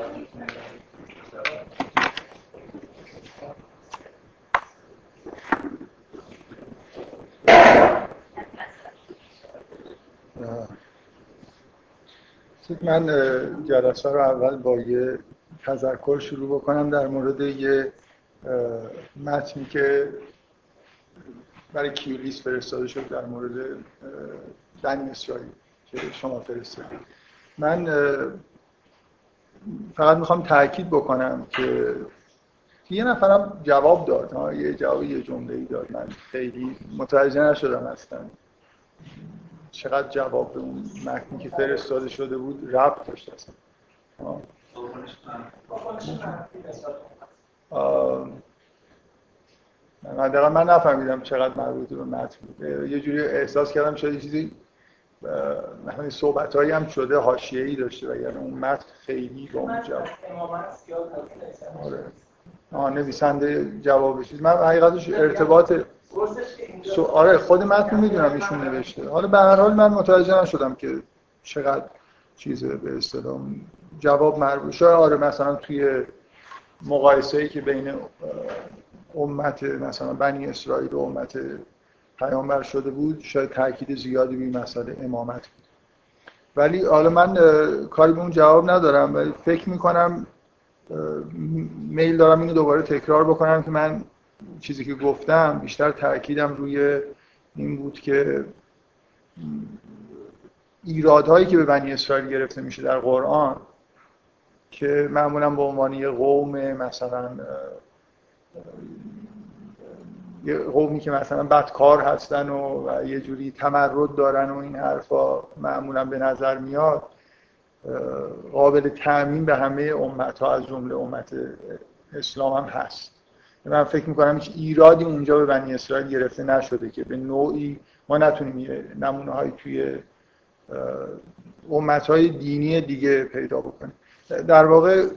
من جلسه رو اول با یه تذکر شروع بکنم در مورد یه متنی که برای کیولیس فرستاده شد در مورد بنی اسرائیل که شما فرستادید. من فقط میخوام تأکید بکنم که یه نفرم جواب داد، یه جواب یه جمله‌ای داد، من خیلی متوجه نشدم اصلا چقدر جواب به اون متنی که فرستاده شده بود ربط داشت اصلا. من نفهمیدم چقدر مربوط به متن بود. یه جوری احساس کردم شاید چیزی مثلا صحبتایی هم شده حاشیه‌ای داشته و یعنی اون متن خیلی با اون جواب نویسنده جوابش من حقیقتش ارتباط آره خود متن میدونم ایشون نوشته. حالا به هر حال من متوجه نشدم که چقدر چیزه به اصطلاح جواب مربوط شده. آره مثلا توی مقایسه‌ای که بین امت مثلا بنی اسرائیل و امت پیامبر شده بود شاید تاکید زیادی به مسئله امامت بود. ولی حالا من کاری به اون جواب ندارم ولی فکر میکنم میل دارم اینو دوباره تکرار بکنم که من چیزی که گفتم بیشتر تأکیدم روی این بود که ایرادهایی که به بنی اسرائیل گرفته میشه در قرآن که معمولا به عنوان یه قوم مثلا یه قومی که مثلا بدکار هستن و یه جوری تمرد دارن و این حرفا معمولا به نظر میاد قابل تعمیم به همه امت‌ها از جمله امت اسلام هم هست. من فکر می‌کنم هیچ ایرادی اونجا به بنی اسرائیل گرفته نشده که به نوعی ما نتونیم نمونه‌های توی امت‌های دینی دیگه پیدا بکنیم. در واقع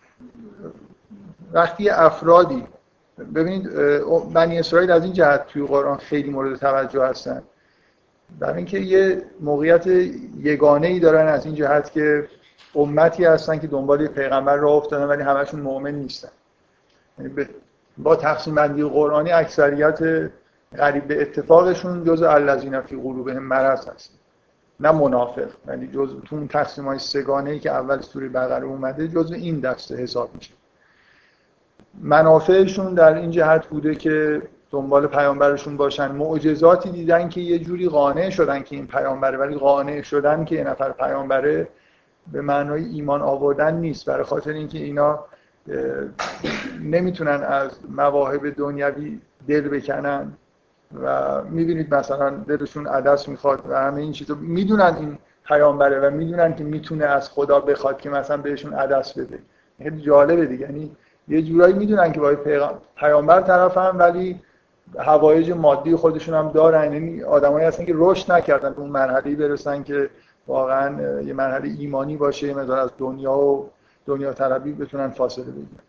وقتی افرادی ببینید بنی اسرائیل از این جهت توی قرآن خیلی مورد توجه هستن برای اینکه یه موقعیت یگانه‌ای دارن از این جهت که امتی هستن که دنبال پیغمبر راه افتادن ولی همشون مؤمن نیستن. یعنی با تقسیم بندی قرآنی اکثریت قریب به اتفاقشون جزء الذین فی قلوبهم مرض هست نه منافق. یعنی جزء تو اون تقسیم‌های سگانه‌ای که اول سوره بقره اومده جزء این دسته حساب میشه. منافعشون در این جهت بوده که دنبال پیامبرشون باشن، معجزاتی دیدن که یه جوری قانع شدن که این پیامبره ولی قانع شدن که یه نفر پیامبره به معنای ایمان آوردن نیست. برای خاطر اینکه اینا نمیتونن از مواهب دنیوی دل بکنن و میبینید مثلا دلشون عدس میخواد و همه این چیزا میدونن این پیامبره و میدونن که میتونه از خدا بخواد که مثلا بهشون عدس بده. خیلی جالبه دیگه، یعنی یه جورایی میدونن که باید پیامبر طرفن ولی حوایج مادی خودشون هم دارن. یعنی آدمایی هستن که رشد نکردن به اون مرحله‌ای برسن که واقعا یه مرحله ایمانی باشه، یه مقدار از دنیا طلبی بتونن فاصله بگیرن.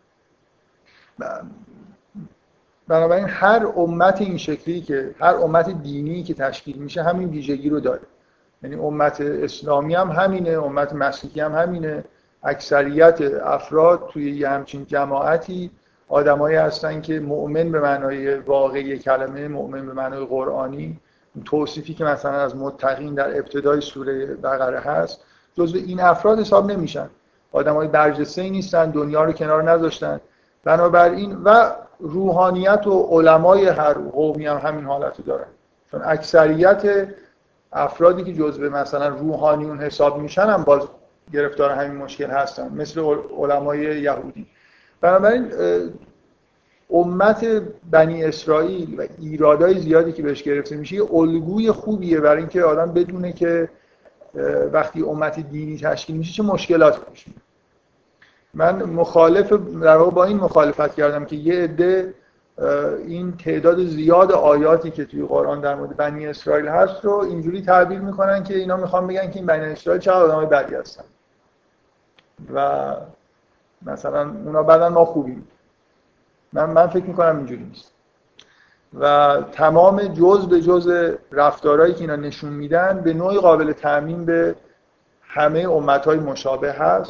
بنابراین هر امت این شکلی که هر امت دینی که تشکیل میشه همین ویژگی رو داره. یعنی امت اسلامی هم همینه، امت مسیحی هم همینه. اکثریت افراد توی یه همچین جماعتی آدمایی هستن که مؤمن به معنای واقعی کلمه، مؤمن به معنای قرآنی، توصیفی که مثلا از متقین در ابتدای سوره بقره هست جزو این افراد حساب نمیشن. آدمای برجسته‌ای نیستن، دنیا رو کنار نذاشتن. بنابراین و روحانیت و علمای هر قومی هم همین حالت دارن، چون اکثریت افرادی که جزو مثلا روحانیون حساب میشن هم باز گرفتار همین مشکل هستن، مثل علمای یهودی. بنابراین امت بنی اسرائیل و ایرادای زیادی که بهش گرفته میشه یه الگوی خوبیه برای اینکه آدم بدونه که وقتی امت دینی تشکیل میشه چه مشکلاتی پیش میاد. من مخالف در واقع با این مخالفت کردم که یه عده این تعداد زیاد آیاتی که توی قرآن در مورد بنی اسرائیل هست رو اینجوری تعبیر میکنن که اینا میخوان بگن که این بنی اسرائیل چقدر آدمای بدی هستن و مثلا اونا بعدن ما خوبیم. من فکر میکنم اینجوری نیست و تمام جز به جز رفتارهایی که اینا نشون میدن به نوعی قابل تعمیم به همه امتهای مشابه هست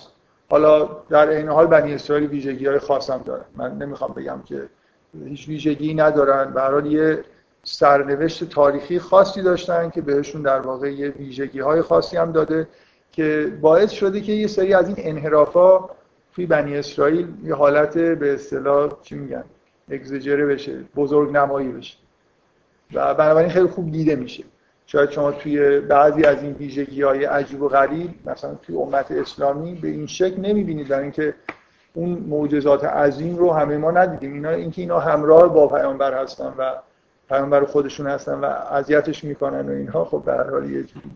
حالا در عین حال بنی اسرائیل ویژگی‌های خاص هم دارن. من نمیخوام بگم که هیچ ویژگی ندارن، به هر حال یه سرنوشت تاریخی خاصی داشتن که بهشون در واقع یه ویژگی‌های خاصی هم داده که باعث شده که یه سری از این انحرافا توی بنی اسرائیل یه حالت به اصطلاح چی میگن اگزاجره بشه، بزرگنمایی بشه و بنابراین خیلی خوب دیده میشه. شاید شما توی بعضی از این ویژگی‌های عجیب و غریب مثلا توی امت اسلامی به این شکل نمی‌بینید، در اینکه اون معجزات عظیم رو همه ما ندیدیم. اینکه اینا همراه با پیامبر هستن و پیامبر خودشون هستن و اذیتش میکنن و اینها، خب به هر حال یه جوری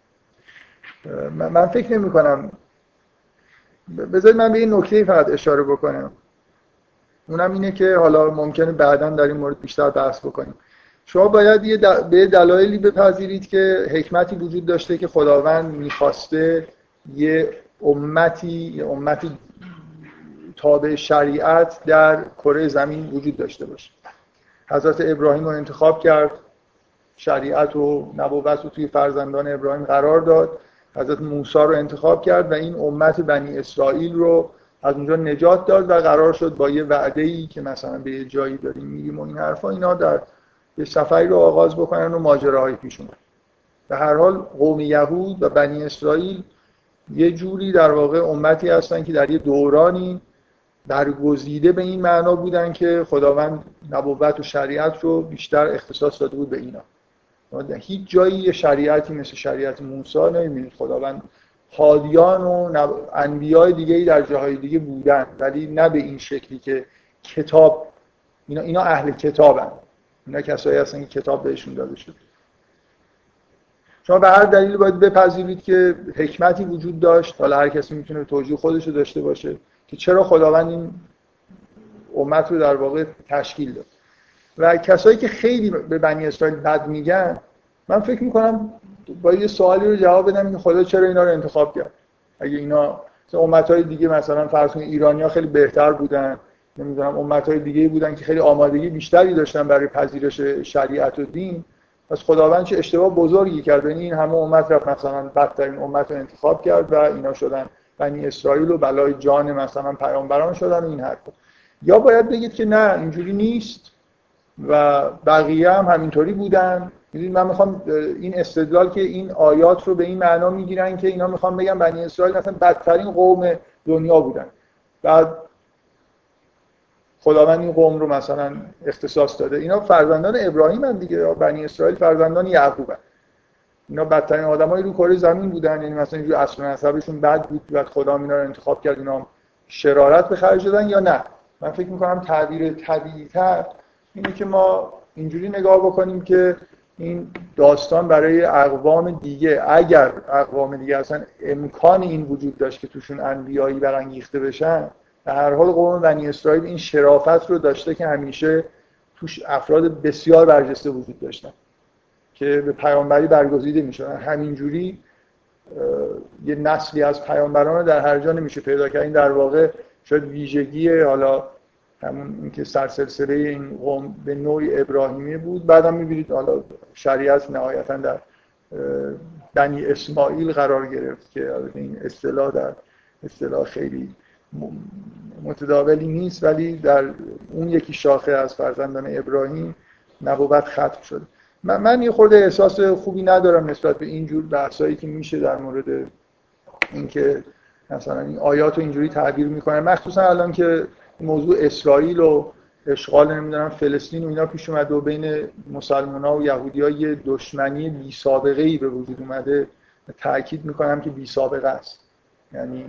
من فکر نمی‌کنم. بذارید من به این نکته فقط اشاره بکنم، اونم اینه که حالا ممکنه بعداً در این مورد بیشتر بحث بکنیم. شما باید به دلایلی بپذیرید که حکمتی وجود داشته که خداوند می‌خواسته یه امتی تابع شریعت در کره زمین وجود داشته باشه. حضرت ابراهیم رو انتخاب کرد، شریعت و نبوت رو توی فرزندان ابراهیم قرار داد. حضرت موسی رو انتخاب کرد و این امت بنی اسرائیل رو از اونجا نجات داد و قرار شد با یه وعده‌ای که مثلا به یه جایی داریم میریم و این حرفا، اینا در یه سفری رو آغاز بکنن و ماجراهایی پیش اومد. به هر حال قوم یهود و بنی اسرائیل یه جوری در واقع امتی هستن که در یه دورانی برگزیده به این معنا بودن که خداوند نبوت و شریعت رو بیشتر اختصاص داده بود به اینا. هیچ جایی یه شریعتی مثل شریعت موسی نمی‌بینید. خداوند هادیان و انبیای دیگه‌ای در جاهای دیگه بودن، ولی نه به این شکلی که کتاب اینا اهل کتابن. اینا کسایی هستن که کتاب بهشون داده شده. شما به هر دلیلی باید بپذیرید که حکمتی وجود داشت، حالا هر کسی میتونه توجیه خودش رو داشته باشه که چرا خداوند این امت رو در واقع تشکیل داد. و کسایی که خیلی به بنی اسرائیل بد میگن، من فکر میکنم باید یه سوالی رو جواب بدم که خدا چرا اینا رو انتخاب کرد. اگه اینا امت‌های دیگه مثلا فرض کنید ایرانی‌ها خیلی بهتر بودن، نمیدونم امت‌های دیگه بودن که خیلی آمادگی بیشتری داشتن برای پذیرش شریعت و دین، پس خداوند چه اشتباه بزرگی کرد. یعنی این همه امت رفت مثلا بدترین امت رو انتخاب کرد و اینا شدن بنی اسرائیل و بلای جان مثلا پیامبران شدن و این حرفا. یا باید بگید که نه اینجوری نیست و بقیه هم همینطوری بودن. میدونید من میخوام این استدلال که این آیات رو به این معنا میگیرن که اینا میخوام بگم بنی اسرائیل مثلا بدترین قوم دنیا بودن، بعد خداوند این قوم رو مثلا اختصاص داده. اینا فرزندان ابراهیم هم دیگه، بنی اسرائیل فرزندان یعقوب هم. اینا بدترین آدمای رو کره زمین بودن، یعنی مثلا اینجوری اصل و نسبشون بد بود بعد خدا اینا رو انتخاب کرد اینا شرارت به خرج دادن یا نه. من فکر می‌کنم تعبیر طبیعی‌تر اینه که ما اینجوری نگاه بکنیم که این داستان برای اقوام دیگه، اگر اقوام دیگه اصلا امکان این وجود داشت که توشون انبیایی برانگیخته بشن، به هر حال قوم بنی اسرائیل این شرافت رو داشته که همیشه توش افراد بسیار برجسته وجود داشتن که به پیامبری برگزیده میشدن. همینجوری یه نسلی از پیامبران رو در هر جا نمیشه پیدا کرد. این در واقع شاید ویژگی حالا همون اینکه سرسلسله این قوم به نوعی ابراهیمی بود. بعدم می‌بینید حالا شریعت نهایتاً در بنی اسماعیل قرار گرفت که این اصطلاح خیلی متداولی نیست، ولی در اون یکی شاخه از فرزندان ابراهیم نبوت ختم شد. من یه خورده احساس خوبی ندارم نسبت به این جور بحثایی که میشه در مورد اینکه مثلا این آیات رو اینجوری تعبیر میکنن، مخصوصا الان که موضوع اسرائیل و اشغال نمیدونم فلسطین و اینا پیش اومده و بین مسلمان‌ها و یهودی‌ها یه دشمنی بی سابقه‌ای به وجود اومده. تأکید میکنم که بی سابقه است. یعنی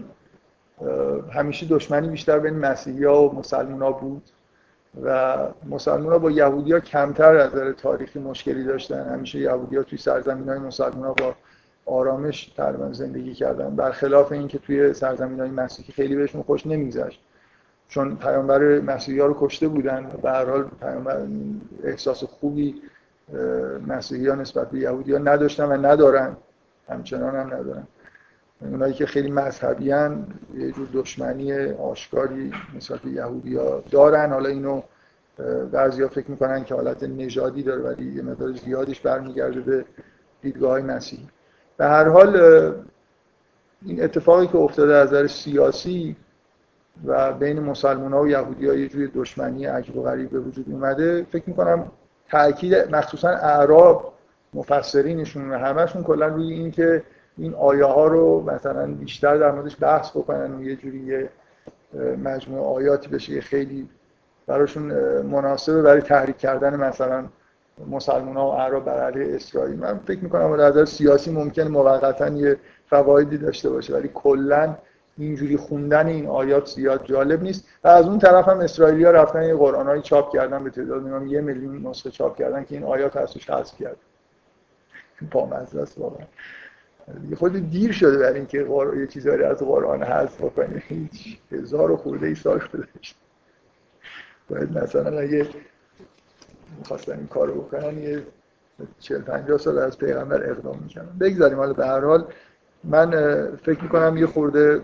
همیشه دشمنی بیشتر بین مسیحی‌ها و مسلمان‌ها بود و مسلمان‌ها با یهودی‌ها کمتر از نظر تاریخی مشکلی داشتن. همیشه یهودی‌ها توی سرزمین‌های مسلمان‌ها با آرامش تقریبا زندگی کردن، برخلاف اینکه توی سرزمین‌های مسیحی خیلی بهشون خوش نمی‌گذشت، چون پیامبر مسیحی‌ها رو کشته بودن. به هر حال پیامبر احساس خوبی مسیحی‌ها نسبت به یهودی‌ها نداشتن و ندارن، همچنان هم ندارن. اونایی که خیلی مذهبی ان یه جور دشمنی آشکاری نسبت به یهودی‌ها دارن. حالا اینو بعضیا فکر می‌کنن که حالت نژادی داره، ولی یه مقدار زیادیش برمیگرده به دیدگاه‌های مسیحی. به هر حال این اتفاقی که افتاده از نظر سیاسی و بین مسلمان‌ها و یهودی‌ها یه جوری دشمنی عجیب و غریب به وجود اومده، فکر می‌کنم تأکید مخصوصا اعراب مفسرینشون و همه‌شون کلا روی این که این آیه ها رو مثلا بیشتر در موردش بحث بکنن و یه جوری یه مجموعه آیاتی بشه که خیلی براشون مناسبه برای تحریک کردن مثلا مسلمان‌ها و اعراب بر علیه اسرائیل. من فکر می‌کنم از نظر سیاسی ممکن موقتاً یه فوایدی داشته باشه، ولی کلاً اینجوری خوندن این آیات زیاد جالب نیست. و از اون طرف هم اسرائیلی‌ها رفتن یه قرآنایی چاپ کردن به تعداد 1 میلیون نسخه چاپ کردن که این آیات ازش حذف کرد. بامزه است واقعا. دیگه خود دیر شده برای اینکه یه چیزایی از قرآن حذف بکنه. هیچ 1000 و خورده ای سال گذشته. باید مثلا اگه می‌خواستن این کارو بکنن یه 40-50 سال از پیغمبر اقدام می‌کردن. بگذاریم. حالا به هر حال من فکر می‌کنم یه خورده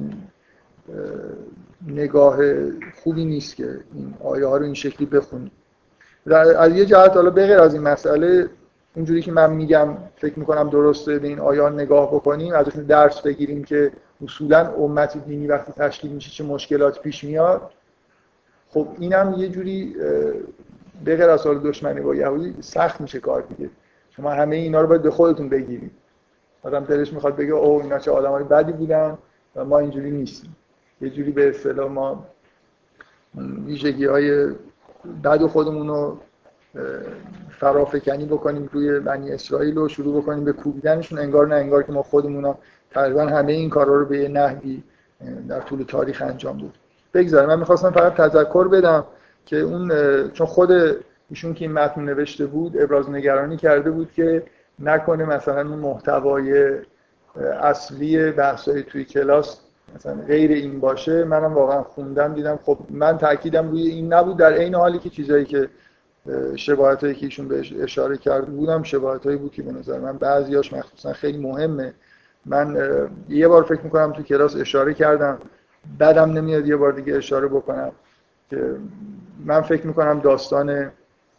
نگاه خوبی نیست که این آیه ها رو این شکلی بخونیم. از یه جهت حالا بغیر از این مسئله اونجوری که من میگم فکر میکنم درسته به این آیه نگاه بکنیم، ازشون درس بگیریم که اصولا امت دینی وقتی تشکیل میشه چه مشکلات پیش میاد. خب اینم یه جوری بغیر از حال دشمنی با یهودی سخت میشه کار دیگه. شما همه اینا رو باید به خودتون بگیرید. آدم دلش میخواد بگه اوه اینا چه آدمای بدی بودن و ما اینجوری نیستیم. یه جوری به اصطلاح ما ویژگی‌های بد خودمون رو فرافکنی بکنیم روی بنی اسرائیل و شروع بکنیم به کوبیدنشون، انگار نه انگار که ما خودمون تقریبا همه این کارا رو به یه نحوی در طول تاریخ انجام دادیم. بگذاریم. من می‌خواستم فقط تذکر بدم که اون چون خود ایشون که این متن نوشته بود ابراز نگرانی کرده بود که نکنه مثلا اون محتوای اصلی بحث‌های توی کلاس مثلا غیر این باشه. منم واقعا خوندم دیدم خب من تاکیدم روی این نبود، در عین حالی که چیزایی که شباهتایی که ایشون بهش اشاره کرده بودم شباهتایی بود که به نظر من بعضیاش مخصوصا خیلی مهمه. من یه بار فکر میکنم تو کلاس اشاره کردم، بعدم نمیاد یه بار دیگه اشاره بکنم که من فکر میکنم داستان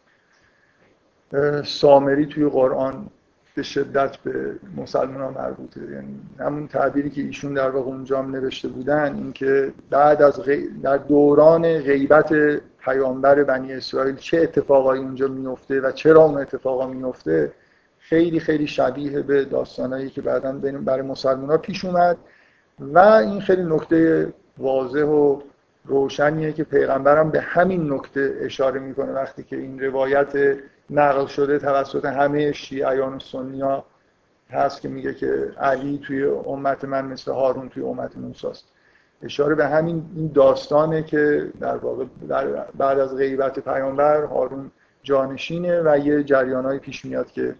سامری توی قرآن به شدت به مسلمان‌ها مربوطه. یعنی همون تعبیری که ایشون در واقع اونجا هم نوشته بودن، این که بعد از در دوران غیبت پیامبر بنی اسرائیل چه اتفاقایی اونجا میفته و چرا اون اتفاقا میفته خیلی خیلی شبیه به داستانایی که بعداً برای مسلمان‌ها پیش اومد. و این خیلی نکته واضح و روشنیه که پیغمبرم به همین نکته اشاره میکنه وقتی که این روایت نقل شده توسط همه شیعیان و سنی‌ها هست که میگه که علی توی امت من مثل هارون توی امت موسی است. اشاره به همین این داستانه که در واقع بعد از غیبت پیامبر هارون جانشینه و یه جریانایی پیش میاد که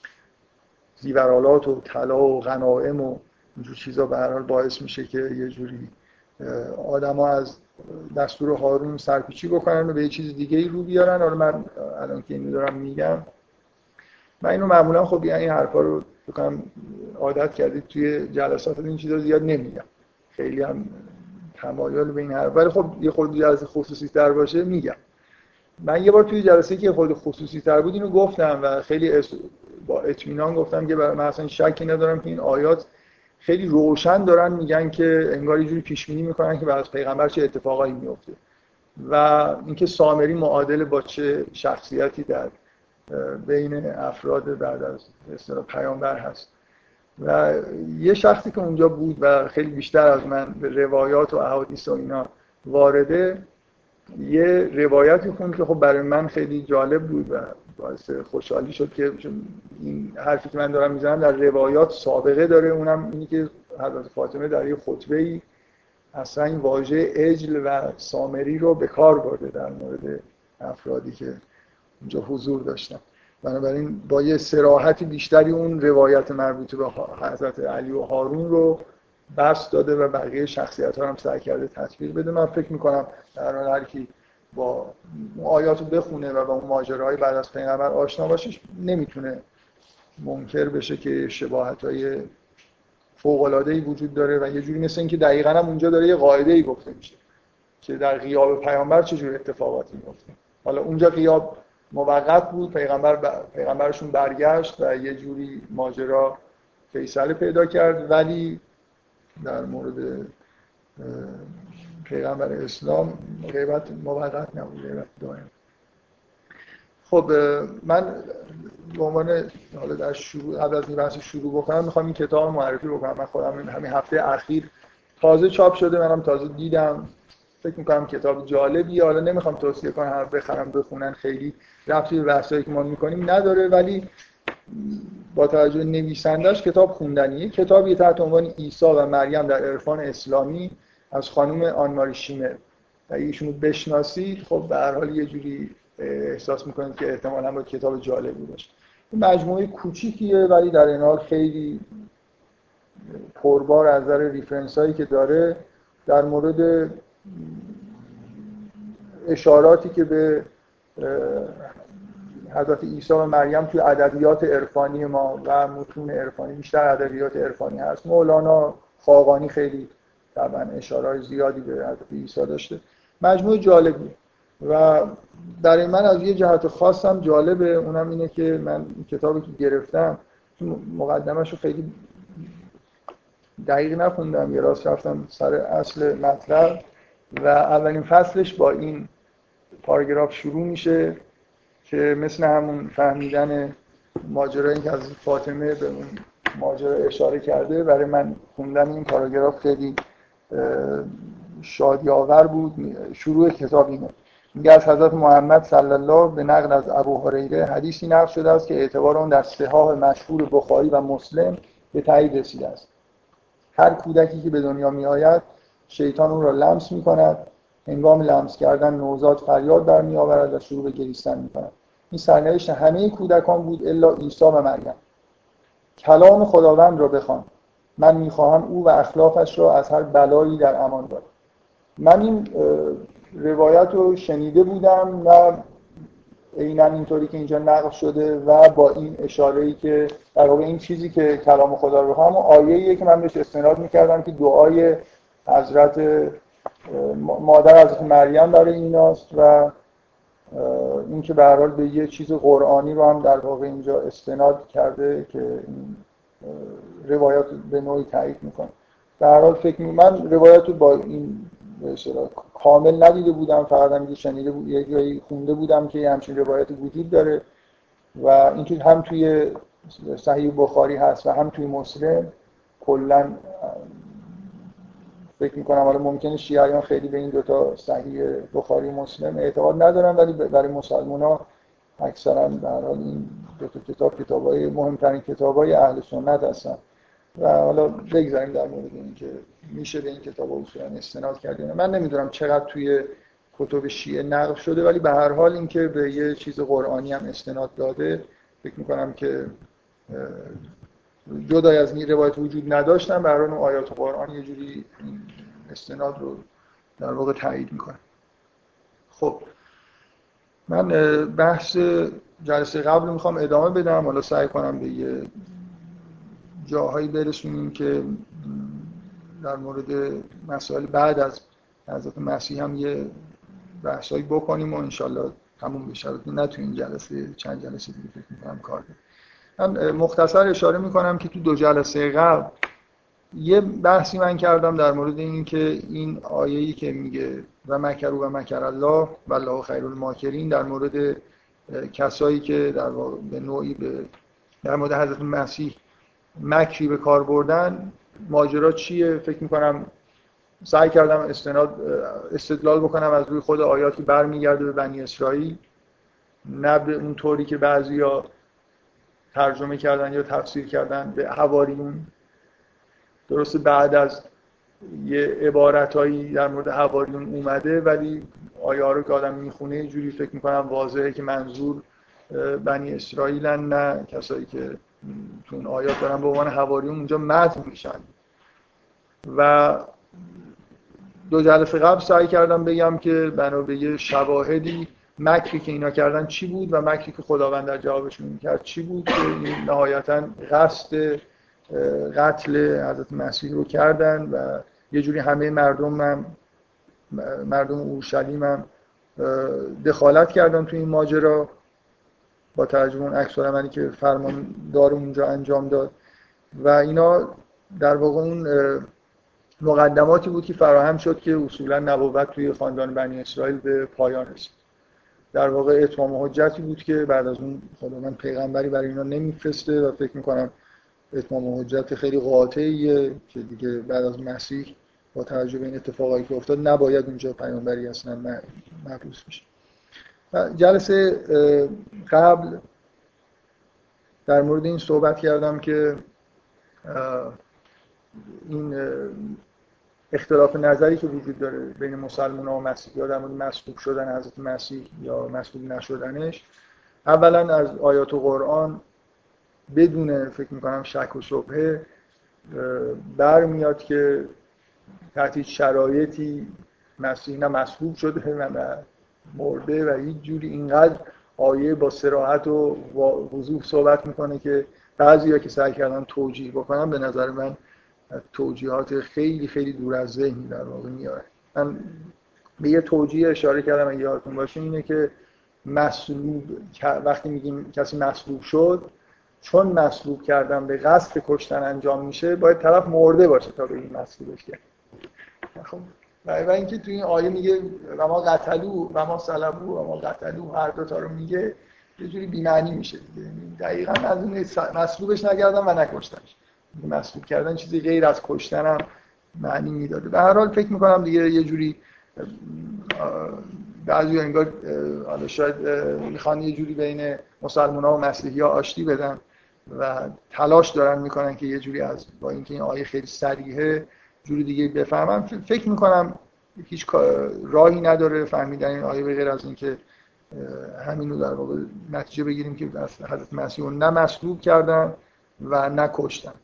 زیورالات و طلا و غنائم و اینجور چیزا به هر حال باعث میشه که یه جوری آدما از دستور هارون سرپیچی بکنن و به یه چیز دیگه‌ای رو بیارن. حالا من الان که اینو دارم میگم، من اینو معمولا خب این حرفا رو بکنم عادت کردید توی جلسات این چیزا زیاد نمیگم، خیلی هم تمایل به این حرف، ولی خب یه خورده جلسه خصوصی تر باشه میگم. من یه بار توی جلسه‌ای که خود خصوصی تر بود اینو گفتم و خیلی با اطمینان گفتم که من اصلا شکی ندارم که این آیات خیلی روشن دارن میگن که انگار یه جوری پیش بینی میکنن که بعد از پیغمبر چه اتفاقایی میفته و اینکه سامری معادل با چه شخصیتی در بین افراد بعد از اصطلاح پیامبر هست. و یه شخصی که اونجا بود و خیلی بیشتر از من به روایات و احادیث و اینا وارده، یه روایتی خوند که خب برای من خیلی جالب بود و باعث خوشحالی شد که این حرفی که من دارم میزنم در روایات سابقه داره. اونم اینی که حضرت فاطمه در یه خطبه‌ای اصلا این واژه عجل و سامری رو به کار برده در مورد افرادی که اونجا حضور داشتن. بنابراین با یه صراحت بیشتری اون روایت مربوط به حضرت علی و هارون رو بس داده و بقیه شخصیت‌ها هم سعی کرده تطبیق بده. من فکر می‌کنم در حال هر کی با اون آیات رو بخونه و با اون ماجراهای بعد از پیغمبر آشنا باشه نمیتونه منکر بشه که شباهت‌های فوق‌العاده‌ای وجود داره و یه جوری مثل این که دقیقاً هم اونجا داره یه قاعده‌ای گفته میشه که در غیاب پیامبر چه جور اتفاقاتی میفته. حالا اونجا غیاب موقت بود، پیغمبرشون برگشت و یه جوری ماجرا فیصله پیدا کرد، ولی در مورد پیغمبر اسلام غیبت موقت نبود، غیبت دائم. خب من به عنوان حالا در شروع قبل از این بحث شروع بکنم میخوام این کتاب معرفی بکنم. من خودم همین هفته اخیر تازه چاپ شده، منم تازه دیدم، فکر میکنم کتاب جالبیه. حالا نمیخوام توصیه کنم بخرم بخونن، خیلی ربطی به بحثایی که ما میکنیم نداره، ولی با توجه به نویسنده‌اش کتاب خوندنیه. کتابی تحت عنوان عیسی و مریم در عرفان اسلامی از خانم آن ماری شیمر. اگه ایشونو بشناسید خب به هر حال یه جوری احساس میکنید که احتمالاً با کتاب جالبی باشه. این مجموعه کوچیکیه ولی در این حال خیلی پربار از نظر ریفرنس هایی که داره در مورد اشاراتی که به حضرت عیسی و مریم توی ادبیات عرفانی ما و متون عرفانی، بیشتر ادبیات عرفانی هست. مولانا، خاقانی خیلی طبعا اشارات زیادی به حضرت عیسی داشته. مجموعه جالبی و در این من از یه جهت خاصم جالبه، اونم اینه که من این کتابی که گرفتم مقدمه‌شو خیلی دقیق نخوندم، یه راست رفتم سر اصل مطلب و اولین فصلش با این پاراگراف شروع میشه که مثل همون فهمیدن ماجرایی که از فاطمه به اون ماجرا اشاره کرده، برای من خوندن این پاراگراف خیلی شادی‌آور بود. شروع کتاب اینه، میگه از حضرت محمد صلی الله به نقل از ابو هریره حدیثی نقل شده است که اعتبار آن در صحاح مشهور بخاری و مسلم به تایید رسیده است. هر کودکی که به دنیا می آید شیطان اون را لمس می کند. هنگام لمس کردن نوزاد فریاد برمی آورد و شروع به گریستن می کند. این سرنوشت همه کودکان بود الا عیسی و مریم. کلام خداوند را بخوان، من می خواهم او و اخلاقش را از هر بلایی در امان دارد. من این روایت رو شنیده بودم و عیناً اینطوری که اینجا نقل شده و با این اشاره‌ای که در واقع این چیزی که کلام خدا رو هم آیه‌ایه که من بهش استناد می‌کردم که دعای حضرت مادر حضرت مریم برای ایناست و این که به هر حال به یه چیز قرآنی رو هم در واقع اینجا استناد کرده که این روایات به نوعی تایید می‌کنه. در هر حال فکر من روایت رو با این کامل ندیده بودم، فقط هم شنیده بود، یه جایی خونده بودم که همچین روایتی وجود داره و اینکه هم توی صحیح بخاری هست و هم توی مسلم. کلا فکر می‌کنم حالا ممکنه شیعیان خیلی به این دوتا صحیح بخاری و مسلم اعتقاد ندارن، ولی برای مسلمان‌ها اکثرا در حال این دوتا کتابای مهمترین کتابای اهل سنت هستن و حالا بگذاریم در مورد این که میشه به این کتاب اصولا استناد کردیم. من نمیدونم چقدر توی کتب شیعه نقل شده، ولی به هر حال این که به یه چیز قرآنی هم استناد داده فکر میکنم که جدای از این روایت وجود نداشتن، برای اون آیات قرآن یه جوری استناد رو در واقع تایید میکنه. خب من بحث جلسه قبل رو میخوام ادامه بدم، حالا سعی کنم به یه جاهایی برسونیم که در مورد مسائل بعد از حضرت مسیح هم یه بحثایی بکنیم و انشالله تموم بشه. نه تو این جلسه، چند جلسه دیگه فکر می‌کنم کار داره. من مختصر اشاره می‌کنم که تو 2 جلسه قبل یه بحثی من کردم در مورد این که این آیه‌ای که میگه و مکروا و مکر الله والله خیر الماکرین در مورد کسایی که در واقع به نوعی در مورد حضرت مسیح مکری به کار بردن، ماجرا چیه. فکر میکنم سعی کردم استدلال بکنم از روی خود آیاتی برمیگرده به بنی اسرائیل، نه به اون طوری که بعضیا ترجمه کردن یا تفسیر کردن به حواریون. درسته بعد از یه عبارتایی در مورد حواریون اومده، ولی آیه ها رو که آدم میخونه یه جوری فکر میکنم واضحه که منظور بنی اسرائیلن، نه کسایی که تو اون آیات دارن به عنوان حواریون اونجا مدح میشن. و 2 جلسه قبل سعی کردم بگم که بنا به یه شواهدی مکری که اینا کردن چی بود و مکری که خداوند در جوابشون میکرد چی بود، که این نهایتاً قصد قتل حضرت مسیح رو کردن و یه جوری همه مردم اورشلیم هم دخالت کردن تو این ماجرا با توجه به اون عکس‌العملی که فرماندار اونجا انجام داد و اینا در واقع اون مقدماتی بود که فراهم شد که اصولا نبوت توی خاندان بنی اسرائیل به پایان رسید. در واقع اتمام حجتی بود که بعد از اون خداوند پیغمبری برای اینا نمیفرسته و فکر میکنم اتمام حجت خیلی قاطعیه که دیگه بعد از مسیح با توجه به این اتفاقایی که افتاد نباید اونجا پیامبری اصلا مبعوث بشه. جلسه قبل در مورد این صحبت کردم که این اختلاف نظری که وجود داره بین مسلمان‌ها و مسیحی‌ها در مورد مصلوب شدن حضرت مسیح یا مصلوب نشدنش، اولا از آیات قرآن بدون فکر می‌کنم شک و شبهه برمیاد که تحت هیچ شرایطی مسیح نه مصلوب شده نه مرده و هیچ جوری اینقدر آیه با صراحت و وضوح صحبت میکنه که بعضیا که سعی کردن توجیه بکنن به نظر من توجیهات خیلی خیلی دور از ذهنی در واقع میاره. من به یه توجیه اشاره کردم اگه یادتون باشه، اینه که مصلوب وقتی میگیم کسی مصلوب شد، چون مصلوب کردن به قصد کشتن انجام میشه باید طرف مرده باشه تا به این مصلوبش کرد. خب و اینکه تو این آیه میگه و ما قتلو و ما صلبو و ما قتلو، هر دو تا رو میگه یه جوری بی‌معنی میشه دیگه. دقیقاً از اون مصلوبش نکردن و نکشتنش. مصلوب کردن چیزی غیر از کشتن هم معنی میداده. به هر حال فکر میکنم دیگه یه جوری بعضی انگار حالا شاید میخوان یه جوری بین مسلمان‌ها و مسیحی‌ها آشتی بدن و تلاش دارن میکنن که یه جوری از با اینکه این آیه خیلی صریحه جوری دیگه بفهمم. فکر میکنم هیچ راهی نداره فهمیدن این آیه به غیر از اینکه همینو در واقع نتیجه بگیریم که حضرت مسیح رو نه مصلوب کردن و نه کشتن،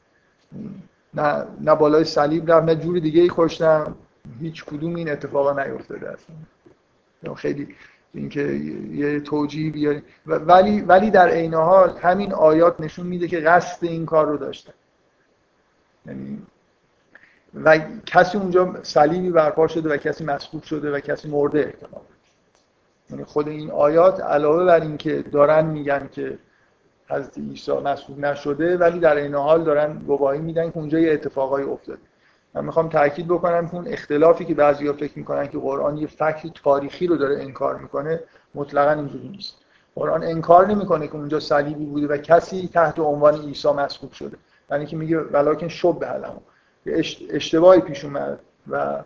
نه بالای صلیب رفت نه جور دیگه ای کشتن، هیچ کدوم این اتفاقا نیفتاده اصلا. خیلی اینکه یه توجیه بیاریم ولی در عین حال همین آیات نشون میده که قصد این کار رو داشتن، یعنی و کسی اونجا صلیبی برپا شده و کسی مصلوب شده و کسی مرده احتمال. یعنی خود این آیات علاوه بر این که دارن میگن که حضرت عیسی مصلوب نشده، ولی در این حال دارن گواهی میدن که اونجا یه اتفاقایی افتاده. من میخوام تاکید بکنم که اون اختلافی که بعضیا فکر میکنن که قرآن یه فکت تاریخی رو داره انکار میکنه مطلقاً اینجوری نیست. قرآن انکار نمیکنه که اونجا صلیبی بوده و کسی تحت عنوان عیسی مصلوب شده، یعنی که میگه ولکن شبه لهم، اشتباهی پیش اومد و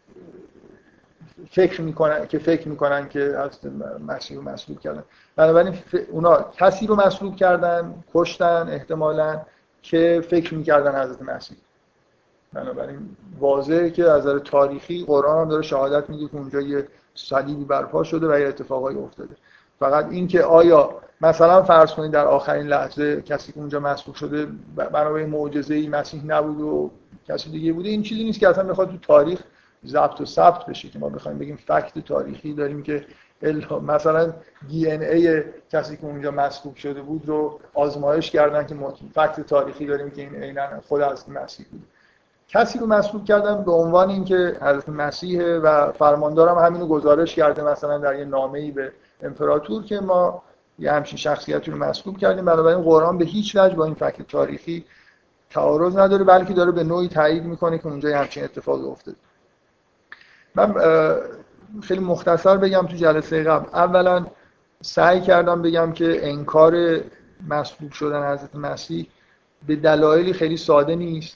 فکر میکنن که حضرت مسیح رو مصلوب کردن. بنابراین اونا کسی رو مصلوب کردن، کشتن احتمالاً که فکر میکردن حضرت مسیح. بنابراین واضحه که از نظر تاریخی قرآن هم داره شهادت میده که اونجا یه صلیبی برپا شده و یه اتفاقایی افتاده. فقط این که آیا مثلا فرض کنید در آخرین لحظه کسی که اونجا مصلوب شده بنابراین معجزه‌ای مسیح نبود و کسی دیگه بوده، این چیزی نیست که اصلا بخواد تو تاریخ ضبط و ثبت بشه که ما بخوایم بگیم فکت تاریخی داریم که مثلا دی ان ای کسی که اونجا مصلوب شده بود رو آزمایش کردن که فکت تاریخی داریم که این عیناً خود حضرت مسیح بود. کسی رو مصلوب کردن به عنوان اینکه حضرت مسیح و فرماندارم همینو گزارش کرده مثلا در یه نامه‌ای به امپراتور که ما یه همچین شخصیتی رو مصلوب کردیم. بنابراین قرآن به هیچ وجه با این فکت تاریخی تعارض نداره، بلکه داره به نوعی تایید میکنه که اونجا یه همچین اتفاقی افتاده. من خیلی مختصر بگم تو جلسه قبل اولا سعی کردم بگم که انکار مصلوب شدن حضرت مسیح به دلایلی خیلی ساده نیست.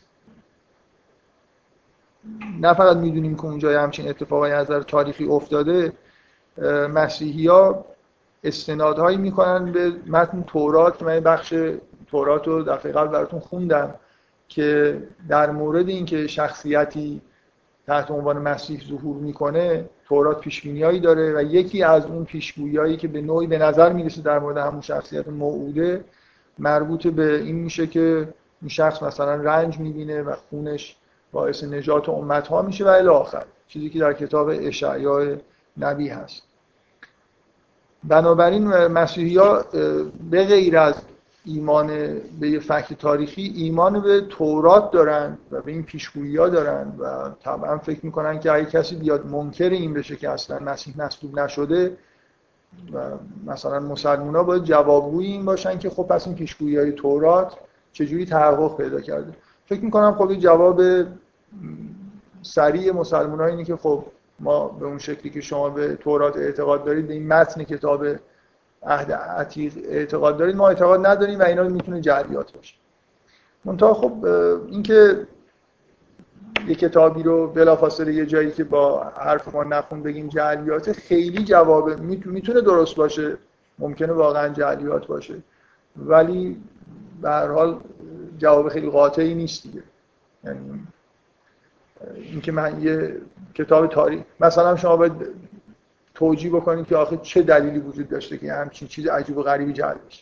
نه فقط میدونیم که اونجا همچین اتفاقی از نظر تاریخی افتاده، مسیحی‌ها استنادهایی میکنن به متن تورات که من بخش تورات رو دفعه قبل براتون خوندم که در مورد اینکه شخصیتی تحت عنوان مسیح ظهور میکنه تورات پیشبینیایی داره و یکی از اون پیشگوییایی که به نوعی به نظر میرسه در مورد همون شخصیت موعوده مربوط به این میشه که این شخص مثلا رنج میبینه و خونش باعث نجات امتها میشه و الی آخر، چیزی که در کتاب اشعیا نبی هست. بنابراین مسیحی‌ها به غیر از ایمان به یه فکت تاریخی ایمان به تورات دارن و به این پیشگویی‌ها دارن و طبعا فکر میکنن که اگه کسی بیاد منکر این بشه که اصلا مسیح مصلوب نشده و مثلا مسلمان‌ها باید جوابگوی این باشن که خب پس این پیشگویی‌های تورات چجوری تحقق پیدا کرده. فکر میکنم خب جواب سریع مسلمان‌ها اینه که خب ما به اون شکلی که شما به تورات اعتقاد دارید، به این متن کتاب عهد عتیق اعتقاد دارید، ما اعتقاد نداریم و اینا میتونه جعلیات باشه. منتها خب اینکه یه کتابی رو بلافاصله یه جایی که با حرف ما نخون بگیم جعلیات، خیلی جواب میتونه درست باشه، ممکنه واقعا جعلیات باشه، ولی به هر حال جواب خیلی قاطعی نیست دیگه. یعنی اینکه من یه کتاب تاریخ مثلا شما باید توجیه بکنید که آخه چه دلیلی وجود داشته که همچین چیز عجیب و غریبی جعل بشه.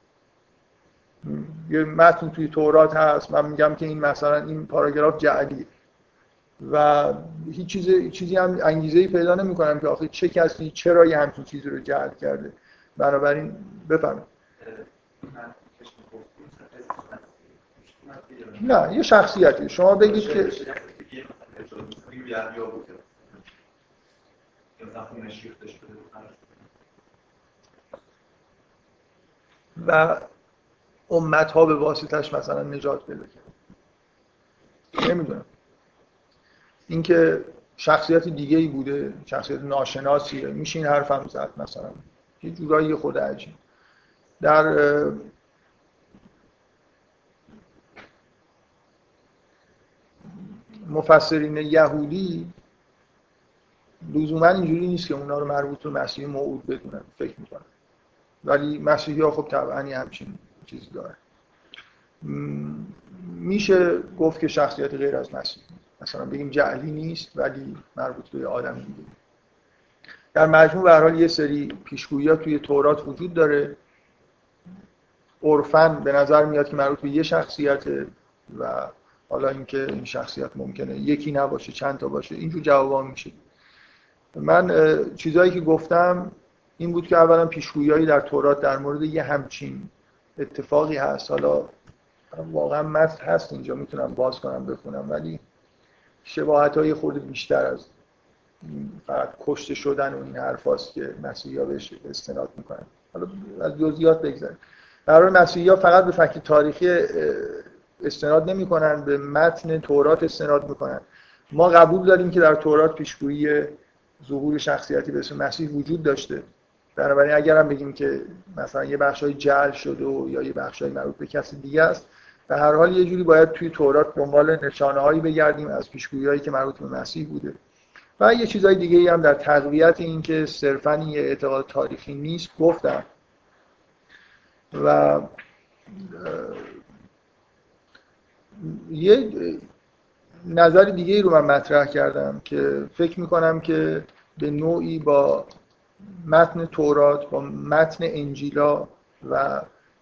یه متن توی تورات هست، من میگم که این مثلا این پاراگراف جعلیه و هیچ چیزی هم انگیزه‌ای پیدا نمی‌کنم که آخه چه کسی چرا یه همچین چیزی رو جعل کرده. بنابراین بفهمید. نه، یه شخصیتی شما بگید که و امت‌ها به واسطش مثلا نجات پیدا کرد. نمیدونم. اینکه شخصیت دیگه‌ای بوده، شخصیت ناشناسیه، میشه این حرفم زد مثلا. یه جورایی خود عجیب. در مفسرین یهودی لزوما اینجوری نیست که اونا رو مربوط به مسیح موعود بدونن، فکر میکنن، ولی مسیحی‌ها خب طبعاً همچین چیزی داره. میشه گفت که شخصیت غیر از مسیح مثلا بگیم جعلی نیست ولی مربوط به آدم دیگه. در مجموع به هر حال یه سری پیشگویی‌ها توی تورات وجود داره. عرفاً به نظر میاد که مربوط به یه شخصیته و حالا اینکه این شخصیت ممکنه یکی نباشه چند تا باشه، اینجور جوابا میشه. من چیزایی که گفتم این بود که اولا پیشگویی‌هایی در تورات در مورد یه همچین اتفاقی هست. حالا واقعا متن هست اینجا میتونم باز کنم بخونم، ولی شباهت‌های خورده بیشتر از فقط کشته شدن و این حرفاست که مسیحی‌ها بهش استناد میکنن. حالا از جزئیات بگذاریم. در واقع مسیحی‌ها فقط به فکت تاریخی استناد نمی‌کنن، به متن تورات استناد می‌کنن. ما قبول داریم که در تورات پیشگویی ظهور شخصیتی به اسم مسیح وجود داشته. بنابراین اگر هم بگیم که مثلا یه بخشای جعل شده و یا یه بخشای مربوط به کسی دیگه است، به هر حال یه جوری باید توی تورات دنبال نشانه‌هایی بگردیم از پیشگویی‌هایی که مربوط به مسیح بوده. و یه چیزای دیگه‌ای هم در تقویت این که صرفاً یه اعتقاد تاریخی نیست گفتم. و یه نظر دیگه‌ای رو من مطرح کردم که فکر می‌کنم که به نوعی با متن تورات، با متن انجیلا و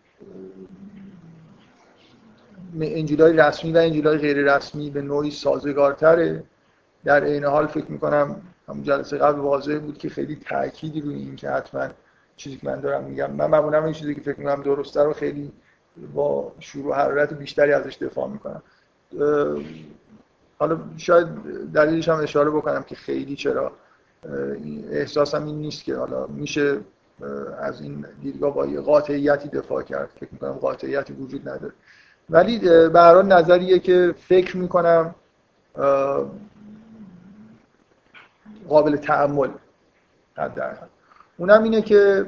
انجیل‌های رسمی و انجیل‌های غیر رسمی به نوعی سازگارتره. در عین حال فکر می‌کنم همون جلسه قبل واضح بود که خیلی تأکیدی روی این که حتما چیزی که من دارم میگم، من معمولا این چیزی که فکر می‌کنم درسته رو خیلی با شور و حرارت بیشتری ازش دفاع می‌کنم. حالا شاید دلیلش هم اشاره بکنم که خیلی چرا احساسم این نیست که حالا میشه از این دیدگاه با یه قاطعیتی دفاع کرد. فکر می‌کنم قاطعیتی وجود نداره، ولی به هر حال نظریه که فکر می‌کنم قابل تأمل حداقل. اونم اینه که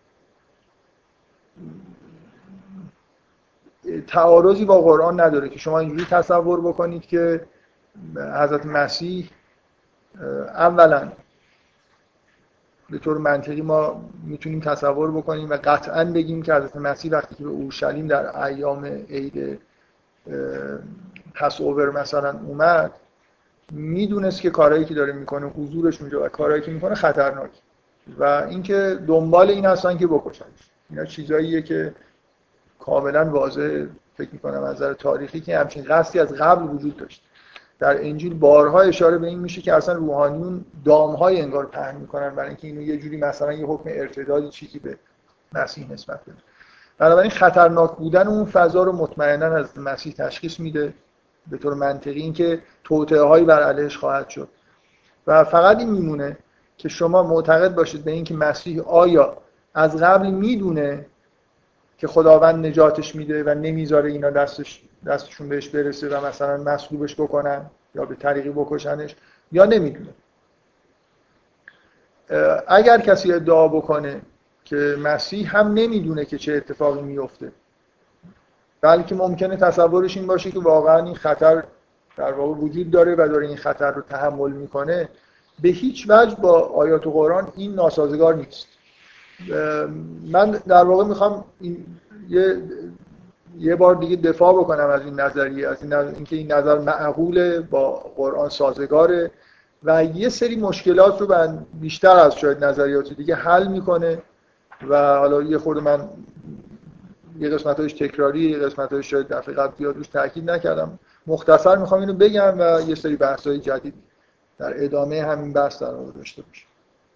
تعارضی با قرآن نداره که شما اینجوری تصور بکنید که حضرت مسیح اولا به طور منطقی ما میتونیم تصور بکنیم و قطعاً بگیم که حضرت مسیح وقتی که به اورشلیم در ایام عید پس‌اوور مثلا اومد، میدونست که کارهایی که داره میکنه، حضورش اونجا و کارهایی که میکنه خطرناک و اینکه دنبال این هستن که بکشنش. اینا چیزاییه که کاملا واضحه. فکر میکنم از نظر تاریخی که همچین قصدی از قبل وجود داشت. در انجیل بارها اشاره به این میشه که اصلا روحانیون دامهای انگار پهن میکنن برای اینکه اینو یه جوری مثلا یه حکم ارتدادی چیزی به مسیح نسبت بده. بنابراین خطرناک بودن اون فضا رو مطمئنا از مسیح تشخیص میده به طور منطقی، اینکه توطئه‌هایی بر علیهش خواهد شد و فقط این میمونه که شما معتقد باشید به اینکه مسیح آیا از قبل میدونه که خداوند نجاتش میده و نمیذاره اینا دستشون بهش برسه و مثلا مصلوبش بکنن، یا به طریقی بکشنش یا نمیدونه. اگر کسی ادعا بکنه که مسیح هم نمیدونه که چه اتفاقی میفته، بلکه ممکنه تصورش این باشه که واقعا این خطر در واقع وجود داره و داره این خطر رو تحمل میکنه، به هیچ وجه با آیات قرآن این ناسازگار نیست. من در واقع میخوام یه بار دیگه دفاع بکنم از این نظریه، از اینکه این نظر معقوله، با قرآن سازگاره و یه سری مشکلات رو بیشتر از شاید نظریات دیگه حل میکنه. و حالا یه خورده من یه قسمت‌هاش تکراری، یه قسمت‌هاش شاید دفعه قبل زیاد روش تاکید نکردم. مختصر میخوام اینو بگم و یه سری بحث‌های جدید در ادامه همین بحث در مورد داشته باشیم.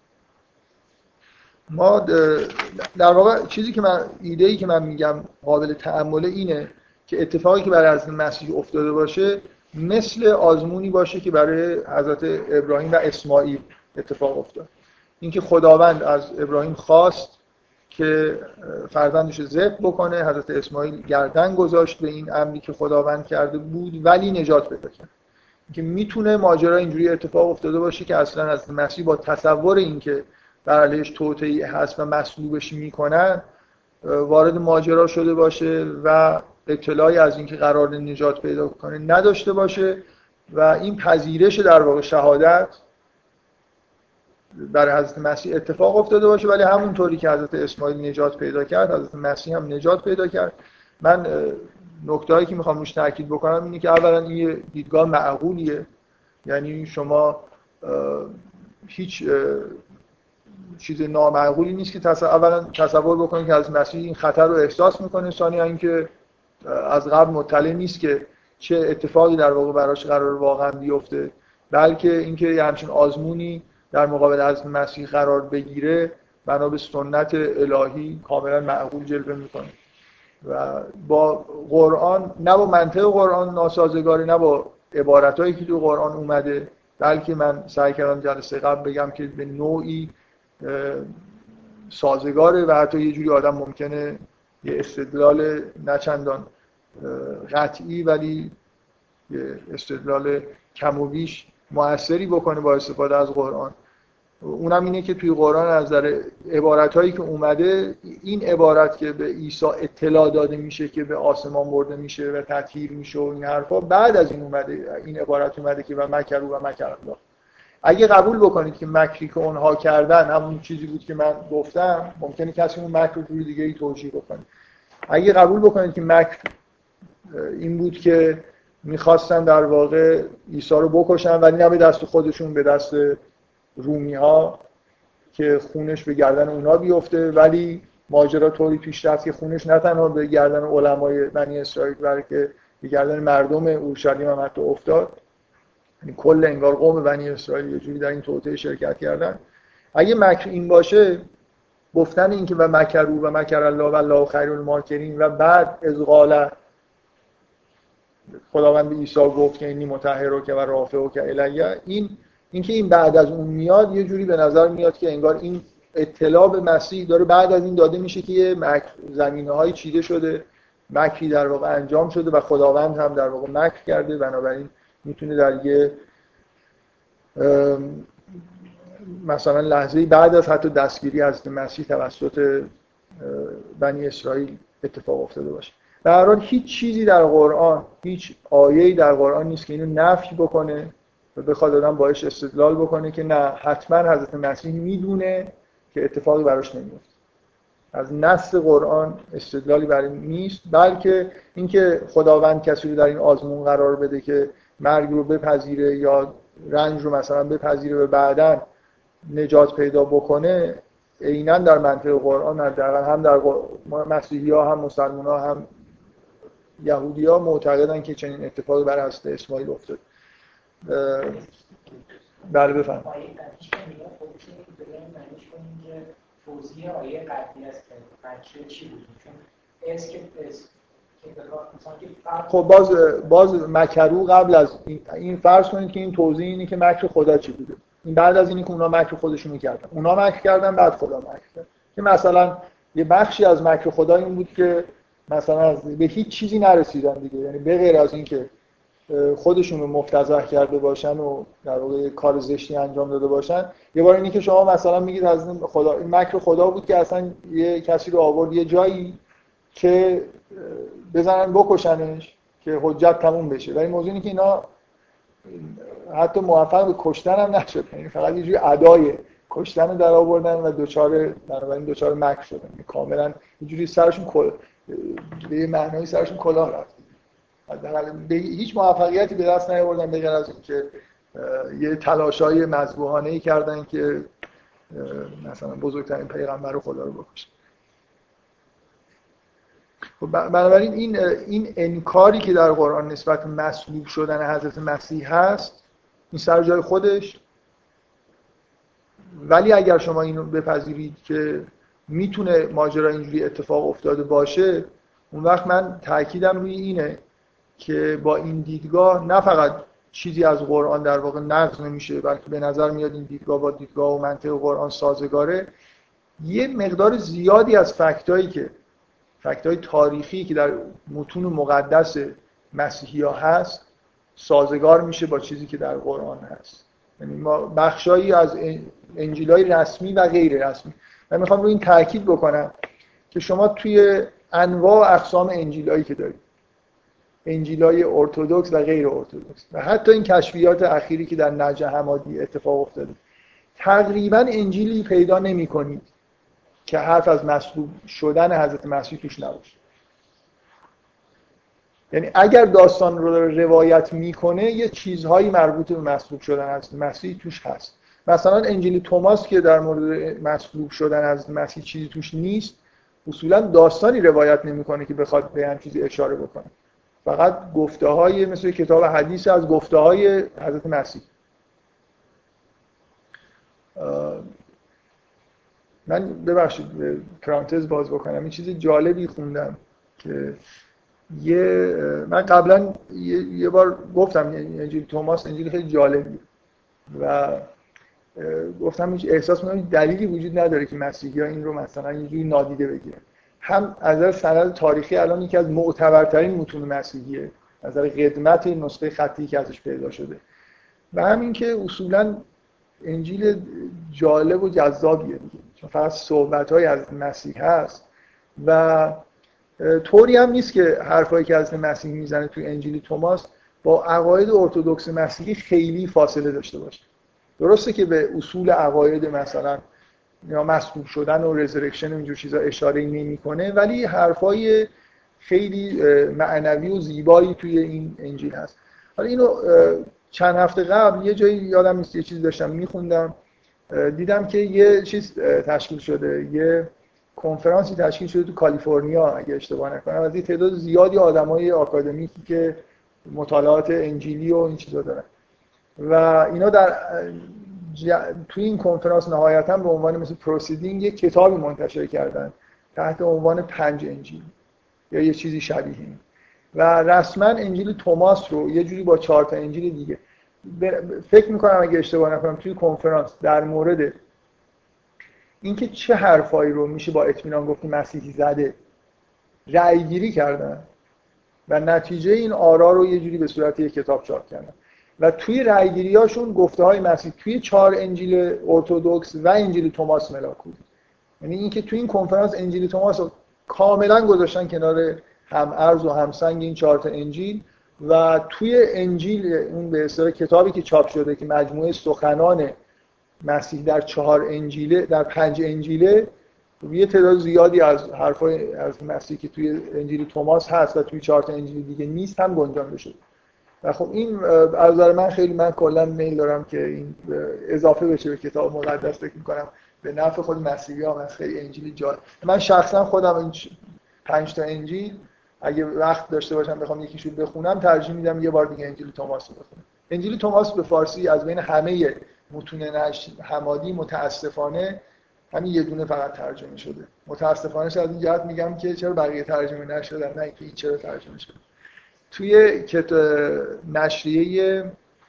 ما در واقع ایده‌ای که من میگم قابل تأمل اینه که اتفاقی که برای حضرت مسیح افتاده باشه مثل آزمونی باشه که برای حضرت ابراهیم و اسماعیل اتفاق افتاد. اینکه خداوند از ابراهیم خواست که فرزندش رو ذبح بکنه، حضرت اسماعیل گردن گذاشت به این امری که خداوند کرده بود ولی نجات پیدا کرد. اینکه میتونه ماجرا اینجوری اتفاق افتاده باشه که اصلا حضرت مسیح با تصور اینکه بر علیهش توطئه‌ای هست و مصلوبش میکنن وارد ماجرا شده باشه و اطلاعی از اینکه قرار نجات پیدا کنه نداشته باشه و این پذیرش در واقع شهادت برای حضرت مسیح اتفاق افتاده باشه، ولی همونطوری که حضرت اسماعیل نجات پیدا کرد حضرت مسیح هم نجات پیدا کرد. من نکته‌ای که میخوام روش تاکید بکنم اینه که اولا این دیدگاه معقولیه، یعنی شما هیچ چیز نامعقولی نیست که اولا تصور بکنید که حضرت مسیح این خطر رو احساس میکنه، ثانیاً اینکه از قبل مطلع نیست که چه اتفاقی در واقع براش قرار واقعا بیفته، بلکه اینکه همچین آزمونی در مقابل حضرت مسیح قرار بگیره بنا به سنت الهی کاملا معقول جلوه میکنه و با قرآن نه با منطق قرآن ناسازگاری، نه با عبارتایی که تو قرآن اومده، بلکه من سعی کردم جلسه قبل بگم که به نوعی سازگاره و حتی یه جوری آدم ممکنه یه استدلال نچندان قطعی ولی یه استدلال کم و بیش مؤثری بکنه با استفاده از قرآن. اونم اینه که توی قرآن از نظر عبارتایی که اومده، این عبارت که به عیسی اطلاع داده میشه که به آسمان برده میشه و تطهیر میشه و این حرفا، بعد از این اومده، این عبارت اومده که و مکر و مکر الله. اگه قبول بکنید که مکری که اونها کردن همون چیزی بود که من گفتم، ممکنه کسی اون مکر رو توی دیگه ای توجیه بکنه. اگه قبول بکنید که مکر این بود که میخواستن در واقع عیسی رو بکشن ولی نه به دست خودشون، به دست رومی ها که خونش به گردن اونا بیفته، ولی ماجرا طوری پیش رفت که خونش نه تنها به گردن علمای بنی اسرائیل بلکه به گردن مردم اورشلیم هم حتی افتاد. یعنی کل انگار قوم بنی اسرائیل یه جوری در این توطئه شرکت کردن. اگه مکر این باشه، گفتن این که و مکروا و مکر الله و الله خیر الماکرین و بعد از قال خداوند به عیسی گفت که انی مطهرک و رافعک الیه، اینکه این بعد از اون میاد یه جوری به نظر میاد که انگار این اطلاع به مسیح داره بعد از این داده میشه که یه زمینه‌های چیده شده، مکری در واقع انجام شده و خداوند هم در واقع مکر کرده، بنابراین میتونه در یه مثلا لحظه‌ای بعد از حتی دستگیری حضرت مسیح توسط بنی اسرائیل اتفاق افتاده باشه. به هر حال هیچ چیزی در قرآن، هیچ آیه‌ای در قرآن نیست که اینو نفی بکنه و بخواد آدم باهاش استدلال بکنه که نه حتما حضرت مسیح میدونه که اتفاقی براش نمیفته. از نص قرآن استدلالی برای نیست، بلکه اینکه خداوند کسی رو در این آزمون قرار بده که مرگ رو بپذیره یا رنج رو مثلا بپذیره و بعداً نجات پیدا بکنه، عیناً در منطق قرآن هم در مسیحی‌ها هم مسلمان‌ها هم یهودی‌ها معتقدن که چنین اتفاقی برای حضرت اسماعیل افتاد. بله بفرمایید. توضیح آیه قبلی است که بچه چی بود؟ چون اس که خب باز مکرو قبل از این فرض کنید که این توضیح اینه که مکر خدا چی بوده. این بعد از اینی که اونا مکر خودشونو کردن. اونا مکر کردن بعد خدا مکر کرد. که مثلا یه بخشی از مکر خدا این بود که مثلا به هیچ چیزی نرسیدن دیگه، یعنی به غیر از این که خودشون رو مفتضح کرده باشن و در واقع کار زشتی انجام داده باشن. یه بار اینی که شما مثلا میگید از خدا، این مکر خدا بود که اصلا یه کسی رو آورد یه جایی که بزنن بکشنش که حجت تموم بشه، ولی موضوع اینه که اینا حتی موفق به کشتن هم نشد، یعنی فقط یه جوری ادای کشتن در آوردن و دوچار مکر شدن، کاملا یه جوری سرشون به معنای سرشون کلاه رفت. به هیچ موفقیتی به دست نیاوردن بغیر از اینکه یه تلاشای مذبوحانه‌ای کردن که مثلا بزرگترین پیغمبر خدا رو بکشن. بنابراین این انکاری که در قرآن نسبت مصلوب شدن حضرت مسیح هست، این سر جای خودش، ولی اگر شما اینو بپذیرید که میتونه ماجرا اینجوری اتفاق افتاده باشه، اون وقت من تأکیدم روی اینه که با این دیدگاه نه فقط چیزی از قرآن در واقع نقض نمیشه، بلکه به نظر میاد این دیدگاه با دیدگاه و منطق قرآن سازگاره. یه مقدار زیادی از فکت‌های تاریخی که در متون مقدس مسیحی‌ها هست سازگار میشه با چیزی که در قرآن هست. یعنی ما بخشایی از انجیل‌های رسمی و غیر رسمی، من میخوام روی این تاکید بکنم که شما توی انواع و اقسام انجیل‌هایی که دارید، انجیل‌های ارتدوکس و غیر ارتدوکس و حتی این کشفیات اخیری که در نجع حمادی اتفاق افتاده، تقریباً انجیلی پیدا نمی‌کنید که حرف از مصلوب شدن حضرت مسیح توش نباشه. یعنی اگر داستان رو روایت میکنه یه چیزهایی مربوط به مصلوب شدن حضرت مسیح توش هست. مثلا انجیل توماس که در مورد مصلوب شدن حضرت مسیح چیزی توش نیست، اصولا داستانی روایت نمیکنه که بخواد به همین چیزی اشاره بکنه، فقط گفته‌های مثل کتاب حدیث از گفته‌های حضرت مسیح. من ببخشید پرانتز باز بکنم، این چیز جالبی خوندم که من قبلا یه بار گفتم انجیل توماس انجیل خیلی جالبی و گفتم هیچ احساس می‌کنم دلیلی وجود نداره که مسیحی‌ها این رو مثلا یه جوری نادیده بگیرن. هم از نظر سند تاریخی الان یکی از معتبرترین متون مسیحیه، از نظر قدمت نسخه خطی که ازش پیدا شده، و همین که اصولاً انجیل جالب و جذابیه دیگه، چون فقط صحبت‌های از مسیح هست و طوری هم نیست که حرفایی که از مسیح میزنه توی انجیل توماس با عقاید ارتدوکس مسیحی خیلی فاصله داشته باشه. درسته که به اصول عقاید مثلا یا مصلوب شدن و رزرکشن و اینجور چیزا اشاره نمی‌کنه، ولی حرفای خیلی معنوی و زیبایی توی این انجیل هست. حالا اینو چند هفته قبل یه جایی یادم نیست یه چیزی داشتم می‌خوندم، دیدم که یه چیز تشکیل شده، یه کنفرانسی تشکیل شده تو کالیفرنیا اگه اشتباه نکنم، از یه تعداد زیادی آدمای آکادمیکی که مطالعات انجیلی و این چیزا دارن و اینا توی این کنفرانس نهایتاً به عنوان مثل پروسیدینگ یک کتابی منتشر کردن تحت عنوان 5 انجیل یا یه چیزی شبیه این، و رسما انجیل توماس رو یه جوری با 4 تا انجیل دیگه، فکر میکنم اگه اشتباه نکنم توی کنفرانس در مورد اینکه چه حرفایی رو میشه با اطمینان گفت مسیحی زده رأی گیری کردن و نتیجه این آرا رو یه جوری به صورت یک کتاب چاپ کردن و توی رأی گیری‌هاشون گفته‌های مسیح توی 4 انجیل ارتدوکس و انجیل توماس ملاک بود. یعنی اینکه توی این کنفرانس انجیل توماس رو کاملا گذاشتن کنار هم ارز و همسنگ این 4 تا انجیل و توی انجیل اون به اصطلاح کتابی که چاپ شده که مجموعه سخنان مسیح در 4 انجیله، در 5 انجیله، یه تعداد زیادی از حرفای از مسیح که توی انجیل توماس هست و توی 4 تا انجیل دیگه نیست هم گنجانده شده. و خب این از نظر من کلا میل دارم که این اضافه بشه به کتاب مقدس. فکر می‌کنم به نفع خود مسیحی‌ها هم خیلی انجیل جالب. من شخصا خودم این 5 تا انجیل اگه وقت داشته باشم بخوام یکیشو بخونم ترجیح میدم یه بار دیگه انجیل توماس رو بخونم. انجیل توماس به فارسی از بین همه متون نجع حمادی متاسفانه همین یه دونه فقط ترجمه شده. متاسفانه از این جهت میگم که چرا بقیه ترجمه نشدن، نه اینکه این چرا ترجمه شده. توی نشریه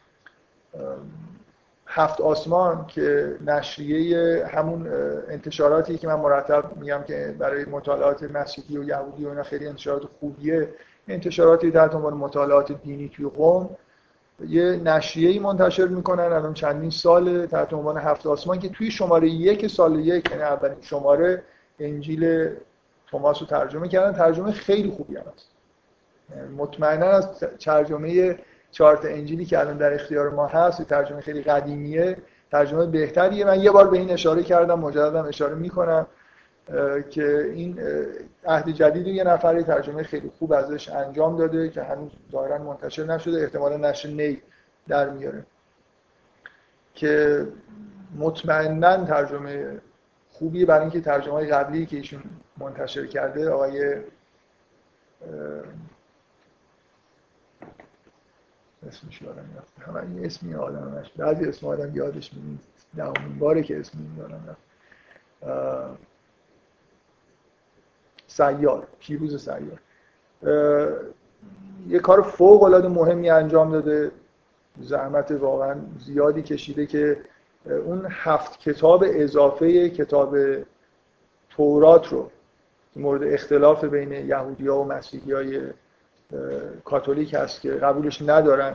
7 آسمان که نشریه همون انتشاراتی که من مرتب میگم که برای مطالعات مسیحی و یهودی و اینا خیلی انتشارات خوبیه، انتشاراتی تحت عنوان مطالعات دینی توی قم یه نشریه‌ای منتشر میکنن الان چندین سال تحت عنوان هفت آسمان که توی شماره 1 سال 1 یعنی اولین شماره انجیل توماس رو ترجمه کردن. ترجمه خیلی خوبی هست. مطمئنا از ترجمه 4 تا انجیلی که الان در اختیار ما هست، ترجمه خیلی قدیمیه، ترجمه بهتریه. من یه بار به این اشاره کردم، مجددا اشاره میکنم که این عهد جدید یه نفری ترجمه خیلی خوب ازش انجام داده که هنوز ظاهرا منتشر نشده، احتمالا نشر نی در میاره، که مطمئنا ترجمه خوبیه برای اینکه ترجمه‌های قبلی که ایشون منتشر کرده، آقای اسمش یادم رفت، همین اسمی آدم نشد، بعضی اسم آدم یادش میاد، دهمین باره که اسمی یادم رفت، سیار، پیروز سیار یه کار فوق العاده مهمی انجام داده، زحمت واقعا زیادی کشیده که اون 7 کتاب اضافه کتاب تورات رو مورد اختلاف بین یهودی‌ها و مسیحی‌های کاتولیک هست که قبولش ندارن،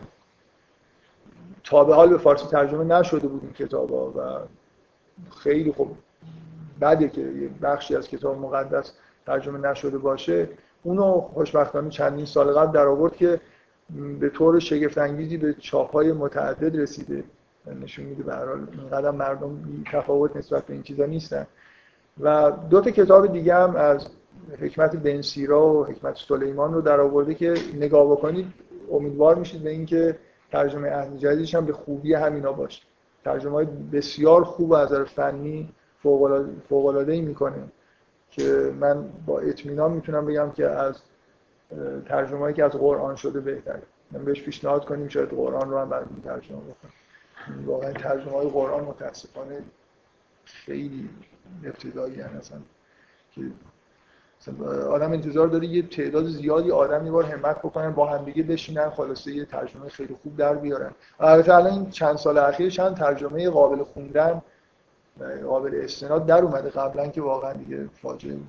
تا به حال به فارسی ترجمه نشده بود این کتاب‌ها و خیلی خوب بده که یه بخشی از کتاب مقدس ترجمه نشده باشه. اونو خوشبختانه چندین سال قبل در آورد که به طور شگفت انگیزی به چاپ‌های متعدد رسیده، نشون میده به هر حال اینقدر مردم تفاوت نسبت به این چیزا نیستن. و 2 تا کتاب دیگه هم از حکمت بن سیرا و حکمت سلیمان رو در آورده که نگاه بکنید امیدوار میشید به این که ترجمه عهد جدیدش هم به خوبی همینا باشه. ترجمه‌های بسیار خوب از نظر فنی فوق‌العاده‌ای میکنه که من با اطمینان میتونم بگم که از ترجمه‌ای که از قرآن شده بهتره. من بهش پیشنهاد کنیم شاید قرآن رو هم برامون ترجمه بکنه. واقعا ترجمه‌های قرآن متأسفانه خیلی ابتدایی هستن که آدم انتظار داره یه تعداد زیادی آدم یه بار همت بکنن با هم دیگه بشینن خلاصه یه ترجمه خیلی خوب در بیارن. البته الان این چند سال اخیر چند ترجمه قابل خوندن قابل استناد در اومده، قبلا که واقعا دیگه فاجعه بود.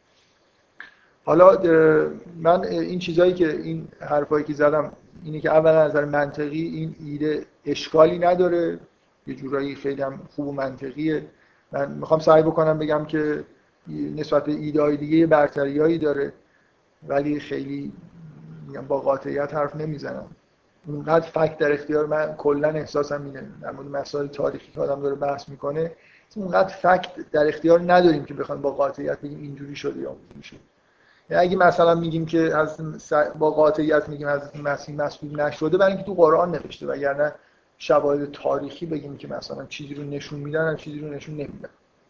حالا من این چیزایی که این حرفایی که زدم اینه که اولا از نظر منطقی این ایده اشکالی نداره، یه جورایی خیلی هم خوب و منطقیه. من میخوام سعی بکنم بگم که نسبت به ایده‌های دیگه برتریایی داره، ولی خیلی میگم با قاطعیت حرف نمیزنم. اونقدر فکت در اختیار من کلا احساسم اینه در مورد مسائل تاریخی که آدم داره بحث میکنه، اونقدر فکت در اختیار نداریم که بخوایم با قاطعیت بگیم اینجوری شده یا اونجوری شده. یعنی اگه مثلا میگیم که با قاطعیت میگیم حضرت مسیح مصلوب نشده برای اینکه تو قرآن نوشته، وگرنه شواهد تاریخی بگیم که مثلا چیزی رو نشون میدن چیزی رو نشون نمیدن.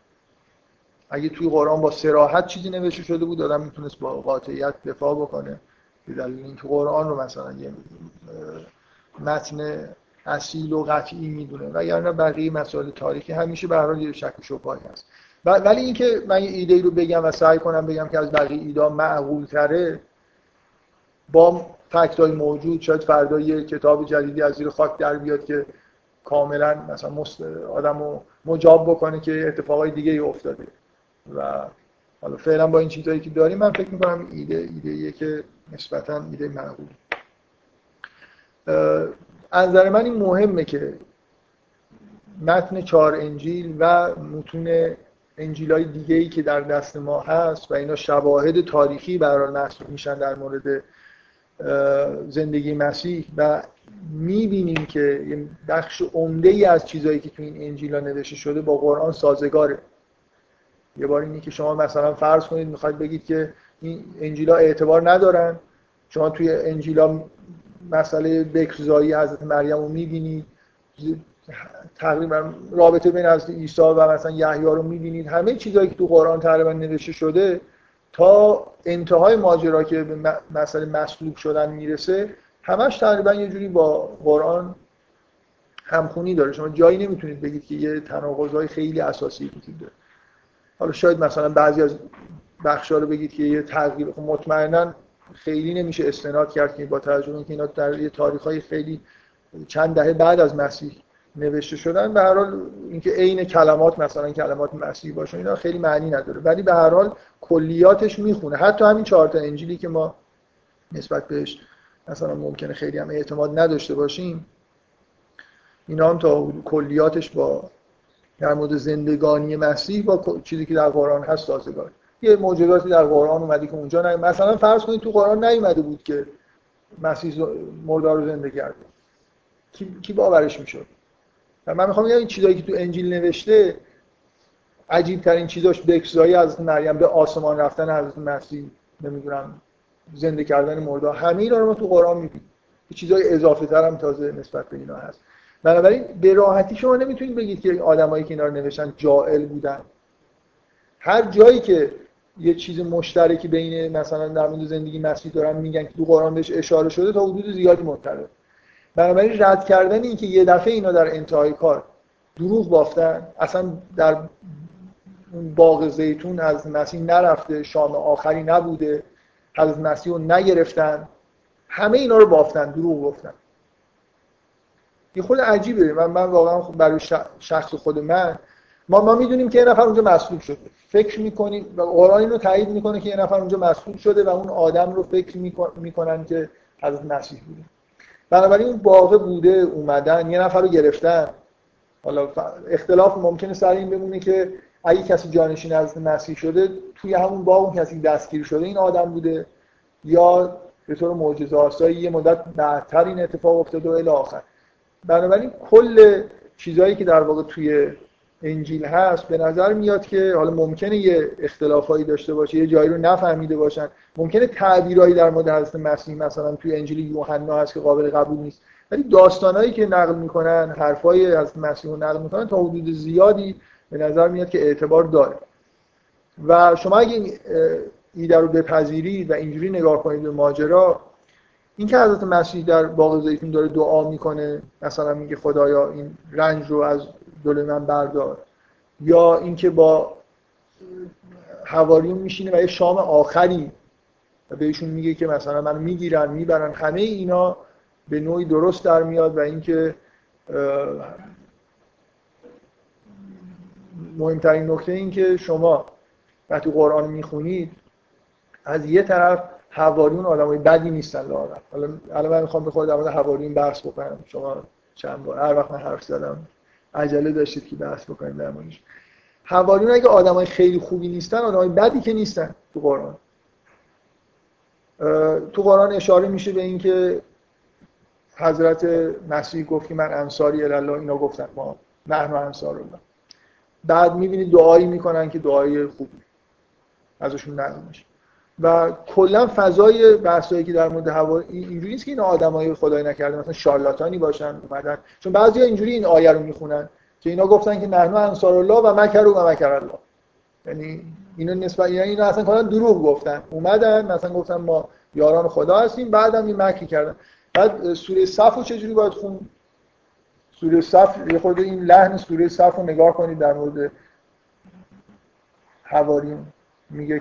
اگه توی قرآن با صراحت چیزی نوشته شده بود آدم میتونست با قاطعیت دفاع بکنه به دلیل اینکه قرآن رو مثلا یه متن اصیل و قطعی میدونه، وگرنه بقیه مسائل تاریخی همیشه به هر حال یه شک و شبهه‌ای هست. ولی اینکه من یه ایده رو بگم و سعی کنم بگم که از بقیه ایده معقول تره با فکت‌های موجود، شاید فردا یه کتاب جدیدی از زیر خاک در بیاد که کاملا مثلا آدمو مجاب بکنه که اتفاقای دیگه ای افتاده و حالا فعلا با این چیزایی که داریم من فکر می‌کنم ایده‌ایه که نسبتاً ایده معقول. از نظر من این مهمه که متن 4 انجیل و متون انجیل‌های دیگه‌ای که در دست ما هست و اینا شواهد تاریخی برای نقل میشن در مورد زندگی مسیح و می‌بینیم که یه بخش عمده‌ای از چیزایی که تو این انجیل‌ها نوشته شده با قرآن سازگاره. یه بار اینی که شما مثلا فرض کنید میخواید بگید که این انجیل‌ها اعتبار ندارن، شما توی انجیل‌ها مسئله بکرزایی حضرت مریم رو می‌بینید، تقریبا رابطه بین حضرت عیسی و مثلا یحیی رو می‌بینید، همه چیزایی که تو قرآن تقریبا نوشته شده تا انتهای ماجرا که به مسئله مصلوب شدن میرسه همش تقریبا یه جوری با قرآن همخونی داره. شما جایی نمیتونید بگید که یه تناقض‌های خیلی اساسی وجود داره. حالا شاید مثلا بعضی از بخشا رو بگید که یه تغییر، مطمئنا خیلی نمیشه استناد کرد که با توجه به اینکه اینا در یه تاریخ‌های خیلی چند دهه بعد از مسیح نوشته شدن، به هر حال اینکه عین کلمات مثلا کلمات مسیح باشه اینا خیلی معنی نداره، ولی به هر حال کلیاتش میخونه. حتی همین 4 تا انجیلی که ما نسبت بهش مثلا ممکنه خیلی هم اعتماد نداشته باشیم، اینا هم تا کلیاتش با در مورد زندگانی مسیح با چیزی که در قرآن هست سازگار. یه معجزاتی در قرآن اومده که اونجا مثلا فرض کنید تو قرآن نیومده بود که مسیح مردار رو زنده کرده، کی باورش میشد؟ من میخوام بگم این چیزایی که تو انجیل نوشته، عجیب ترین چیزاش بکسایی از مریم، به آسمان رفتن حضرت مسیح، نمیدونم زنده کردن مردار، همه اینا رو ما تو قرآن میبینیم. یه چیزای اضافه تر هم تازه نسبت به اینا هست. بنابراین به راحتی شما نمیتونید بگید که آدمایی که اینا رو نوشتن جاهل بودن. هر جایی که یه چیز مشترکی بین مثلا در مورد زندگی مسیح دارن میگن که تو قرآن بهش اشاره شده، تا حدود زیادی مطلع. بنابراین رد کردن این که یه دفعه اینا در انتهای کار دروغ بافتن، اصلا در باغ زیتون از مسیح نرفته، شام آخری نبوده، حضرت مسیح رو نگرفتن، همه اینا رو بافتن، دروغ گفتن. یه خود عجیبه. من واقعا برای شخص خود ما میدونیم که یه نفر اونجا مصلوب شده، فکر میکنیم و قرآن اینو تایید میکنه که یه نفر اونجا مصلوب شده و اون آدم رو فکر میکنن که حضرت مسیح بوده. بنابراین اون باغ بوده، اومدن یه نفر رو گرفتن. حالا اختلاف ممکنه سر این بمونه که اگه کسی جانشین حضرت مسیح شده، توی همون باغ اون کسی دستگیر شده این آدم بوده، یا به طور معجزه‌آسایی یه مدت بعدتر این اتفاق افتاده و الی آخر. بنابراین کل چیزایی که در واقع توی انجیل هست به نظر میاد که حالا ممکنه یه اختلافایی داشته باشه، یه جایی رو نفهمیده باشن، ممکنه تعبیرایی در مورد حضرت مسیح مثلا توی انجیل یوحنا هست که قابل قبول نیست، ولی داستانایی که نقل میکنن، حرفای حضرت مسیح رو نقل میکنن، تا حدود زیادی به نظر میاد که اعتبار داره. و شما اگه این ایده رو بپذیرید و اینجوری نگاه کنید به ماجرا، این که حضرت مسیح در باغ زیتون داره دعا میکنه، مثلا میگه خدایا این رنج رو از دل من بردار، یا اینکه با حواریون میشینه و یه شام آخری بهشون میگه که مثلا من میگیرن میبرن، همه اینا به نوعی درست در میاد. و اینکه مهمترین نکته این که شما وقتی قرآن میخونید، از یه طرف حواریون آدمای بدی نیستن لااقل. حالا من میخوام به خود در مورد حواریون بحث بکنم. شما چند بار هر وقت من حرف زدم عجله داشتید که بحث بکنیم در موردش. حواریون اگه آدمای خیلی خوبی نیستن، آدمای بدی که نیستن. تو قرآن اشاره میشه به این که حضرت مسیح گفت که من انصاری الله، اینا گفتن ما نحن انصار الله. بعد میبینید دعایی میکنن که دعای خوبی ازشون نقل میشه. و کلا فضای بحثایی که در مورد هوا اینجوری نیست که اینا آدمای خدای نکرده مثلا شارلاتانی باشن اومدن، چون بعضیا اینجوری این آیه رو میخونن که اینا گفتن که نحن انصار الله و مکروا و مکر الله، یعنی اینا نسبت، یعنی اینا اصلا کلا دروغ گفتن، اومدن مثلا گفتن ما یاران خدا هستیم، بعدم این مکر کردن. بعد سوره صف رو چجوری باید خوند؟ سوره صف یه خورده این لحن سوره صف رو نگاه کنید در مورد حواریون. میگه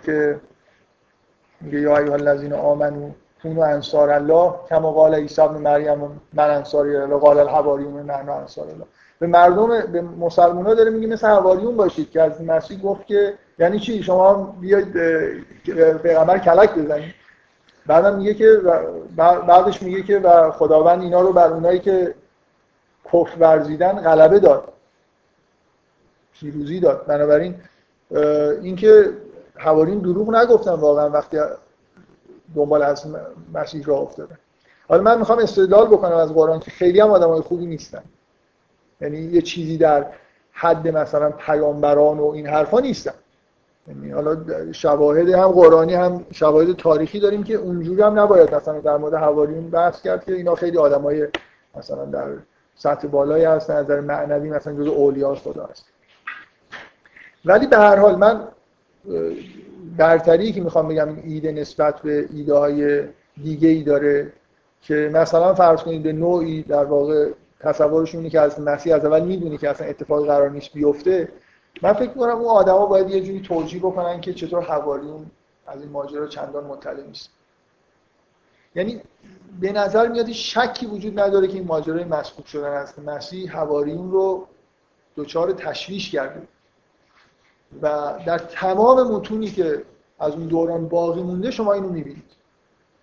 یا ایها الذین آمنوا کونوا انصار الله کما قال عیسی ابن مریم من انصاری الله قال الحواریون نحن انصار الله. به مردم، به مسلمان‌ها داره میگه مثل حواریون باشید که از مسیح گفت که یعنی چی؟ شما بیاید پیغمبر کلک بزنید. بعدم میگه که بعدش میگه که و خداوند اینا رو بر اونایی که کفر ورزیدن غلبه داد، پیروزی داد. بنابراین اینکه حواریون دروغ نگفتن واقعا وقتی دنبال از مسیح راه افتادن. حالا من میخوام استدلال بکنم از قرآن که خیلی هم آدمای خوبی نیستن، یعنی یه چیزی در حد مثلا پیامبران و این حرفا نیستن. یعنی حالا شواهد هم قرآنی هم شواهد تاریخی داریم که اونجوری هم نباید مثلا در مورد حواریون بحث کرد که اینا خیلی آدمای مثلا در سطح بالایی هستن، از نظر معنوی مثلا جزو اولیاء خدا هست. ولی به هر حال من برتری که میخوام بگم ایده نسبت به ایده های دیگه ای داره که مثلا فرض کنید به نوعی در واقع تصورشون اینه که از مسیح از اول میدونه که اصلا اتفاقی قرار نیست بیفته. من فکر میکنم اون آدما باید یه جوری توجیه بکنن که چطور حواریون از این ماجرا چندان مطلع نیست. یعنی به نظر میاد شکی وجود نداره که این ماجرای مسکوت شدن از مسیح حواریون رو دچار تشویش کرده و در تمام متونی که از اون دوران باقی مونده شما اینو میبینید.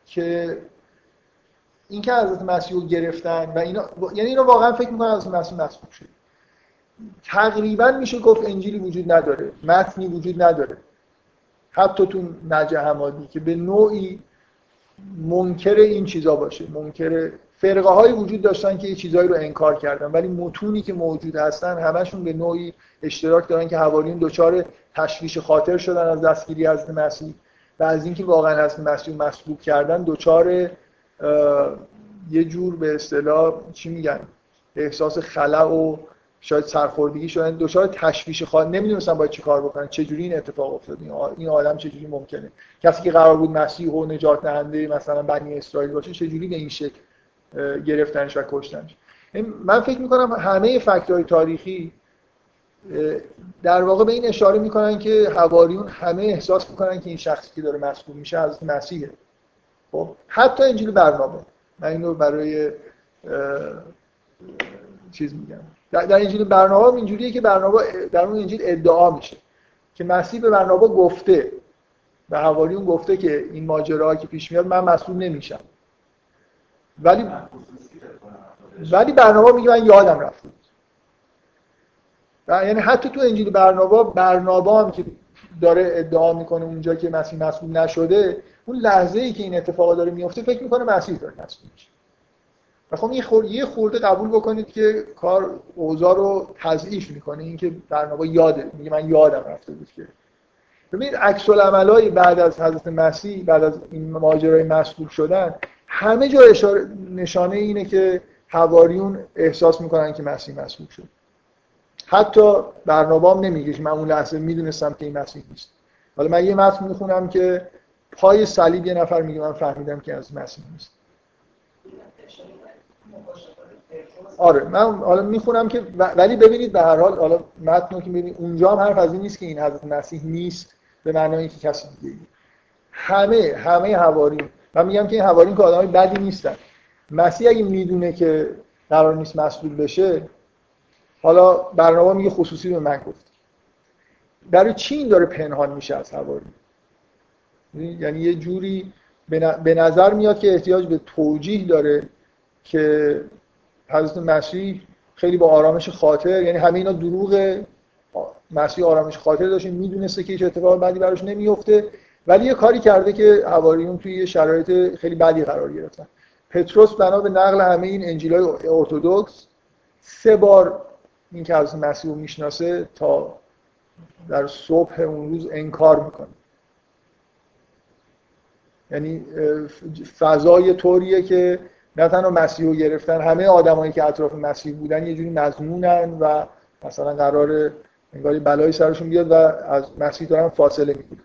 که اینکه حضرت مسیح رو گرفتن و اینا، یعنی اینا واقعا فکر میکنن حضرت مسیح مسلوب شد. تقریبا میشه گفت انجیلی وجود نداره، متنی وجود نداره، حتی تو نجع حمادی که به نوعی منکر این چیزا باشه. منکر فرقه هایی وجود داشتن که یه چیزایی رو انکار کردن، ولی متونی که موجود هستن همشون به نوعی اشتراک دارن که حواریون دچار تشویش خاطر شدن از دستگیری حضرت مسیح و از اینکه واقعا حضرت مسیح رو مسلوب کردن دچار یه جور به اصطلاح چی میگن احساس خلأ و شاید سرخوردگی شدن، دچار تشویش خاطر، نمیدونستن باید چی کار بکنن، چه جوری این اتفاق افتاد، این آدم چه جوری ممکنه کسی که قرار بود مسیح و نجات دهنده مثلا بنی اسرائیل باشه چه جوری به این شکل گرفتنش و کشتنش. من فکر میکنم همه فکت‌های تاریخی در واقع به این اشاره میکنن که حواریون همه احساس میکنن که این شخصی که داره مسلوب میشه حضرت مسیحه. خب حتی انجیل برنابا، من اینو برای چیز میگم، در انجیل برنابا اینجوریه که برنابا در اون انجیل ادعا میشه که مسیح به برنابا گفته و حواریون گفته که این ماجرا که پیش میاد من مسلوب نمیشم، ولی برنابا میگه من یادم رفته. یعنی حتی تو انجیل برنابا هم که داره ادعا میکنه اونجا که مسیح مسلوب نشده، اون لحظه‌ای که این اتفاقا داره میفته فکر میکنه مسیح داره مسلوب میشه. و خب یه خورده قبول بکنید که کار اوضاع رو تضعیف میکنه، این که برنابا میگه من یادم رفته بود که. ببینید عکس العملای بعد از حضرت مسیح، بعد از این ماجرای مسلوب شدن، همه جا نشانه اینه که حواریون احساس میکنن که مسیح مسلوب شد. حتی برنابا هم نمیگه که من اون لحظه میدونستم که این مسیح نیست. حالا من یه متن میخونم که پای صلیب یه نفر میگه من فهمیدم که از مسیح نیست. آره من حالا میخونم که ولی ببینید به هر حال حالا متنو که ببینید اونجا هم حرف از این نیست که این حضرت مسیح نیست به معنای اینکه کسی دیگه. همه حواریون، من میگم که این حواریون که آدمای بدی نیستن. مسیح اگه میدونه که قرار نیست مسلوب بشه، حالا برنامه میگه خصوصی به من گفت، برای چی این داره پنهان میشه از حواریون؟ یعنی یه جوری به نظر میاد که احتیاج به توجیه داره که حضرت مسیح خیلی با آرامش خاطر، یعنی همه اینا دروغ، مسیح آرامش خاطر داشته، میدونسته که هیچ اتفاق بدی براش نمیفته، ولی یه کاری کرده که حواریون توی یه شرایط خیلی بدی قرار گرفتن. پتروس بنا به نقل همه این انجیل‌های ارتدوکس 3 بار این که حضرت مسیح رو میشناسه تا در صبح اون روز انکار میکنه. یعنی فضای طوریه که نه تنها مسیح رو گرفتن، همه آدمایی که اطراف مسیح بودن یه جوری مظنونن و مثلا قراره انگاری بلایی سرشون بیاد و از مسیح دارن فاصله میگیرن.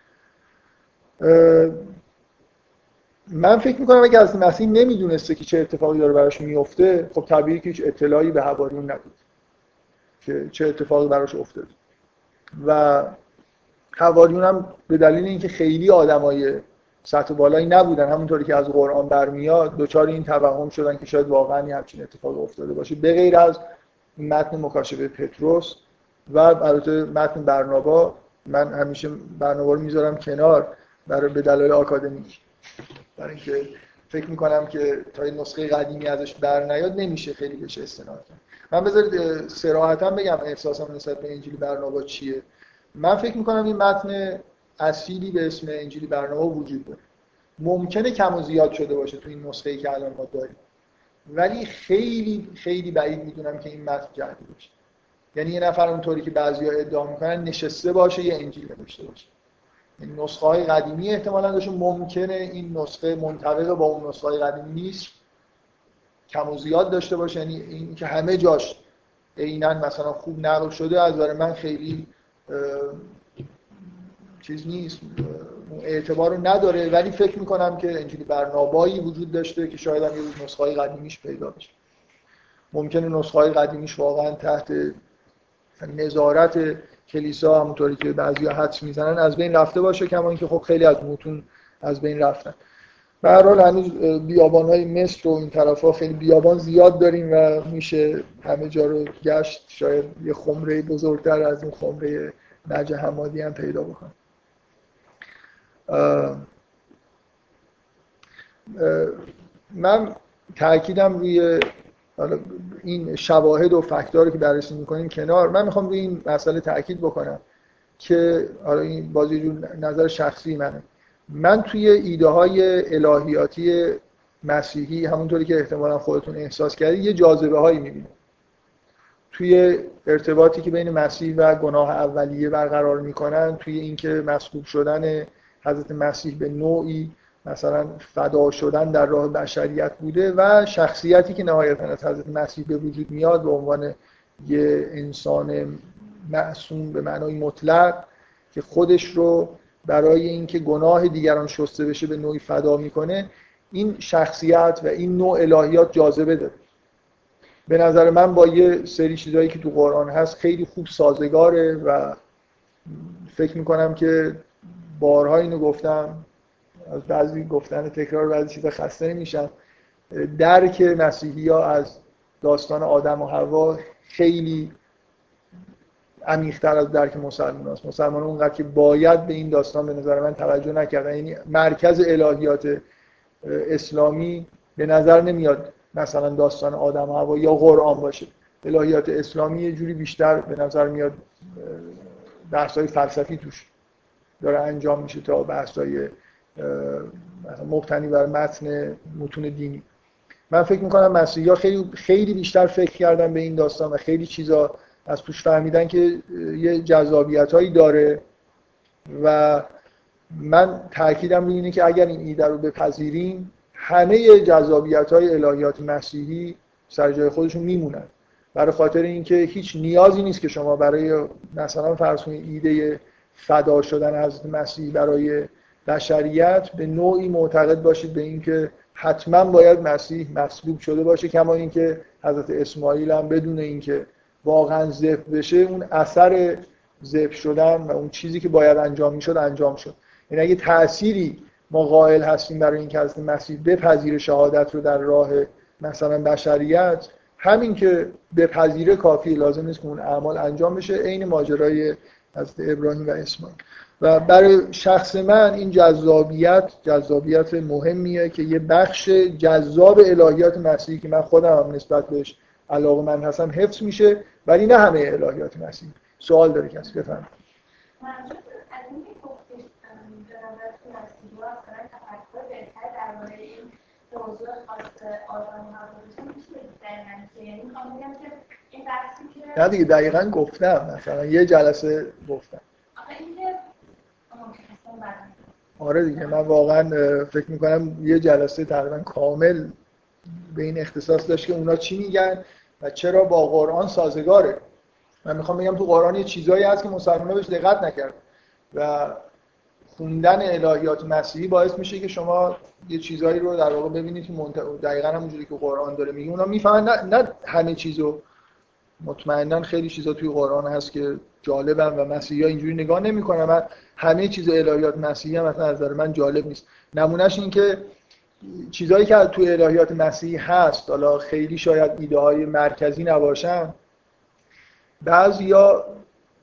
من فکر میکنم اگه از مسیح نمیدونسته که چه اتفاقی داره براش میفته، خب طبیعیه که هیچ اطلاعی به حواریون ندید که چه اتفاقی براش افتاد. و حواریون هم به دلیل اینکه خیلی آدمای سطح بالایی نبودن، همونطوری که از قرآن برمیاد، دوچار این توهم شدن که شاید واقعا همچین اتفاقی افتاده باشه، به غیر از متن مکاشفه پتروس و البته متن برنابا. من همیشه برنابا رو میذارم کنار برای به دلایل آکادمیک، برای اینکه فکر میکنم که تا این نسخه قدیمی ازش برنیاد نمیشه خیلی بهش استناد کرد. من بذارید صراحتا بگم احساسم نسبت به انجیل برنابا چیه. من فکر میکنم این متن اصیلی به اسم انجیل برنابا وجود داره. ممکنه کم و زیاد شده باشه تو این نسخه‌ای که الان ما داریم، ولی خیلی خیلی بعید میدونم که این متن جعلی باشه. یعنی یه نفر اونطوری که بعضیا ادعا میکنن نشسته باشه یه انجیل نوشته باشه. این نسخه‌های قدیمی احتمالاً داشته، ممکنه این نسخه منطبق با اون نسخه‌های قدیمی نیست، کم و زیاد داشته باشه. یعنی این که همه جاش عیناً مثلا خوب نقل شده از نظر من خیلی چیز نیست، اعتبار رو نداره. ولی فکر میکنم که انجیل برنابایی وجود داشته که شاید هم یه نسخه‌های قدیمیش پیدا بشه. ممکنه نسخه‌های قدیمیش واقعا تحت نظارت کلیسا همونطوری که بعضیا حدس میزنن از بین رفته باشه، کما اینکه خب خیلی از متون از بین رفتن. به هر حال هنوز بیابان‌های مصر و این طرفا خیلی بیابان زیاد داریم و میشه همه جا رو گشت، شاید یه خمره بزرگتر از این خمره نجع حمادی هم پیدا بکنیم. من تأکیدم روی این شواهد و فاکتوری که بررسی می‌کنیم کنار، من می‌خوام روی این مسئله تأکید بکنم که این بازی جور نظر شخصی منه. من توی ایده های الهیاتی مسیحی همونطوری که احتمالاً خودتون احساس کردید یه جاذبه هایی می‌بینم توی ارتباطی که بین مسیح و گناه اولیه برقرار می‌کنن، توی اینکه مسلوب شدن حضرت مسیح به نوعی مثلا فدا شدن در راه بشریت بوده و شخصیتی که نهایتاً از حضرت مسیح به وجود میاد به عنوان یه انسان معصوم به معنای مطلق که خودش رو برای اینکه گناه دیگران شسته بشه به نوعی فدا میکنه، این شخصیت و این نوع الهیات جاذبه داره. به نظر من با یه سری چیزایی که تو قرآن هست خیلی خوب سازگاره و فکر میکنم که بارها اینو گفتم، از بعضی گفتن تکرار بعضی چیزا خسته نمیشم. درک مسیحی‌ها از داستان آدم و حوا خیلی عمیق‌تر از درک مسلمان هست. مسلمان‌ها اونقدر که باید به این داستان به نظر من توجه نکردن. یعنی مرکز الهیات اسلامی به نظر نمیاد مثلا داستان آدم و حوا یا قرآن باشه. الهیات اسلامی یه جوری بیشتر به نظر میاد بحث‌های فلسفی توش داره انجام میشه تا بحث‌های مبتنی بر متن متون دینی. من فکر میکنم مسیحی‌ها خیلی بیشتر فکر کردن به این داستان و خیلی چیزا از توش فهمیدن که یه جذابیتایی داره و من تأکیدم روی اینه که اگر این ایده رو بپذیریم همه جذابیت‌های الهیات مسیحی سر جای خودشون میمونن، برای خاطر اینکه هیچ نیازی نیست که شما برای مثلا فرض کنید ایده فدا شدن حضرت مسیح برای بشریت به نوعی معتقد باشید به اینکه حتما باید مسیح مصلوب شده باشه، کما اینکه حضرت اسماعیل هم بدون اینکه واقعا ذبح بشه اون اثر ذبح شدن و اون چیزی که باید انجام میشد انجام شد. یعنی اگه تأثیری ما قائل هستیم برای اینکه حضرت مسیح بپذیره شهادت رو در راه مثلا بشریت، همین که بپذیره کافی، لازم نیست که اون اعمال انجام بشه. عین ماجرای حضرت ابراهیم و اسماعیل. و برای شخص من این جذابیت مهمیه که یه بخش جذاب الهیات مسیحی که من خودم هم نسبت بهش علاقه‌مند هستم حفظ میشه، ولی نه همه الهیات مسیحی. سوال داره کسی؟ بفرمایید. منظور از اینکه گفتید به نظر مسیحی‌ها اصلا تفکر بهتر درباره این موضوع خاص آدم و حوا میشه دقیقاً، یعنی میخوام بگم که این بحثی که نه دیگه دقیقاً گفتم، مثلا یه جلسه گفتم. آخه اینکه آره دیگه من واقعا فکر میکنم یه جلسه تقریبا کامل به این اختصاص داشت که اونا چی میگن و چرا با قرآن سازگاره. من میخوام بگم تو قرآن یه چیزایی هست که مسلمان‌ها بهش دقت نکردن و خوندن الهیات مسیحی باعث میشه که شما یه چیزایی رو در واقع ببینید که دقیقاً همونجوری که قرآن داره میگه. اونا میفهمن نه همه چیزو، مطمئناً خیلی چیزا توی قرآن هست که جالبن و مسیحی‌ها اینجوری نگاه نمی‌کنن. من همه چیز الهیات مسیحی هم مثلا از نظر من جالب نیست. نمونهش این که چیزایی که توی الهیات مسیحی هست، حالا خیلی شاید ایده‌های مرکزی نباشن، بعضیا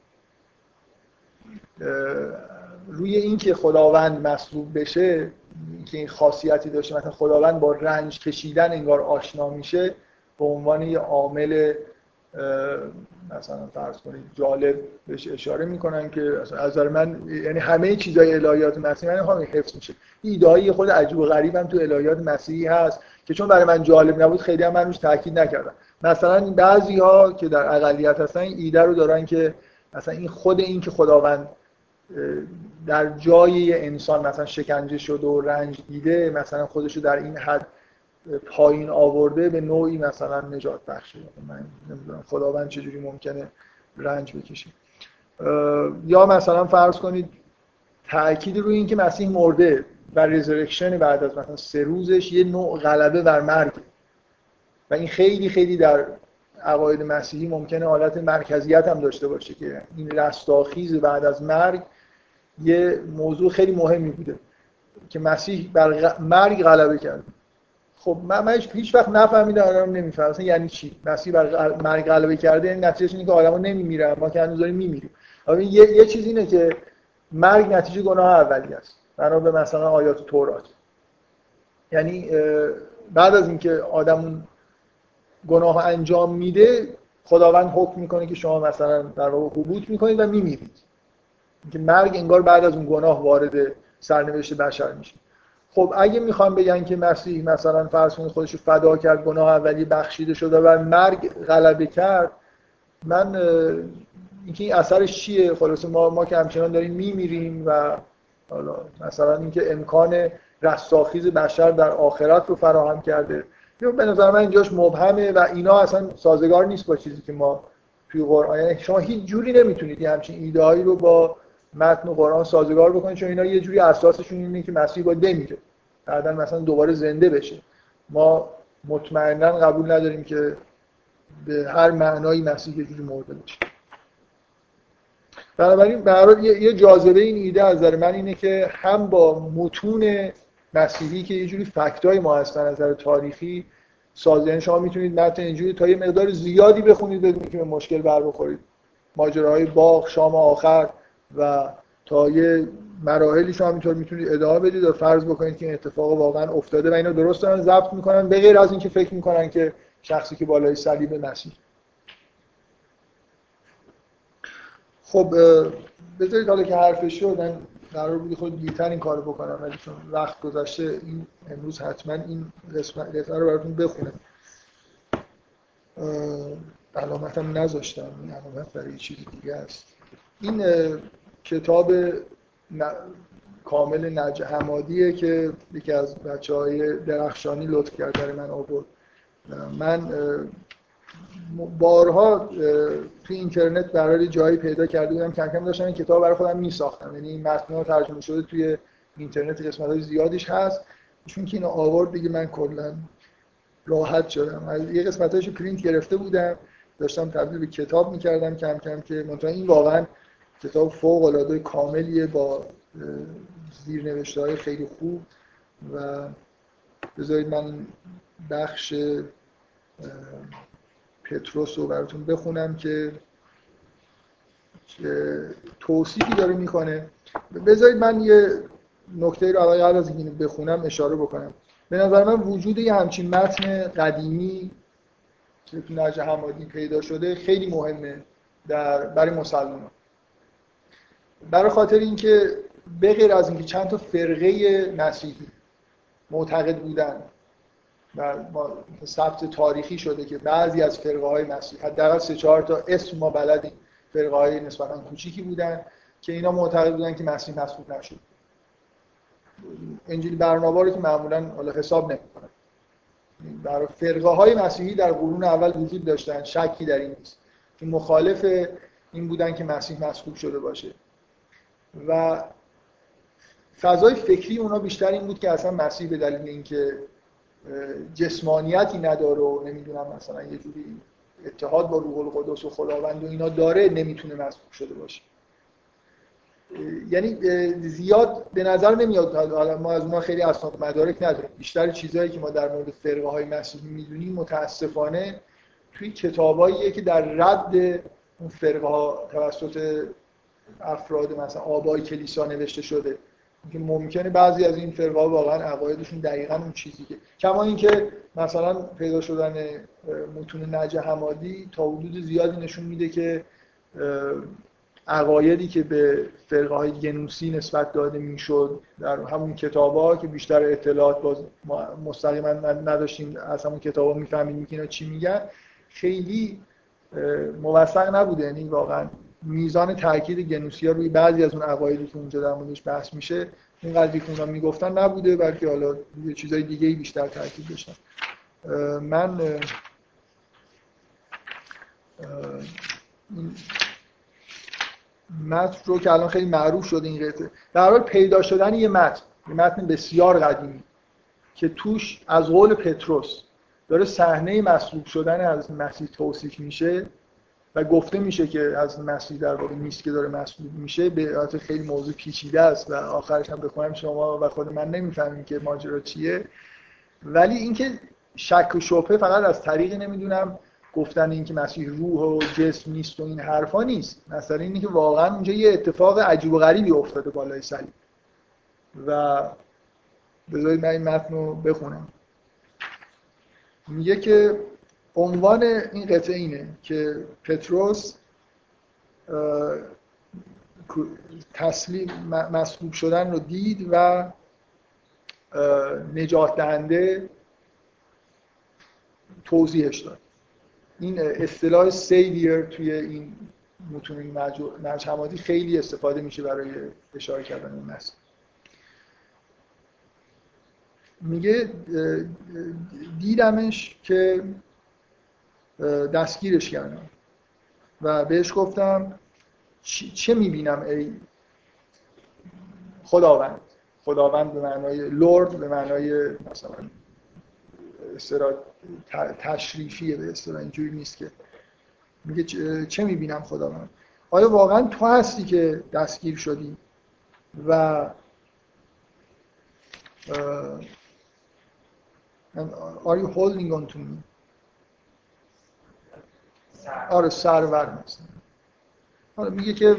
روی این که خداوند مصلوب بشه که این خاصیتی داشته، مثلا خداوند با رنج کشیدن انگار آشنا میشه به عنوان یه عامل مثلا فرض کنید جالب بهش اشاره میکنن که از نظر من یعنی همه چیزای الهیات مسیحی من همین حفظ میشه. ایده‌ای خود عجیب و غریب هم تو الهیات مسیحی هست که چون برای من جالب نبود خیلی هم من روش تاکید نکردم. مثلا بعضی‌ها که در اقلیت هستن این ایده رو دارن که مثلا این خود این که خداوند در جای انسان مثلا شکنجه شده و رنج دیده، مثلا خودشو در این حد پایین آورده به نوعی مثلا نجات بخشه. من نمیدونم خداوند چجوری ممکنه رنج بکشه. یا مثلا فرض کنید تأکید روی این که مسیح مرده و رزرکشن بعد از مثلا 3 روزش یه نوع غلبه بر مرگ و این خیلی خیلی در عقاید مسیحی ممکنه حالت مرکزیت هم داشته باشه که این رستاخیز بعد از مرگ یه موضوع خیلی مهمی بوده که مسیح بر مرگ غلبه کرده. خب من هیچ وقت نفهمیدم، آدم نمیفهمه اصلا یعنی چی مسیح بر مرگ غلبه کرده. یعنی نتیجهش اینه که آدما نمیمیرن، ما که هنوز داریم میمیریم. اما یه چیز اینه که مرگ نتیجه گناه اولیه است بنا به مثلا آیات تورات. یعنی بعد از اینکه آدم گناه انجام میده خداوند حکم میکنه که شما مثلا در واقع حبوط میکنید و میمیرید. که مرگ انگار بعد از اون گناه وارد سرنوشت بشر میشه. خب اگه میخوام بگن که مسیح مثلا فرض کنید خودش رو فدا کرد، گناه اولی بخشیده شده و مرگ غلبه کرد، من اینکه این اثرش چیه؟ خلاص ما که همچنان داریم میمیریم و حالا مثلا اینکه امکان رستاخیز بشر در آخرت رو فراهم کرده، به نظر من اینجاش مبهمه و اینا اصلا سازگار نیست با چیزی که ما توی قرآن، یعنی شما هیچ جوری نمیتونید همچین ایده‌هایی رو با متن قرآن سازگار بکنید، چون اینا یه جوری اساسشون اینه که مسیح باید بمیره بعداً مثلا دوباره زنده بشه. ما مطمئنا قبول نداریم که به هر معنایی مسیح یه جوری مرده باشه. بنابراین به هر حال یه جاذبه این ایده از نظر من اینه که هم با متون مسیحی که یه جوری فکتای ما هستن از نظر تاریخی یعنی شما میتونید متن اینجوری تا یه مقدار زیادی بخونید بدون که به مشکل بر بخورید، ماجراهای باغ، شام آخر و تا یه مراحلی شما اینطور میتونید ادامه بدید و فرض بکنید که این اتفاق واقعا افتاده و اینا درست دارن ضبط میکنن، به غیر از اینکه فکر میکنن که شخصی که بالای صلیب مسیح. خب بذارید حالا که حرفش شد، من قرار بود خود دیرتر این کارو بکنم ولی چون وقت گذشته این امروز حتما این قسمت رو براتون بخونم. علامتم نذاشتم، این علامت برای چیزی دیگه است. این کتاب کامل نجع حمادیه که یکی از بچه‌های درخشانی لطف کرد برای من آورد. من بارها توی اینترنت برای جایی پیدا کرده بودم کم کم داشتم این کتاب برای خودم میساختم، یعنی این متن‌ها ترجمه شده توی اینترنت، قسمت‌های زیادیش هست، چون که اینو آورد دیگه من کلاً راحت شدم. از یه قسمت‌هاش پرینت گرفته بودم داشتم تبدیل به کتاب می‌کردم کم کم، که مثلا این واقعاً کتاب فوق‌العاده کاملیه با زیرنوشته‌های خیلی خوب. و بذارید من بخش پتروس رو براتون بخونم که توصیفی داره میکنه. بذارید من یه نکته رو قبل از اینکه بخونم اشاره بکنم. به نظر من وجود یه همچین متن قدیمی که تو نجع حمادی پیدا شده خیلی مهمه برای مسلمانان، برای خاطر اینکه به غیر از اینکه چند تا فرقه مسیحی معتقد بودن و ثبت تاریخی شده که بعضی از فرقه‌های مسیحی حداقل 3-4 تا اسم ما بلدیم، فرقه‌های نسبتاً کوچیکی بودن که اینا معتقد بودن که مسیح مسلوب نشد. انجیل برنابا رو که معمولاً حالا حساب نمی‌کنن. برای فرقه‌های مسیحی در قرون اول وجود داشتن، شکی در این نیست که مخالف این بودن که مسیح مسلوب شده باشه و فضای فکری اونا بیشتر این بود که اصلا مسیح به دلیل اینکه جسمانیتی نداره و نمیدونم مثلا یه جوری اتحاد با روح القدس و خداوند و اینا داره نمیتونه مسلوب شده باشه. یعنی زیاد به نظر نمیاد، حالا ما از اونها خیلی اسناد مدارک نداریم، بیشتر چیزایی که ما در مورد فرقه های مسیحی میدونیم متاسفانه توی کتاباییه که در رد اون فرقه ها توسط افراد مثلا آبای کلیسا نوشته شده، که ممکنه بعضی از این فرقه‌ها واقعا عقایدشون دقیقاً اون چیزی که کما اینکه مثلا پیدا شدن متون نجع حمادی تا حدود زیادی نشون میده که عقایدی که به فرقه‌های گنوسی نسبت داده میشد در همون کتاب‌ها که بیشتر اطلاعات باز مستقیما نداشتیم از همون کتاب‌ها میفهمیم که اینا چی میگن، خیلی موثق نبوده. یعنی واقعا میزان تاکید گنوسی‌ها روی بعضی از اون عقایدی که اونجا در موردش بحث میشه اینقدری که اونا میگفتن نبوده، بلکه حالا یه چیزای دیگه‌ای بیشتر تاکید داشتن. من این متن رو که الان خیلی معروف شده این قطعه، در حال پیدا شدن یه متن بسیار قدیمی که توش از قول پتروس داره صحنه مصلوب شدن از مسیح توصیف میشه و گفته میشه که از مسیح در واقع نیست که داره مصلوب میشه، به حالت خیلی موضوع پیچیده است و آخرش هم بخونم شما و خود من نمیفهمیم که ماجرا چیه. ولی اینکه شک و شبهه فقط از طریق نمیدونم گفتن اینکه مسیح روح و جسم نیست و این حرفا نیست، مثلا اینه که واقعا اونجا یه اتفاق عجیب و غریبی افتاده بالای صلیب و بذارید من این متن رو بخونم. میگه که عنوان این قطعه اینه که پتروس تسلیم مصلوب شدن رو دید و نجات دهنده توضیحش داد. این اصطلاح سیویر توی این متون نجماتی خیلی استفاده میشه برای اشاره کردن این مسئله. میگه دیدمش که دستگیرش کردم و بهش گفتم چه میبینم ای خداوند. خداوند به معنای لورد، به معنای مثلا تشریفیه، به اصطلاح اینجوری نیست که میگه چه میبینم خداوند. آیا واقعا تو هستی که دستگیر شدی و are you holding on to me؟ آره سرور مثلا. آره میگه که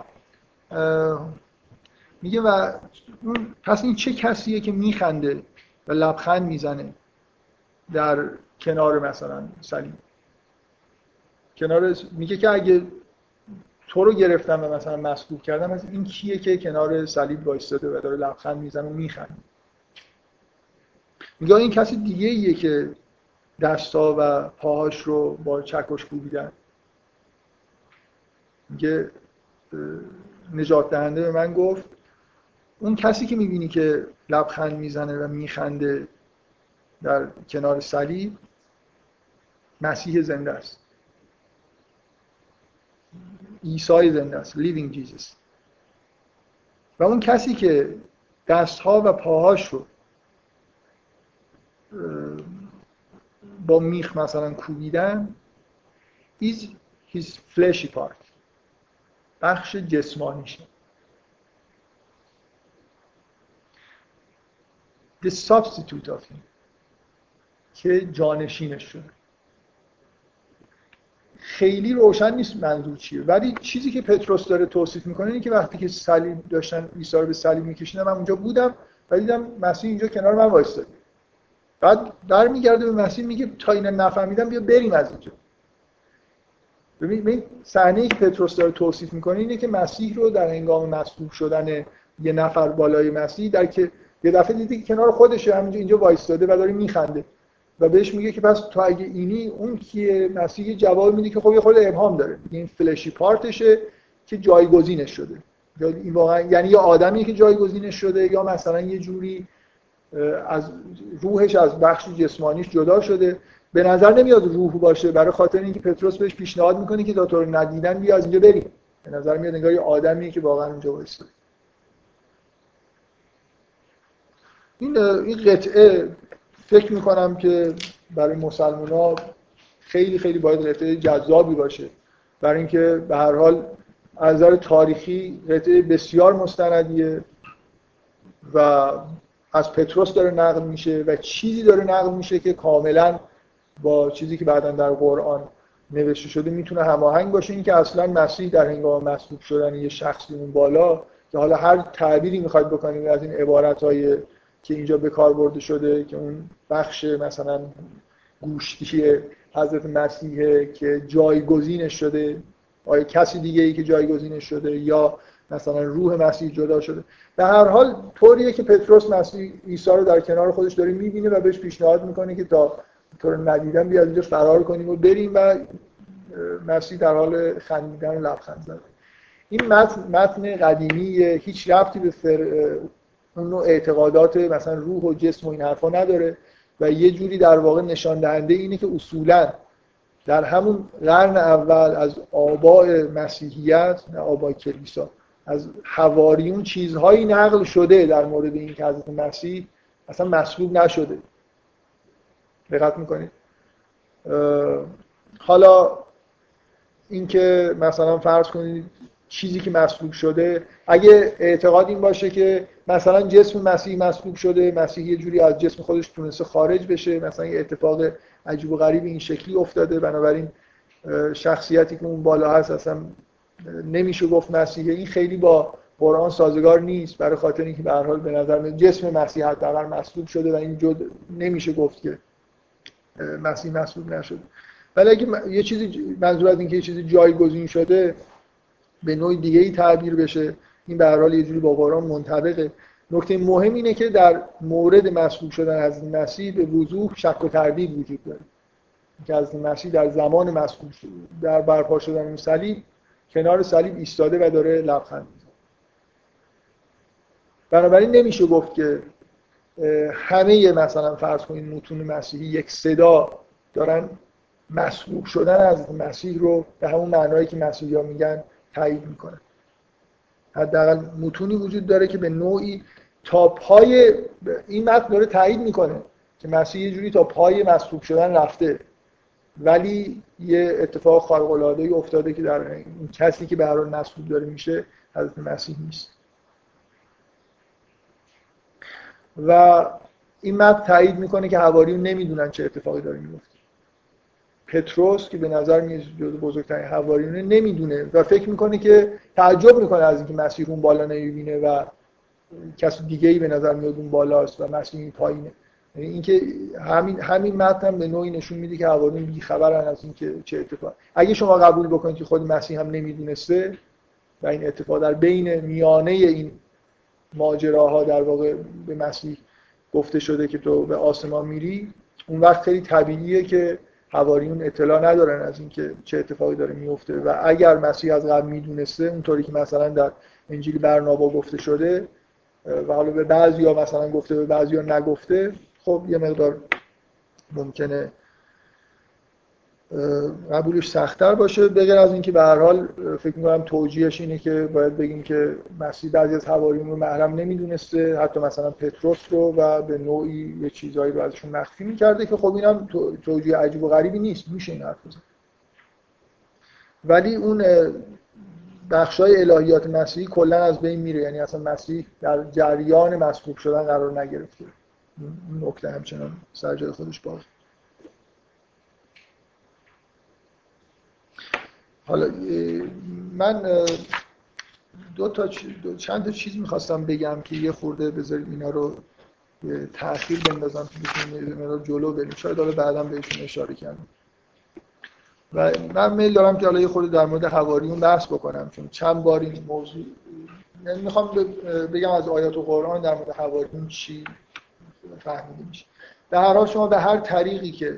میگه و پس این چه کسیه که میخنده و لبخند میزنه در کنار مثلا صلیب؟ میگه که اگه تو رو گرفتم و مثلا مصلوب کردم، از این کیه که کنار صلیب وایساده و داره لبخند میزنه و میخنده؟ میگه این کسی دیگه ایه که دستا و پاهاش رو با چکش کوبیدن. میگه نجات دهنده به من گفت اون کسی که میبینی که لبخند میزنه و میخنده در کنار صلیب مسیح زنده است، عیسی زنده است، living Jesus. و اون کسی که دستها و پاهاش رو با میخ مثلا کوبیدن is his fleshy part، بخش جسمانیشه. the substitute of him، که جانشینش شده. خیلی روشن نیست منظور چیه، ولی چیزی که پتروس داره توصیف میکنه اینه که وقتی که صلیب داشتن عیسی رو به صلیب میکشیدن، من اونجا بودم و دیدم مسیح اینجا کنار من وایساده. بعد در میگرده به مسیح میگه تا اینا نفهمیدم بیا بریم از اینجا. ببین صحنه‌ای که پتروس داره توصیف میکنه اینه که مسیح رو در هنگام مصلوب شدن یه نفر بالای مسیح در که یه دفعه دیدی که کنار خودشه، همینجا اینجا وایساده و داره میخنده و بهش میگه که پس تو اگه اینی اون کیه؟ مسیح جواب میده که خب یه خورده ابهام داره، این فلشی پارتشه که جایگزینش شده. یا این واقعا یعنی یه آدمی که جایگزینش شده، یا مثلا یه جوری از روحش از بخش جسمانیش جدا شده. به نظر نمیاد روح باشه، برای خاطر اینکه پتروس بهش پیشنهاد میکنه که تا تو رو ندیدن بیا از اینجا بریم. به نظر میاد انگار یه آدمیه که واقعا اونجا وایساده. این قطعه فکر میکنم که برای مسلمان‌ها خیلی خیلی باید قطعه جذابی باشه، برای اینکه به هر حال از نظر تاریخی قطعه بسیار مستندیه و از پتروس داره نقل میشه و چیزی داره نقل میشه که کاملا با چیزی که بعداً در قرآن نوشته شده میتونه هماهنگ باشه. این که اصلا مسیح در هنگام مصلوب شدن یه شخصی اون بالا، که حالا هر تعبیری میخواید بکنید از این عبارت‌های که اینجا به کار برده شده که اون بخش مثلا گوشتی حضرت مسیحه که جایگزینش شده، آیا کسی دیگه ای که جایگزینش شده، یا مثلا روح مسیح جدا شده، به هر حال طوریه که پتروس مسیح عیسی رو در کنار خودش داره میبینه و بهش پیشنهاد میکنه که تا تو رو ندیدن بیا از اینجا فرار کنیم و بریم، و مسیح در حال خندیدن و لبخند زدن. این متن قدیمی هیچ ربطی به اون نوع اعتقادات مثلا روح و جسم و این حرفا نداره و یه جوری در واقع نشان دهنده اینه که اصولا در همون قرن اول از آباء مسیحیت، نه آباء کلیسا، از حواریون چیزهایی نقل شده در مورد این که حضرت مسیح اصلا مصلوب نشده. دقت میکنید؟ حالا اینکه مثلا فرض کنید چیزی که مصلوب شده، اگه اعتقاد این باشه که مثلا جسم مسیح مصلوب شده، مسیح یه جوری از جسم خودش تونسته خارج بشه، مثلا یه اتفاق عجیب و غریب این شکلی افتاده، بنابراین شخصیتی که اون بالا هست اصلا نمیشه گفت مسیحه، این خیلی با قرآن سازگار نیست، برای خاطر اینکه به هر حال به نظر میاد جسم مسیح حداقل مصلوب شده و این نمیشه گفت که مسیح مصلوب نشده. ولی اگه یه چیزی منظور از اینکه یه چیزی جایگزین شده به نوع دیگه‌ای تعبیر بشه، این به هر حال یه جوری با قرآن منطبقه. نکته مهم اینه که در مورد مصلوب شدن حضرت مسیح به وضوح شک و تردید وجود داره که حضرت مسیح در زمان مصلوب شدن در برپا شدن اون صلیب کنار صلیب ایستاده و داره لبخند میزنه. بنابراین نمیشه گفت که همه مثلا فرض کنید متون مسیحی یک صدا دارن مصلوب شدن حضرت مسیح رو به همون معنایی که مسیحی‌ها میگن تایید میکنن. حداقل متونی وجود داره که به نوعی تا پای این متن داره تایید میکنه که مسیح یه جوری تا پای مصلوب شدن رفته، ولی یه اتفاق خارق العاده ای افتاده که در این کسی که به هر حال مصلوب داره میشه حضرت مسیح نیست. و این متن تایید میکنه که حواریون نمیدونن چه اتفاقی داره میفته. پتروس که به نظر میاد جزو بزرگترین حواریونه نمیدونه و فکر میکنه که تعجب میکنه از اینکه مسیح اون بالا نمیبینه و کسی دیگه‌ای به نظر میاد اون بالاست و مسیح این پایینه. یعنی اینکه همین متن به نوعی نشون میده که حواریون بی‌خبرن از اینکه چه اتفاقی. اگه شما قبول بکنید که خود مسیح هم نمیدونسته و این اتفاق در بین میانه این ماجراها در واقع به مسیح گفته شده که تو به آسمان میری، اون وقت خیلی طبیعیه که حواریون اطلاع ندارن از اینکه چه اتفاقی داره میفته و اگر مسیح از قبل میدونسته اونطوری که مثلا در انجیل برنابا گفته شده و حالا به بعضیا مثلا گفته به بعضیا نگفته، خب یه مقدار ممکنه قبولش سخت‌تر باشه. به غیر از اینکه به هر حال فکر می‌کنم توجیهش اینه که باید بگیم که مسیح بعضی از حواریون رو محرم نمیدونسته، حتی مثلا پتروس رو، و به نوعی یه چیزایی رو ازشون مخفی می‌کرده که خب اینم توجیه عجیب و غریبی نیست، میشه این حرف بزنه. ولی اون بخشای الهیات مسیحی کلا از بین میره، یعنی اصلا مسیح در جریان مصلوب شدن قرار نگرفته. این نکته همچنان سر جای خودش باشه. حالا من چند تا چیز میخواستم بگم که یه خورده بذارید اینا رو تأخیر بندازم که بتونیم اینا رو جلو بریم، شاید حالا بعداً بهشون اشاره کنم. و من میل دارم که حالا یه خورده در مورد حواریون بحث بکنم، چون چند بار این موضوع، یعنی میخوام بگم از آیات قرآن در مورد حواریون چی فهمیده میشه. در هر حال شما به هر طریقی که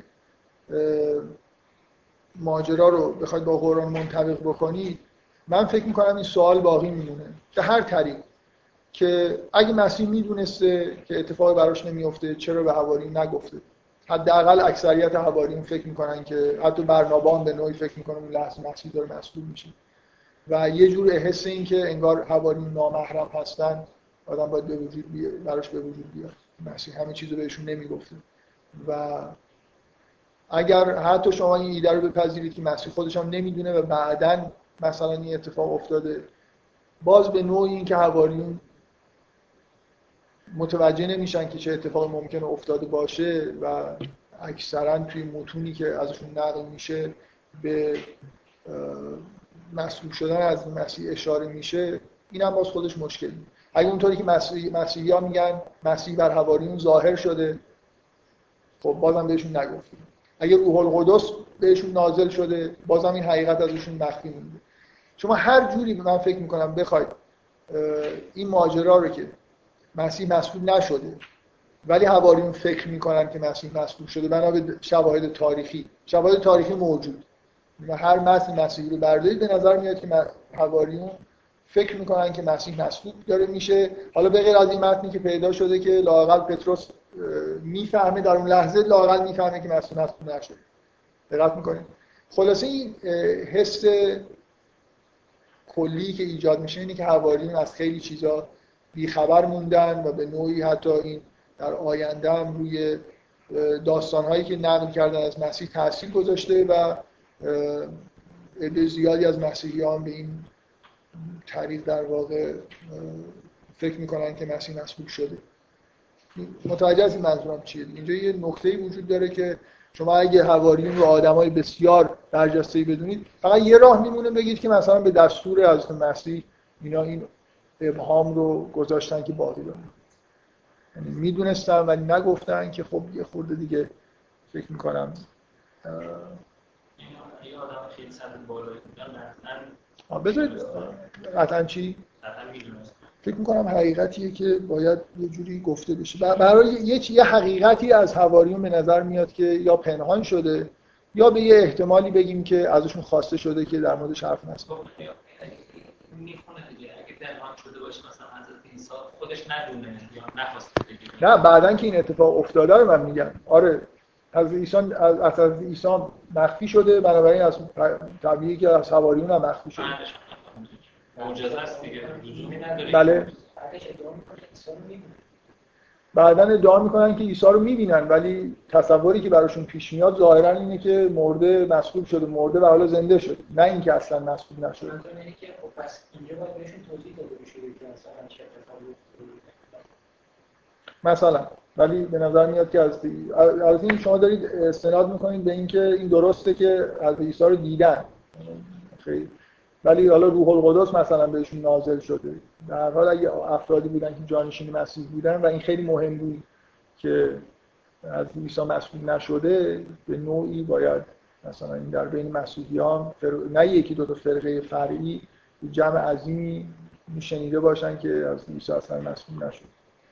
ماجرا رو بخواید با قرآن منطبق بکنید، من فکر میکنم این سوال باقی میمونه به هر طریق که اگه مسیح میدونسته که اتفاقی براش نمیفته چرا به حواریون نگفته. حداقل اکثریت حواریون فکر میکنن که، حتی برنابا هم به نوعی فکر میکنه اون لحظه مسیح داره مصلوب میشه و یه جور حس این که انگار حواریون نامحرم هستن آدم باید براش به وجود بیاد. مسیح همه چیزو بهشون نمیگفته و اگر حتی شما این ایده رو بپذیرید که مسیح خودش هم نمیدونه و بعداً مثلا این اتفاق افتاده، باز به نوعی این که حواریون متوجه نمیشن که چه اتفاقی ممکنه افتاده باشه و اکثرا توی متونی که ازشون نقل میشه به مصلوب شدن از مسیح اشاره میشه، این هم باز خودش مشکلی. اگه اونطوری که مسیحی ها میگن مسیح بر حواریون ظاهر شده، خب بازم بهشون نگفتیم. اگه روح القدس بهشون نازل شده، بازم این حقیقت ازشون مخفی مونده. شما هر جوری من فکر میکنم بخواید این ماجرا رو که مسیح مصلوب نشده ولی حواریون فکر میکنن که مسیح مصلوب شده، بنا به شواهد تاریخی موجود و هر متن مسیحی رو بردارید به نظر میاد که حواریون فکر میکنن که مسیح مصلوب داره میشه. حالا به غیر از این متنی که پیدا شده که لااقل پتروس میفهمه در اون لحظه، لااقل میفهمه که مسیح مصلوب نشده. دقت میکنید؟ خلاصه این حس کلی که ایجاد میشه اینه که حواریون از خیلی چیزا بیخبر موندن و به نوعی حتی این در آینده هم روی داستانهایی که نقل کردن از مسیح تاثیر گذاشته و عده زیادی از مسیحیان به این طریق در واقع فکر میکنن که مسیح مصلوب شده. متوجه از این منظورم چیه؟ اینجا یه نکته‌ای وجود داره که شما اگه حواریون رو آدمای بسیار برجسته‌ای بدونید، فقط یه راه میمونه بگید که مثلا به دستور حضرت مسیح اینا این ابهام رو گذاشتن که باقی بمونه. یعنی میدونستن ولی نگفتن که خب یه خورده دیگه فکر میکنم یه آدم خیلی سطح بالایی بودن بذارید قطعا چی؟ قطعا میدونست. فکر میکنم حقیقتیه که باید یه جوری گفته بشه. برای یه حقیقتی از حواریون به نظر میاد که یا پنهان شده یا به یه احتمالی بگیم که ازشون خواسته شده که در موردش حرف نزنن. میخونه دیگه اگه پنهان شده باشه مثلا حضرت عیسی خودش ندونه یا نخواسته بگه. نه بعدن که این اتفاق افتاده رو من میگم. آره حضرت عیسی مخفی شده، بنابراین از طبیعی که از حواریون هم مخفی شده. معجزه است دیگه، لزومی نداره. بله. بعدن ادعا میکنن که عیسی رو میبینن ولی تصوری که براشون پیش میاد ظاهرا اینه که مرده مصلوب شده، مرده و حالا زنده شده، نه اینکه اصلا مصلوب نشده. اینه که خب پس اینجا باید بهشون توضیح داده بشه که اصلا چه اتفاقی مثلا ولی به نظر میاد که از این شما دارید استناد میکنید به اینکه این درسته که از عیسی رو دیدن خیلی، ولی حالا روح القدس مثلا بهشون نازل شده. در هر حال اگه افرادی بودن که جانشین مسیح بودن و این خیلی مهم بود که از عیسی مسیح نشده، به نوعی باید مثلا این در بین مسیحیان نه یکی دو تا فرقه فرعی جمع عظیمی شنیده باشن که از عیسی اصلا مسیح نشده.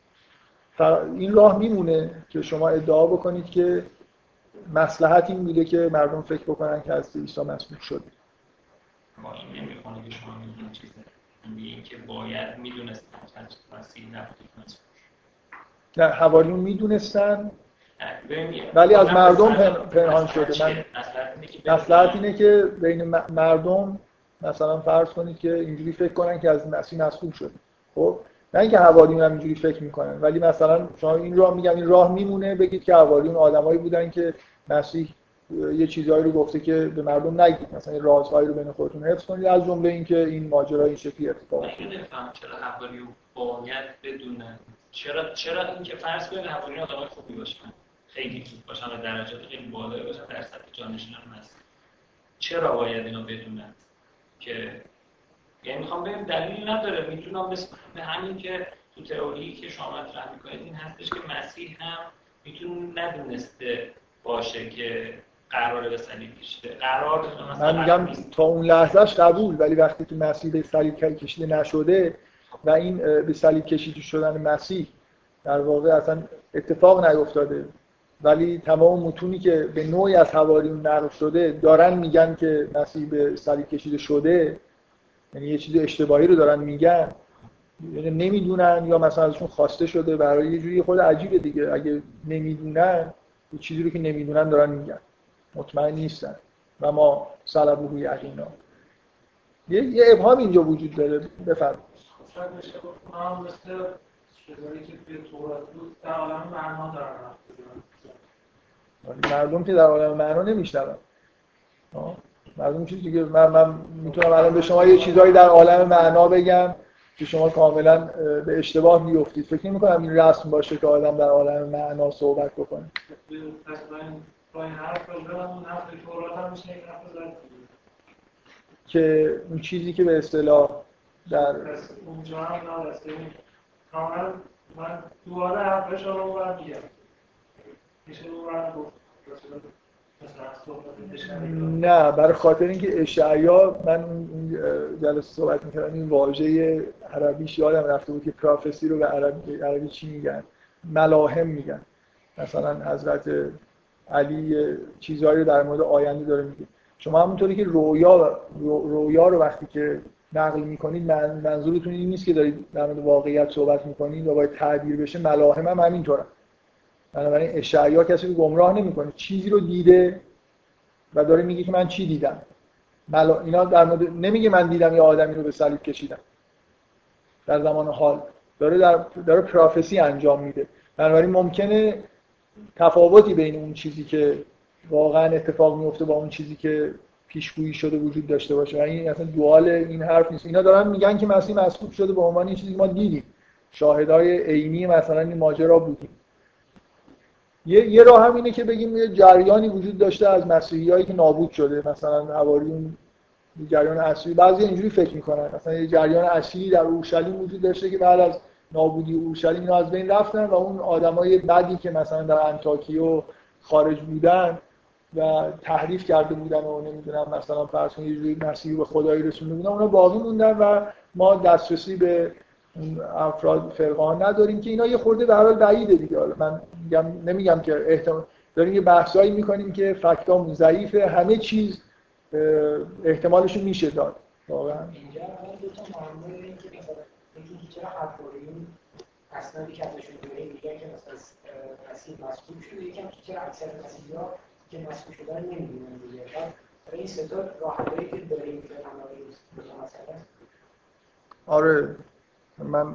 این راه میمونه که شما ادعا بکنید که مصلحت این بوده که مردم فکر بکنن که از عیسی مسیح شده. ما این نمیخونه که شما میگین چیزه میگین که باید میدونستن که مسیح نبوده. نه حواریون میدونستن ولی از مردم پنهان شده. من مصلحت اینه که بین مردم مثلا فرض کنید که اینجوری فکر کنن که از مسیح مسئول شده. خب نه اینکه حواریون هم اینجوری فکر میکنن، ولی مثلا شما این راه میگم این راه میمونه بگید که حواریون آدمایی بودن که مسیح یه چیزایی رو گفته که به مردم نگید، مثلا رازهایی رو بین خودتون حفظ کنید، از جمله اینکه این ماجرا این شکلی اتفاق افتاد. نمی‌فهمم چرا حواریون باید بدونن، چرا اینکه فرض کنید حواریون آدمای خوبی باشن، خیلی خوب باشن و درجات خیلی بالایی باشن در سطح جانشینان مسیح، چرا باید اینو بدونن؟ که یعنی میخوام بگم دلیلی نداره، میتونم به همین که تو تئوری که شما مطرح میکنید این هستش که مسیح هم میتونه ندونسته باشه که قراره به صلیب کشیده. من میگم تا اون لحظهش قبول، ولی وقتی که مسیح به صلیب کشیده نشده و این به صلیب کشیده شدن مسیح در واقع اصلا اتفاق نیفتاده، ولی تمام متونی که به نوعی از حواریون نقل شده دارن میگن که مسیح به صلیب کشیده شده، یعنی یه چیز اشتباهی رو دارن میگن، یعنی نمیدونن یا مثلا ازشون خواسته شده. برای یه جوری خود عجیبه دیگه، اگه نمیدونن یه چیزی رو که نمیدونن دارن میگن، مطمئن نیستن و ما صلبوه یقینا. یه ابهام اینجا وجود داره. بفرمایید. شاید بشه گفتم مثل چیزایی که توی تورات بود در عالم معنا دارن، مردم که در عالم معنا نمیشنون. مردم چیزی دیگه من میتونم الان به شما یه چیزایی در عالم معنا بگم که شما کاملا به اشتباه میافتید. فکر نمی‌کنم این رسم باشه که آدم در عالم معنا صحبت بکنه. که اون چیزی که به اصطلاح در اونجا هم نرسته کاملا من دوباره حرفش رو برمیگم میشه دوباره گفت نه، برای خاطر اینکه اشعیا، من اون جلسه صحبت می‌کردم این واژه عربیش یادم رفته بود که پروفسی رو به عربی چی میگن؟ ملاهم میگن. مثلا حضرت علی چیزایی رو در مورد آینده داره میگه. شما همونطوری که رویا رو وقتی که نقل میکنید منظورتون این نیست که دارید در مورد واقعیت صحبت میکنید و باید تعبیر بشه. ملاهم هم همینطوره. بنابراین اشعیا کسی رو گمراه نمیکنه، چیزی رو دیده و داره میگه که من چی دیدم. اینا در مورد نمیگه من دیدم یه آدمی رو به صلیب کشیدن در زمان حال، داره پروفسی انجام میده. بنابراین ممکنه تفاوتی بین اون چیزی که واقعا اتفاق میفته با اون چیزی که پیشگویی شده وجود داشته باشه و این اصلا دوال این حرف نیست. اینا دارن میگن که مسیح مسلوب شده به عنوان این چیزی که ما دیدیم، شاهدای عینی مثلا این ماجرا بودیم. یه راه هم اینه که بگیم یه جریانی وجود داشته از مسیحیایی که نابود شده، مثلا حواریون جریان اصلی. بعضی اینجوری فکر میکنن مثلا یه جریان اصلی در اورشلیم وجود داشته که بعد از نابودی اورشلیم اینا از بین رفتن و اون آدمای بدی که مثلا در انطاکیه و خارج بودن و تحریف کرده بودن و نمیدونم مثلا فرض کنید یه جوری مسیح به خدایی رسونده بودن، اونا باقی موندن و ما دسترسی به اون افراد فرقه‌ها نداریم که اینا یه خورده به هر حال بعیده دیگه. حالا من نمیگم که احتمال داریم یه بحثایی میکنیم که فکتامون ضعیفه، همه چیز احتمالش میشه داد واقعا. اینجا دو تا معما این که مثلا یکی چرا حواریم اسنادی که ازشون داریم میگن که مثلا مسیح مسئول شده، یکم چرا اکثر مسیحی‌ها که مسئول شدن نمی‌دونن دیگه. بعد این سه تا راهکاری که داریم که مثلا آره من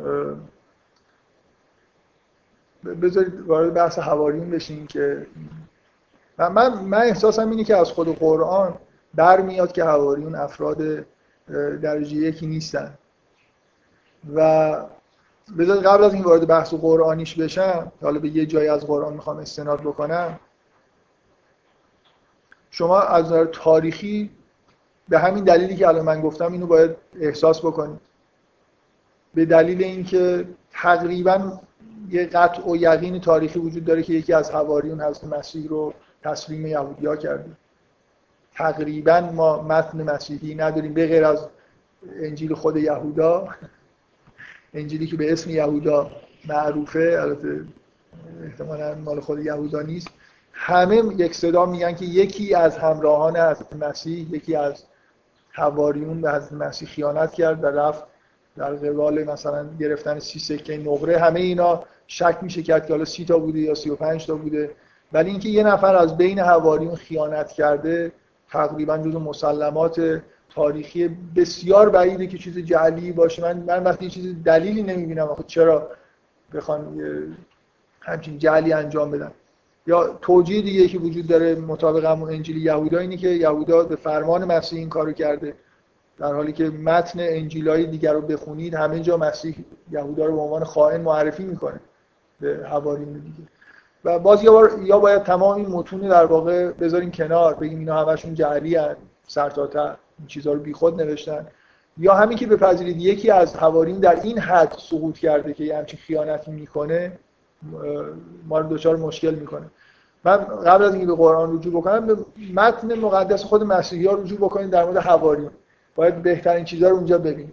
بذارید وارد بحث حواریون بشیم که من احساسم اینه که از خود قرآن برمیاد که حواریون افراد درجه یکی نیستن و بذارید قبل از این وارد بحث قرآنیش بشم، حالا به یه جایی از قرآن میخوام استناد بکنم. شما از نظر تاریخی به همین دلیلی که الان من گفتم اینو باید احساس بکنید، به دلیل اینکه تقریباً یه قطع و یقین تاریخی وجود داره که یکی از حواریون حضرت مسیح رو تسلیم یهودی‌ها کرده. تقریباً ما متن مسیحی نداریم به غیر از انجیل خود یهودا، انجیلی که به اسم یهودا معروفه، البته احتمالاً مال خود یهودا نیست. همه یک صدا میگن که یکی از همراهان حضرت مسیح، یکی از حواریون به حضرت مسیح خیانت کرد و رفت در قبال مثلا گرفتن 30 سکه نقره. همه اینا شک میشه کرد که حالا 30 تا بوده یا 35 تا بوده، ولی اینکه یه نفر از بین حواریون خیانت کرده تقریبا جزو مسلمات تاریخی بسیار بعیده که چیز جعلی باشه. من وقتی چیز دلیلی نمیبینم آخه چرا بخوان همچین جعلی انجام بدن. یا توجیه دیگه که وجود داره مطابق همون انجیل یهودا اینه که یهودا به فرمان مسیح این کارو کرده، در حالی که متن انجیل‌های دیگر رو بخونید همه جا مسیح یهودا رو به عنوان خائن معرفی میکنه به حواریون دیگه. و باز یا باید تمام این متون در واقع بذاریم کنار، بگیم اینا همشون جعلی هستن، سر تا ته این چیزا رو بیخود نوشتن، یا همین که بپذیرید یکی از حواریون در این حد سقوط کرده که یه همچین خیانتی میکنه ما رو دچار مشکل میکنه. من قبل از اینکه به قرآن رجوع بکنم به متن مقدس خود مسیحی‌ها رجوع بکنید در مورد حواریون، باید بهترین چیزا رو اونجا ببینید.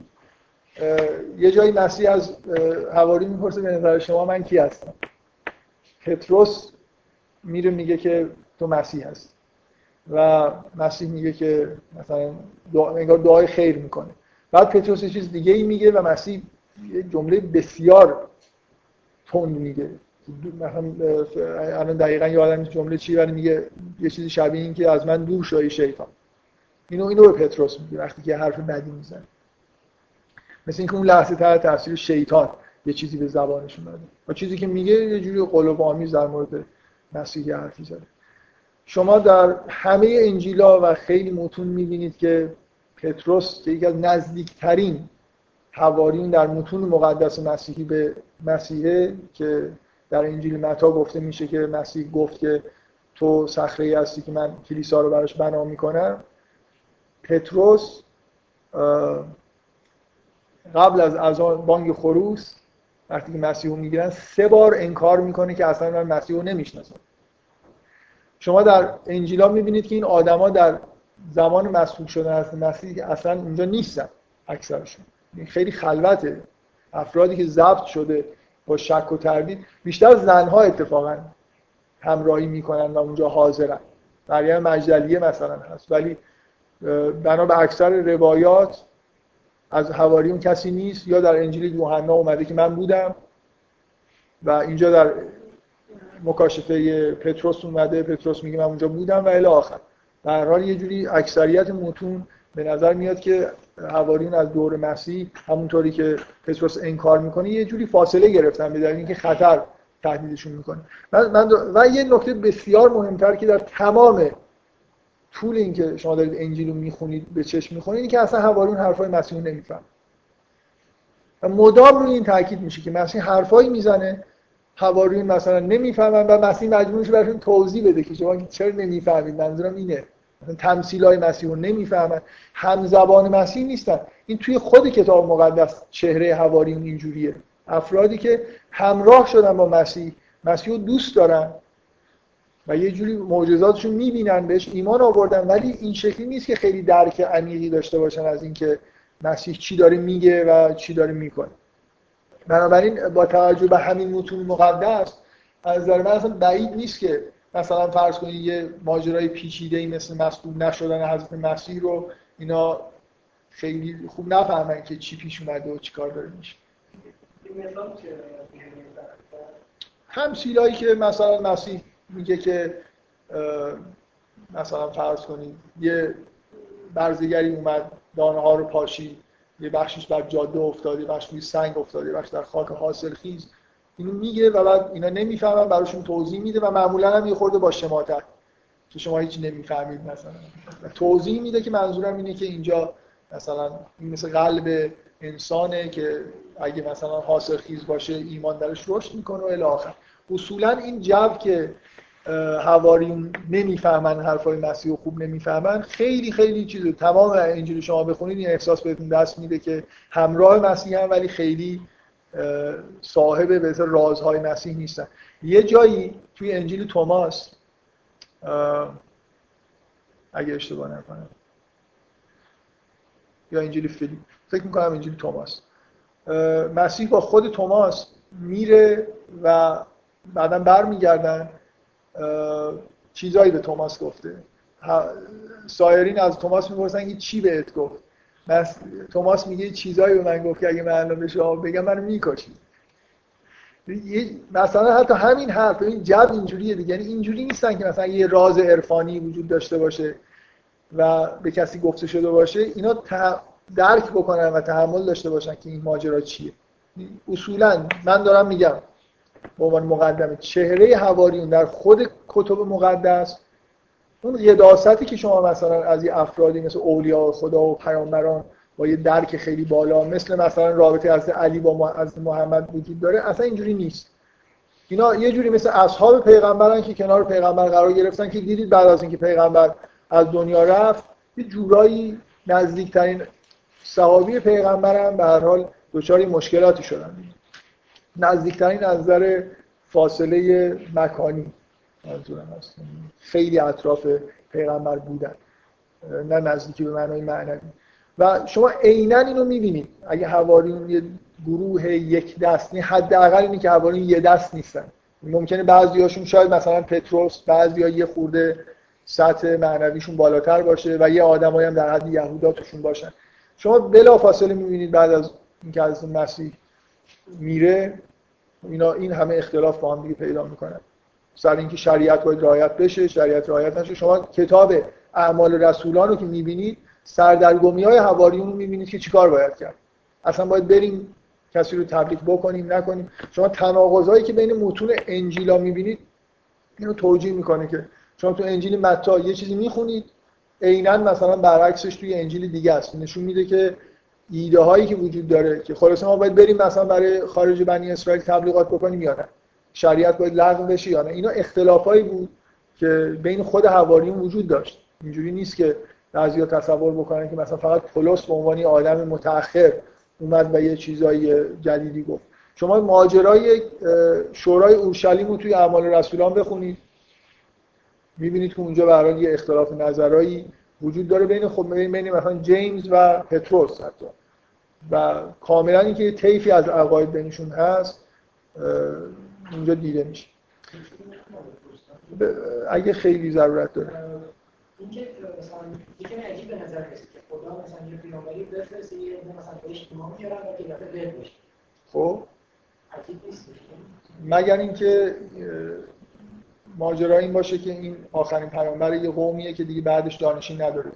یه جایی مسیح از حواری میپرسه به نظر شما من کی هستم؟ پتروس میره میگه که تو مسیح هستی و مسیح میگه که مثلا انگار دعای خیر میکنه. بعد پتروس یه چیز دیگه ای میگه و مسیح یه جمله بسیار تند میگه. مثلا الان دقیقاً یادم نیست جمله چی، ولی میگه یه چیزی شبیه این که از من دور شوی شیطان. اینو به پتروس میگه وقتی که حرف بدی میزنه، مثل اینکه اون لحظه تحت تاثیر شیطان یه چیزی به زبانش اومده و چیزی که میگه یه جوری قلب آمیز در مورد مسیح حرفی زده. شما در همه انجیلا و خیلی متون میبینید که پتروس که یکی از نزدیکترین حواریون در متون مقدس مسیحی به مسیحه، که در انجیل متی گفته میشه که مسیح گفت که تو صخره‌ای هستی که من کلیسا رو براش بنا میکنم. پتروس قبل از اذان بانگ خروس وقتی که مسیح رو میگیرن 3 بار انکار میکنه که اصلا من مسیح رو نمیشناسم. شما در انجیلا میبینید که این آدما در زمان مسیح شدن از مسیح اصلا اونجا نیستن، اکثرشون خیلی خلوته. افرادی که ضبط شده با شک و تردید، بیشتر زنها اتفاقا همراهی میکنن و اونجا حاضرن. مریم مجدلیه مثلا هست، ولی بنا به اکثر روایات از حواریون کسی نیست. یا در انجیل یوحنا اومده که من بودم و اینجا در مکاشفه پتروس اومده پتروس میگه من اونجا بودم و الی آخر. در هر حال یه جوری اکثریت متون به نظر میاد که حواریون از دور مسیح همونطوری که پتروس انکار میکنه یه جوری فاصله گرفتن به دلیل اینکه خطر تهدیدشون میکنه. و یه نکته بسیار مهمتر که در تمام طول این که شما دارید انجیل رو میخونید به چشم میخونید اینه که اصلا حواریون حرفای مسیح رو نمیفهمن. و مدام روی این تاکید میشه که مسیح حرفایی میزنه حواریون مثلا نمیفهمن و مسیح مجبور میشه براشون توضیح بده که شما چرا نمیفهمید، منظورم اینه، مثلا تمثیلای مسیح رو نمیفهمن، همزبان مسیح نیستن. این توی خود کتاب مقدس چهره حواریون اینجوریه، افرادی که همراه شدن با مسیح رو دوست دارن و یه جوری معجزاتشون میبینن، بهش ایمان آوردن، ولی این شکلی نیست که خیلی درک عمیقی داشته باشن از اینکه مسیح چی داره میگه و چی داره میکنه. بنابراین با توجه به همین متون مقدس از نظر من اصلا بعید نیست که مثلا فرض کنید یه ماجرای پیچیده‌ای مثل مصلوب نشدن حضرت مسیح رو اینا خیلی خوب نفهمن که چی پیش اومده و چی کار داره میشه. همسیلایی که مثلا مسیح میگه که مثلا فرض کنید یه برزگری اومد دانه ها رو پاشید، یه بخشش بر جاده افتاده، یه بخش روی سنگ افتاده، یه بخش در خاک حاصلخیز، اینو میگه و بعد اینا نمیفهمن، براشون توضیح میده و معمولا هم یه خورده با شماتت که شما هیچ نمیفهمید مثلا توضیح میده که منظورم اینه که اینجا مثلا این مثل قلب انسانه که اگه مثلا حاصلخیز باشه ایمان درش رشد میکنه و الی آخر. اصولا این جو که حواریون نمیفهمن حرفای مسیح و خوب نمیفهمن خیلی خیلی چیزه. تمام انجیل شما بخونید این احساس بهتون دست میده که همراه مسیح هم ولی خیلی صاحب به اصطلاح رازهای مسیح نیستن. یه جایی توی انجیل توماس اگه اشتباه نکنم یا انجیل فیلیپ، فکر میکنم انجیل توماس، مسیح با خود توماس میره و بعداً برمیگردن چیزایی به توماس گفته. سایرین از توماس میپرسن که چی بهت گفت؟ توماس میگه چیزایی به من گفت که اگه من الان به شما بگم منو میکشید. مثلا حتی همین حرف، این جو اینجوریه دیگه، یعنی اینجوری نیستن که مثلا یه راز عرفانی وجود داشته باشه و به کسی گفته شده باشه اینا درک بکنن و تحمل داشته باشن که این ماجرا چیه. اصولا من دارم میگم به عنوان مقدمه چهره حواریون در خود کتب مقدس، اون قداستی که شما مثلا از یه افرادی مثل اولیاء خدا و پیامبران با یه درک خیلی بالا مثلا رابطه از علی با از محمد وجود داره، اصلا اینجوری نیست. اینا یه جوری مثل اصحاب پیغمبرن که کنار پیغمبر قرار گرفتن که دیدید بعد از اینکه پیغمبر از دنیا رفت یه جورایی نزدیکترین صحابی پیغمبرن به هر حال دچار مشکلاتی شدن، نزدیکترین از نظر فاصله مکانی منظورم هست، خیلی اطراف پیغمبر بودن، نه نزدیکی به معنای معنوی. و شما عیناً اینو می‌بینید اگه حواریون یه گروه یک دستی، حداقل اینه که حواریون یه دست نیستن. ممکنه بعضیاشون شاید مثلا پتروس بعضیا یه خورده سطح معنویشون بالاتر باشه و یه آدمایی هم در حد یهودا توشون باشن. شما بلافاصله می‌بینید بعد از اینکه از مسیح میره اینا این همه اختلاف با هم دیگه پیدا میکنن سر اینکه شریعت باید رعایت بشه، شریعت رعایت نشه. شما کتاب اعمال رسولان رو که میبینید سردرگمی‌های حواریون رو میبینید که چیکار باید کرد، اصلا باید بریم کسی رو تبلیغ بکنیم نکنیم. شما تناقضایی که بین متون انجیلا میبینید اینو توجیه میکنه که شما تو انجیل متی یه چیزی میخونید عیناً مثلا برعکسش توی انجیل دیگه است، نشون میده که ایده هایی که وجود داره که خلاص ما باید بریم مثلا برای خارج بنی اسرائیل تبلیغات بکنیم یا نه، شریعت باید لغو بشه یا نه. اینا اختلافایی بود که بین خود حواریون وجود داشت. اینجوری نیست که بعضیا تصور بکنن که مثلا فقط پولس به عنوان آدم متأخر اومد و یه چیزای جدیدی گفت. شما ماجرای شورای اورشلیم رو توی اعمال رسولان بخونید می‌بینید که اونجا به هر حال یه اختلاف نظرایی وجود داره بین مثلا جیمز و پتروس حتی، و کاملا اینکه یه طیفی از عقاید بینشون هست اونجا دیده میشه اگه خیلی ضرورت داره. اینکه مثلا یکی عجیب به نظر رسید که خدا مثلا یه پیامبری بفرسته یه مثلا بهش ایمان میاره و که دفعه بهت بشه. خب عجیب نیست مگر اینکه ماجرا این باشه که این آخرین پیامبر یه قومیه که دیگه بعدش جانشین نداره،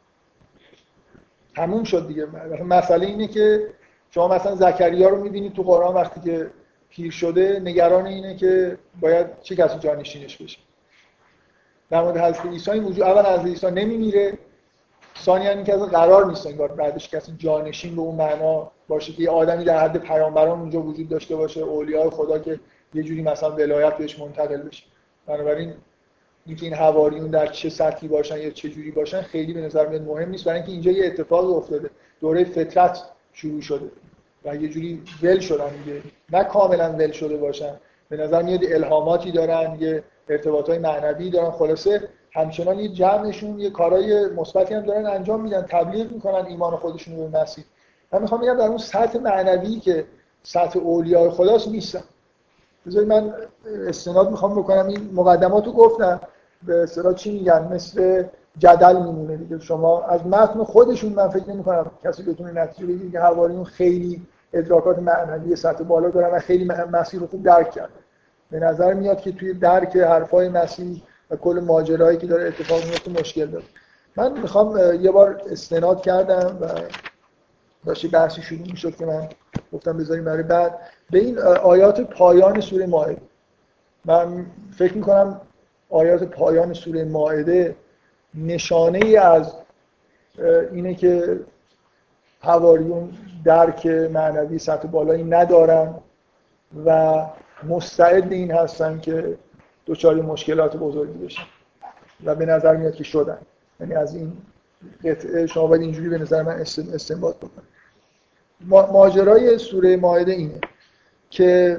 تموم شد دیگه. مسئله اینه که شما مثلا زکریا رو می‌بینید تو قرآن وقتی که پیر شده نگران اینه که باید چه کسی جانشینش بشه. در مورد حضرت عیسی این وجود، اول حضرت عیسی نمیمیره، ثانیاً اینکه اصلا قرار نیست انگار بعدش کسی جانشین به اون معنا باشه که یه آدمی در حد پیامبران اونجا وجود داشته باشه، اولیاء خدا که یه جوری مثلا ولایت بهش منتقل بشه. بنابراین اینکه این حواریون در چه سطحی باشن یا چه جوری باشن خیلی به نظر میاد مهم نیست، برای اینکه اینجا یه اتفاق افتاده، دوره فطرت شروع شده و یه جوری ول شدن دیگه، نه کاملا ول شده باشن، به نظر میاد الهاماتی دارن، یه ارتباطای معنوی دارن، خلاصه همچنان یه جمعشون یه کارهای مثبتی هم دارن انجام میدن، تبلیغ میکنن ایمان خودشون رو به مسیح. من میخوام بگم در اون سطح معنوی که سطح اولیاء خداست نیستن. بذارید من استناد میخوام بکنم، این مقدماتو گفتم به اصطلاح چی میگن، مثل جدل میمونه دیگه. شما از متن خودشون من فکر نمی‌کنم کسی بتونه نتیجه بگیره که حواریون خیلی ادراکات معنوی سطح بالا دارن و خیلی مسیح رو خوب درک کردن. به نظر میاد که توی درک حرفای مسیح و کل ماجرایی که داره اتفاق میفته مشکل داره. من میخوام یه بار استناد کردم و داشتی بحثی شروع میشد که من گفتم بذاریم برای بعد به این آیات پایان سوره مائده. من فکر میکنم آیات پایان سوره مائده نشانه ای از اینه که حواریون درک معنوی سطح بالایی ندارن و مستعد این هستن که دچار مشکلات بزرگی بشن و به نظر میاد که شدن. یعنی از این قطعه شما باید اینجوری به نظر من استنباط بکنید. ماجرای سوره مائده اینه که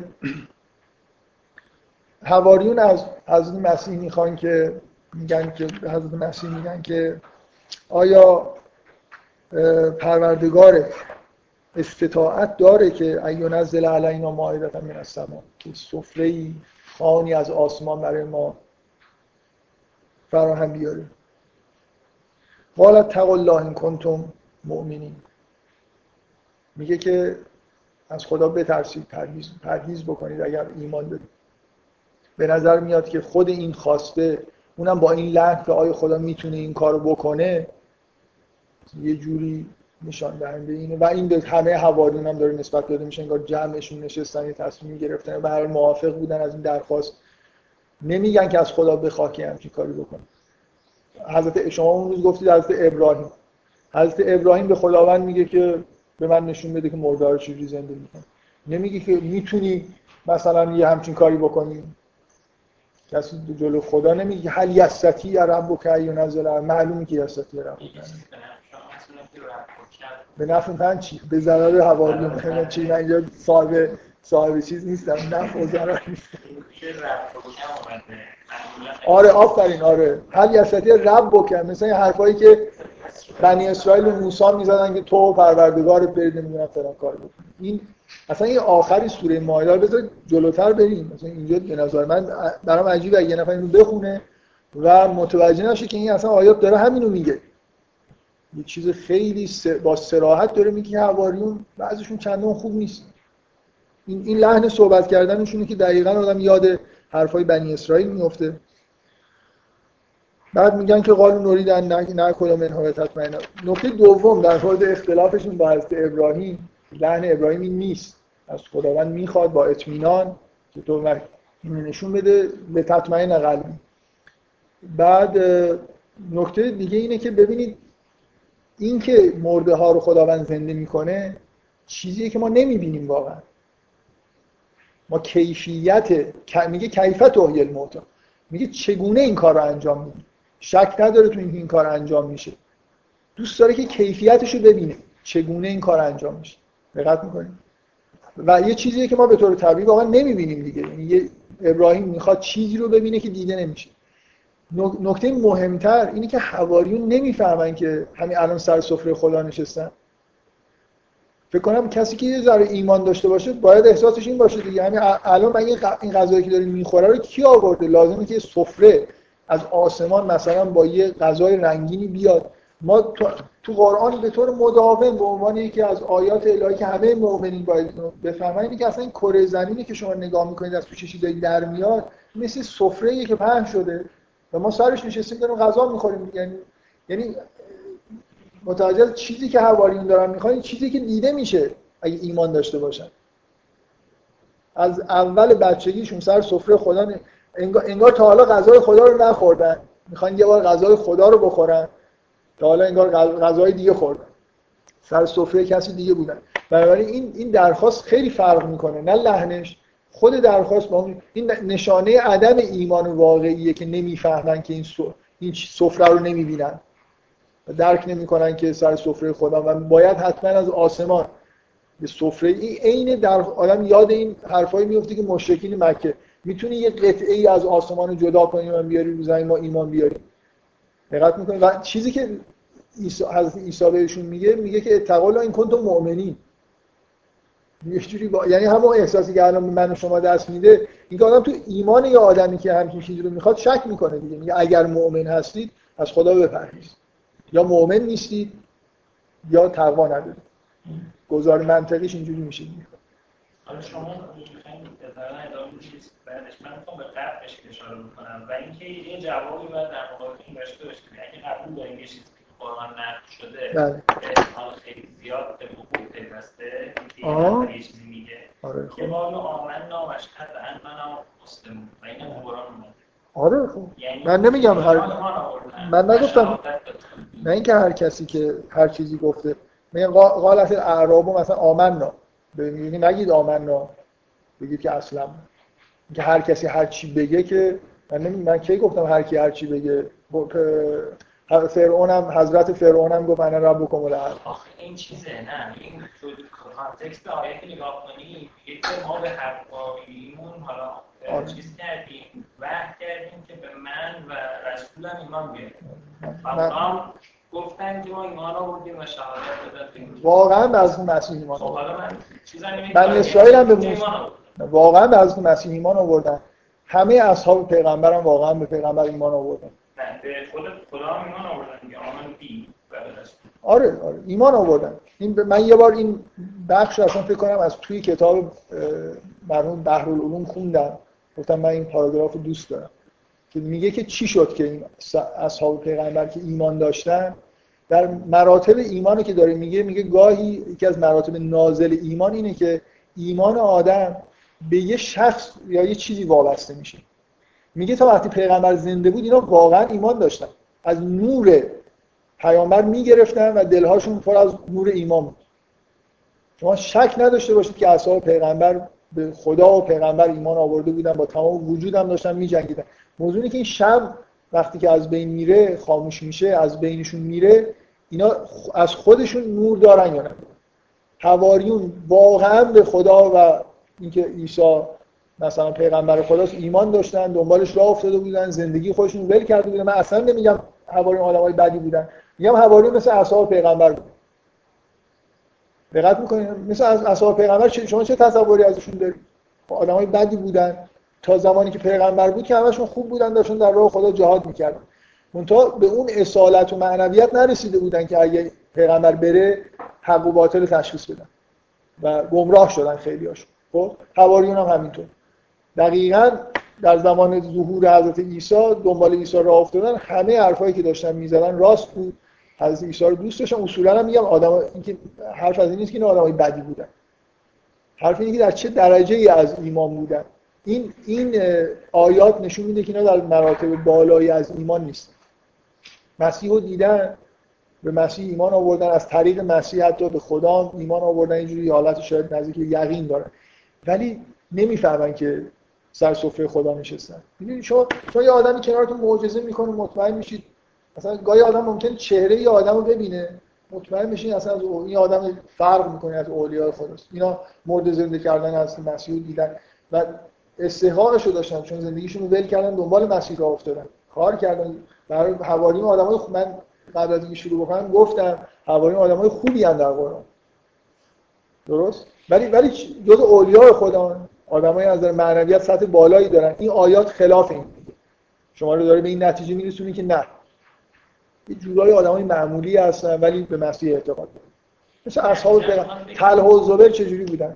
حواریون از حضرت مسیح میخوان که میگن که حضرت مسیح میگن که آیا پروردگار استطاعت داره که اینزل علینا مائدة من السماء، که سفره‌ای خوانی از آسمان برای ما فراهم بیاره. قال اتقوا الله ان کنتم مؤمنین، میگه که از خدا بترسید، پرهیز بکنید اگر ایمان دارید. به نظر میاد که خود این خواسته، اونم با این لحن که آیا خدا میتونه این کارو بکنه، یه جوری نشان دهنده اینه و این به همه حواریون هم داره نسبت داده میشه، انگار جمعشون نشستن یه تصمیم گرفتن و به هر حال موافق بودن از این درخواست. نمیگن که از خدا بخواه که همچین کاری بکنه. حضرت شما اون روز گفتید حضرت ابراهیم به خداوند میگه که به من نشون بده که مرده رو چجوری زنده میکنه. نمیگه که میتونی مثلا یه همچین کاری بکنی. کسی جلو خدا نمیگه هل یستطیع ربک ان ینزل، معلومه که یستطیع ربک. به نفع من چی؟ به ضرر حواریون من چی؟ من اینجا صاحب چیز نیستم، نفع و ضرر نیستم. آره آفرین، آره هل یستطیع ربک، مثلا این حرفایی که بنی اسرائیل و موسی میزدن که تو پروردگارت برید نمیدونم فلان کار بکن. این اصلا این آخری سوره مائده. بذار جلوتر بریم. مثلا اینجا به نظر من برام عجیبه یه نفر اینو بخونه و متوجه نشه که این اصلا آیات داره همینو میگه. یه چیز خیلی با صراحت داره میگه که حواریون بعضیشون چندان خوب نیست. این لحن صحبت کردنشونه که دقیقاً آدم یاد حرفای بنی اسرائیل میفته. بعد میگن که قالوا نريد ان ناكل منها وتطمئن. نکته دوم در مورد اختلافشون با حضرت ابراهیم، لحن ابراهیمی نیست. از خداوند میخواد با اطمینان که تو نشون بده به تطمئن قلبی. بعد نکته دیگه اینه که ببینید این که مرده ها رو خداوند زنده میکنه چیزیه که ما نمیبینیم واقعا. ما میگه کیف تحیی الموتی، میگه چگونه این کار رو انجام میدی. شک نداره تو این کار انجام میشه، دوست داره که کیفیتش رو ببینه چگونه این کار انجام میشه. دقت میکنیم و یه چیزیه که ما به طور طبیعی واقعا نمیبینیم دیگه. یعنی ابراهیم میخواد چیزی رو ببینه که دیده نمیشه. نکته مهمتر اینه که حواریون نمیفهمن که همین الان سر سفره خدا نشستن. فکر کنم کسی که یه ذره ایمان داشته باشه باید احساسش این باشه دیگه، همین الان من این غذایی که داریم میخوره رو کی آورده؟ لازمه که سفره از آسمان مثلا با یه غذای رنگینی بیاد. ما تو قرآن به طور مداوم به عنوان یکی از آیات الهی که همه مؤمنین باید بفهمن اینه که اصلا این کره زمینی که شما نگاه میکنید از تو چه چیزایی در میاد مثل سفره‌ای که پهن شده و ما سرش نشستیم داریم غذا میخوریم. یعنی متوجه چیزی که حواریون دارن میخوان چیزی که دیده میشه اگه ایمان داشته باشن. از اول بچگیشون سر سفره خدا انگار تا حالا غذای خدا رو نخوردن، میخوان یه بار غذای خدا رو بخورن. تا حالا انگار غذای دیگه خوردن، سر سفره کسی دیگه بودن. بنابراین این درخواست خیلی فرق میکنه، نه لحنش، خود درخواست با این نشانه عدم ایمان واقعیه که نمیفهمن که این سفره رو نمیبینن، درک نمیکنن که سر سفره خدا و باید حتما از آسمان به سفره. این عین در آدم یاد این حرفایی میفته که مشرکین مکه میتونی یه قطعه ای از آسمان جدا کنی و بیاری رو زمین ما ایمان بیاریم. دقت میکنی و چیزی که حضرت عیسی بهشون میگه که اتقوا الله ان کنتم مؤمنین. یه جوری یعنی همون احساسی که الان من و شما دست میده، اینکه آدم تو ایمان یه آدمی که همین چیزی رو میخواد شک میکنه دیگه. میگه اگر مؤمن هستید از خدا بپرهیزید، یا مؤمن نیستید یا تقوا ندارید. گزار منطقیش اینجوری میشه. حالا شما میخواین بذارن ادامه بدید بعدش من میخوام به قبلش اشاره بکنم و اینکه یه جوابی باید در مقابل این داشته باشید. اگه قبول دارین یه چیزی که قرآن نقل شده احتمال خیلی زیاد به وقوع پیوسته، اینکه یه چیزی میگه که قالوا آمنا و اشهد اننا مسلمون و این هم قرآن اومده. آره خب من نمیگم من نگفتم، نه اینکه هر کسی که هر چیزی گفته میگه قالت الاعراب مثلا آمنا، ببینید نگید آمنا، بگید که اصلا که هر کسی هر چی بگه که من کی گفتم هر کی هر چی بگه. حضرت فرعون هم گفت انا ربکم الاعلی. آخه این چیزه نه این تو کانتکست آیه نگاه کنی میگه که ما به حقاییمون حالا چیز کردیم وحی کردیم که به من و رسولم ایمان بیاریم. هم گفتن که ما ایمان آوردیم و شهادت دادیم. واقعا از اون مسیح ایمان آوردن. من اسرائیل هم به موسی واقعا به از اون مسیح ایمان آوردن. همه اصحاب پیغمبرم واقعا به پیغمبر ایمان آوردن. به خدا هم ایمان آوردن که آمن بی و رسول. آره ایمان آوردن. من یه بار این بخش اصلا فکر کنم از توی کتاب مرحوم بحرالعلوم خوندم، گفتم من این پاراگراف رو دوست دارم که میگه که چی شد که این اصحاب پیغمبر که ایمان داشتن در مراتب ایمانی که داره میگه گاهی یکی از مراتب نازل ایمان اینه که ایمان آدم به یه شخص یا یه چیزی وابسته میشه. میگه تا وقتی پیغمبر زنده بود اینا واقعا ایمان داشتن، از نور پیامبر میگرفتن و دلهاشون پر از نور ایمان بود. شما شک نداشته باشید که اصحاب پیغمبر به خدا و پیغمبر ایمان آورده بودن، با تمام وجودم داشتن میجنگیدن. موضوع اینه که این شب وقتی که از بین میره، خاموش میشه، از بینشون میره، اینا از خودشون نور دارن یا نه؟ حواریون واقعا به خدا و اینکه عیسی مثلا پیغمبر خداست ایمان داشتن، دنبالش راه افتاده بودن، زندگی خودشون ول کرده بودن. من اصلا نمیگم حواریون آدمای بدی بودن، میگم حواریون مثل اصحاب پیغمبر بود. دقت میکنید مثل اصحاب پیغمبر شما چه تصوری ازشون دارید؟ آدمای بدی بودن تا زمانی که پیغمبر بود که همشون خوب بودن، داشتن در راه خدا جهاد میکردن. منتها به اون اصالت و معنویت نرسیده بودن که اگه پیغمبر بره حق و باطل تشخیص بدن و گمراه شدن خیلیاشون. خب حواریون هم همینطور. دقیقاً در زمان ظهور حضرت عیسی دنبال عیسی راه افتادن، همه حرفایی که داشتن میزدن راست بود. حضرت عیسی رو دوست داشتن. اصولاً هم میگم اینکه حرف از این نیست که اینا آدمای بدی بودن. حرف اینه که در چه درجه‌ای از ایمان بودن. این آیات نشون میده که اینا در مراتب بالایی از ایمان نیستن. مسیح رو دیدن، به مسیح ایمان آوردن، از طریق مسیح حتی به خدا ایمان آوردن، اینجوری حالت شاید نزدیک یقین دارن، ولی نمیفهمن که سر سفره خدا نشستن. میدونید شما یه آدمی کنارتون معجزه میکنه مطمئن میشید، مثلا گاهی آدم ممکن چهره یه آدمو ببینه مطمئن میشین اصلا از این آدم فرق میکنه از اولیاء خداست. اینا مورد زنده کردن از مسیح رو دیدن و استحقاقش رو داشتن، چون زندگیشون رو ول کردن دنبال مسیح راه افتادن، کار کردن. برای حواریون آدمای من قبل از اینکه شروع بکنم گفتم حواریون آدمای خوبی ان در قرآن، درست؟ ولی جز اولیاء خدا، آدمای از نظر معنویت سطح بالایی دارن. این آیات خلاف این میگه، شما رو داره به این نتیجه میرسونه که نه، یه جورای آدمای معمولی هستن ولی به مسیح اعتقاد دارن. مثل اصحاب طلحه و زبیر چجوری بودن؟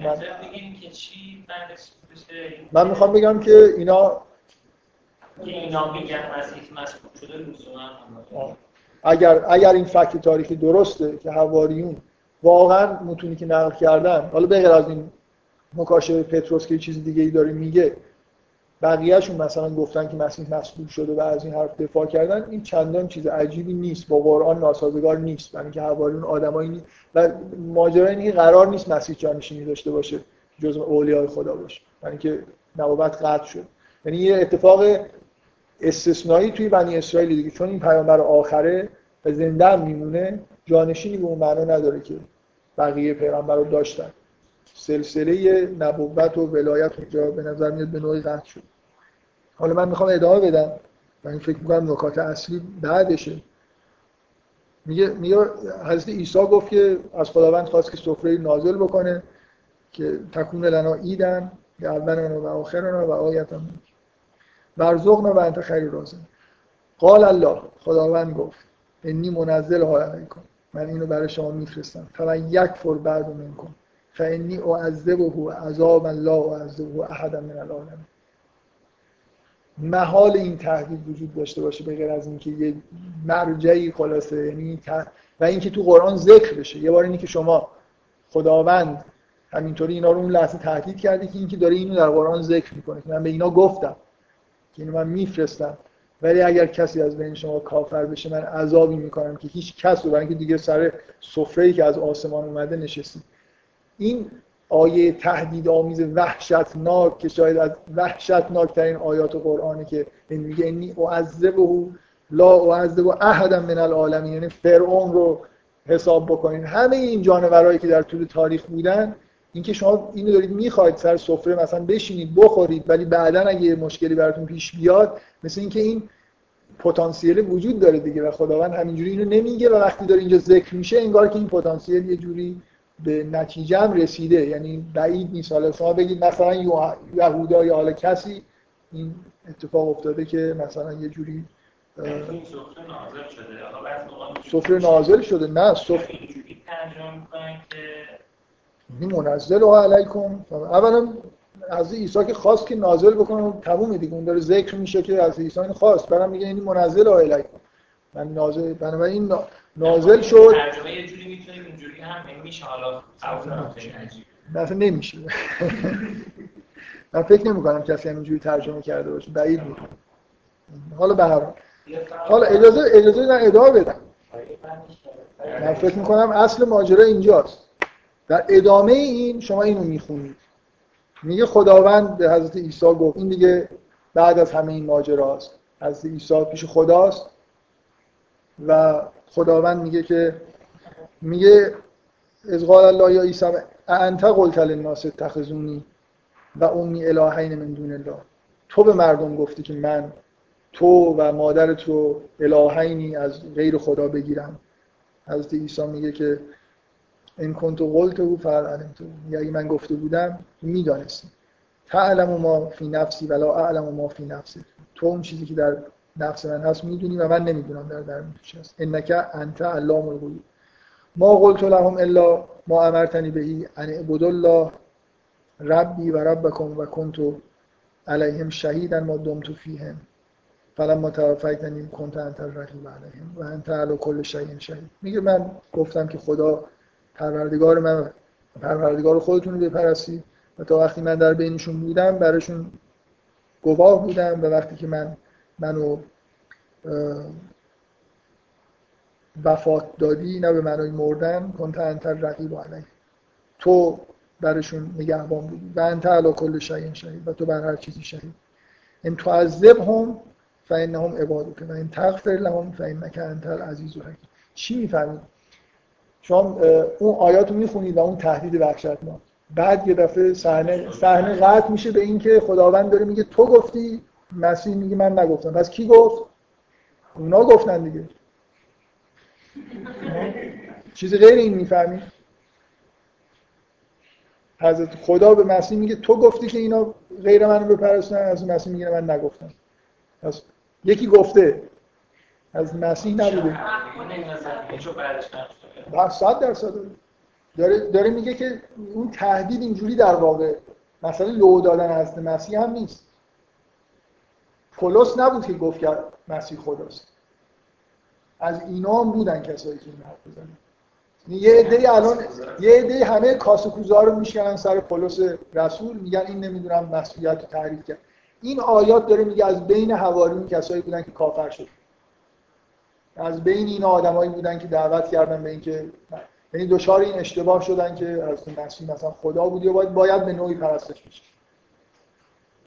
من میخوام بگم که اینا میگن مسیح مسئول شده لزوما. اگر این فکت تاریخی درسته که حواریون واقعا متونی که نقل کردن، حالا به غیر از این مکاشفه پتروس که چیز دیگه ای داره میگه، بقیه‌شون مثلا گفتن که مسیح مسئول شده و از این حرف دفاع کردن، این چندان چیز عجیبی نیست، با قرآن ناسازگار نیست. یعنی که حواریون آدمایی نیست و ماجرا اینه که قرار نیست مسیح جانشینی داشته باشه جزء اولیاء خدا باشه. یعنی که نبوت قطع شد. یعنی یه اتفاق استثنایی توی بنی اسرائیل دیگه، چون این پیامبر آخره و زنده هم میمونه، جانشینی به اون معنا نداره که بقیه پیامبر رو داشتن. سلسله نبوت و ولایت اونجا به نظر میاد به نوعی قطع شد. حالا من میخوام ادامه بدم، من فکر میکنم نکات اصلی بعدشه. میگه حضرت عیسی گفت که از خداوند خواست که سفره نازل بکنه که تکون لنا عیدن اولنا و آخرنا و آیتا ورزقنا و انت خیر الرازقین. قال الله، خداوند گفت انی منزلها علیکم، من اینو برای شما میفرستم، فمن یکفر بعد منکم فانی اعذبه عذابا لا اعذبه احدا من العالمین. محال این تهدید وجود داشته باشه به غیر از اینکه یه مرجعی خلاصه، یعنی و اینکه تو قرآن ذکر بشه. یه بار اینی که شما خداوند همینطوری اینا رو اون لحظه تهدید کرده که اینکه داره اینو در قرآن ذکر میکنه که من به اینا گفتم که اینو من میفرستم، ولی اگر کسی از بین شما کافر بشه من عذابی میکنم که هیچ کس رو، برای اینکه دیگه سر سفره‌ای که از آسمان اومده نشستیم. این آیه تهدید آمیز وحشتناک که شاید از وحشتناکترین آیات قرآنه که میگه انی اعذبه لا اعذب احدا من العالمین، یعنی فرعون رو حساب بکنین، همه این جانورایی که در طول تاریخ بودن، اینکه شما اینو دارید میخواید سر سفره مثلا بشینید بخورید، ولی بعداً اگه یه مشکلی براتون پیش بیاد، مثل اینکه این پتانسیل وجود داره دیگه و خداوند همینجوری اینو نمیگه و وقتی داره اینجا ذکر میشه انگار که این پتانسیل یه جوری به نتیجه هم رسیده. یعنی بعید نیست حالا شما بگید مثلا یهودا یا حالا کسی این اتفاق افتاده که مثلا یه جوری این سفره نازل شده، حالا بعضی موقع سفره نازل شده، نه سفره اینجوری ترجمه می‌کنن که این منزل علیکم. اولا از عیسی که خواست که نازل بکنه تموم دیگه، اون داره ذکر میشه که از عیسی این خواست، برام میگه این منزل علیکم، من نازل، بنابراین نازل شد. ترجمه یه جوری میتونیم اینجوری هم میشه، حالا قبول خیلی عجیبه مثلا نمیشه. من فکر نمی‌کنم کسی همینجوری ترجمه کرده باشه، بعید می‌دونم. حالا به هر حال حالا اجازه من ادامه بدم. من فکر می‌کنم اصل ماجرا اینجاست. در ادامه این شما اینو میخونید، میگه خداوند به حضرت عیسی گفت، این دیگه بعد از همه این ماجراست، حضرت عیسی پیش خداست و خداوند میگه که میگه اذ قال الله یا عیسی انت قلت للناس اتخذونی و امی الهین من دون الله، تو به مردم گفتی که من تو و مادرت رو الهینی از غیر خدا بگیرم. حضرت عیسی میگه که این کنت قلته فقط علمته، یعنی من گفته بودم میدانستی، تعلم ما فی نفسی ولا اعلم ما فی نفسی، تو اون چیزی که در نفس من هست میدونی و من نمیدونم در درون تو هست. انک انت علام الغیوب ما قلت لهم الا ما امرتنی بهی ان اعبدوا الله ربی و ربکم و کنت علیهم شهیدا ما دمت فیهم فلما توفیتنی کنت انت الرقیب علیهم و انت علی کل شیء شهید. میگه من گفتم که خدا پروردگار من، پروردگار خودتون رو بپرستید و تا وقتی من در بینشون بودم براشون گواه بودم و وقتی که منو وفات دادی، نه به معنای مردن، کنت انت الرقیب علیهم، تو براشون نگهبان بودی و انت علی کل شیء شهید، و تو بر هر چیزی شهید. ان تعذبهم فانهم عبادک و ان تغفر لهم فانک انت العزیز الحکیم. چی میفهمید؟ شما اون آیاتو میخونید و اون تهدید وحشتناک، بعد یه دفعه صحنه قطع میشه به این که خداوند داره میگه تو گفتی، مسیح میگه من نگفتم. پس کی گفت؟ اونا گفتن دیگه. چیزی غیر این میفهمید؟ حضرت خدا به مسیح میگه تو گفتی که اینا غیر منو بپرستن، از مسیح میگه من نگفتم. پس یکی گفته، از مسیح نبوده. 100% داره میگه که اون تهدید اینجوری در واقع مثلا لو دادن حضرت مسیح هم نیست. پولس نبود که گفت که مسیح خداست، از اینا هم بودن کسایی که این حرف بزنن. یه عده‌ای الان یه عده‌ای همه کاسه کوزا رو میشکنن سر پولس رسول، میگن این نمیدونم مسیحیت رو تحریف کرد. این آیات داره میگه از بین حواریون کسایی بودن که کافر شد، از بین این آدمایی بودن که دعوت کردن به اینکه، یعنی دچار این اشتباه شدن که از مسیح مثلا خدا بود یا باید به نوعی پرستش بشه.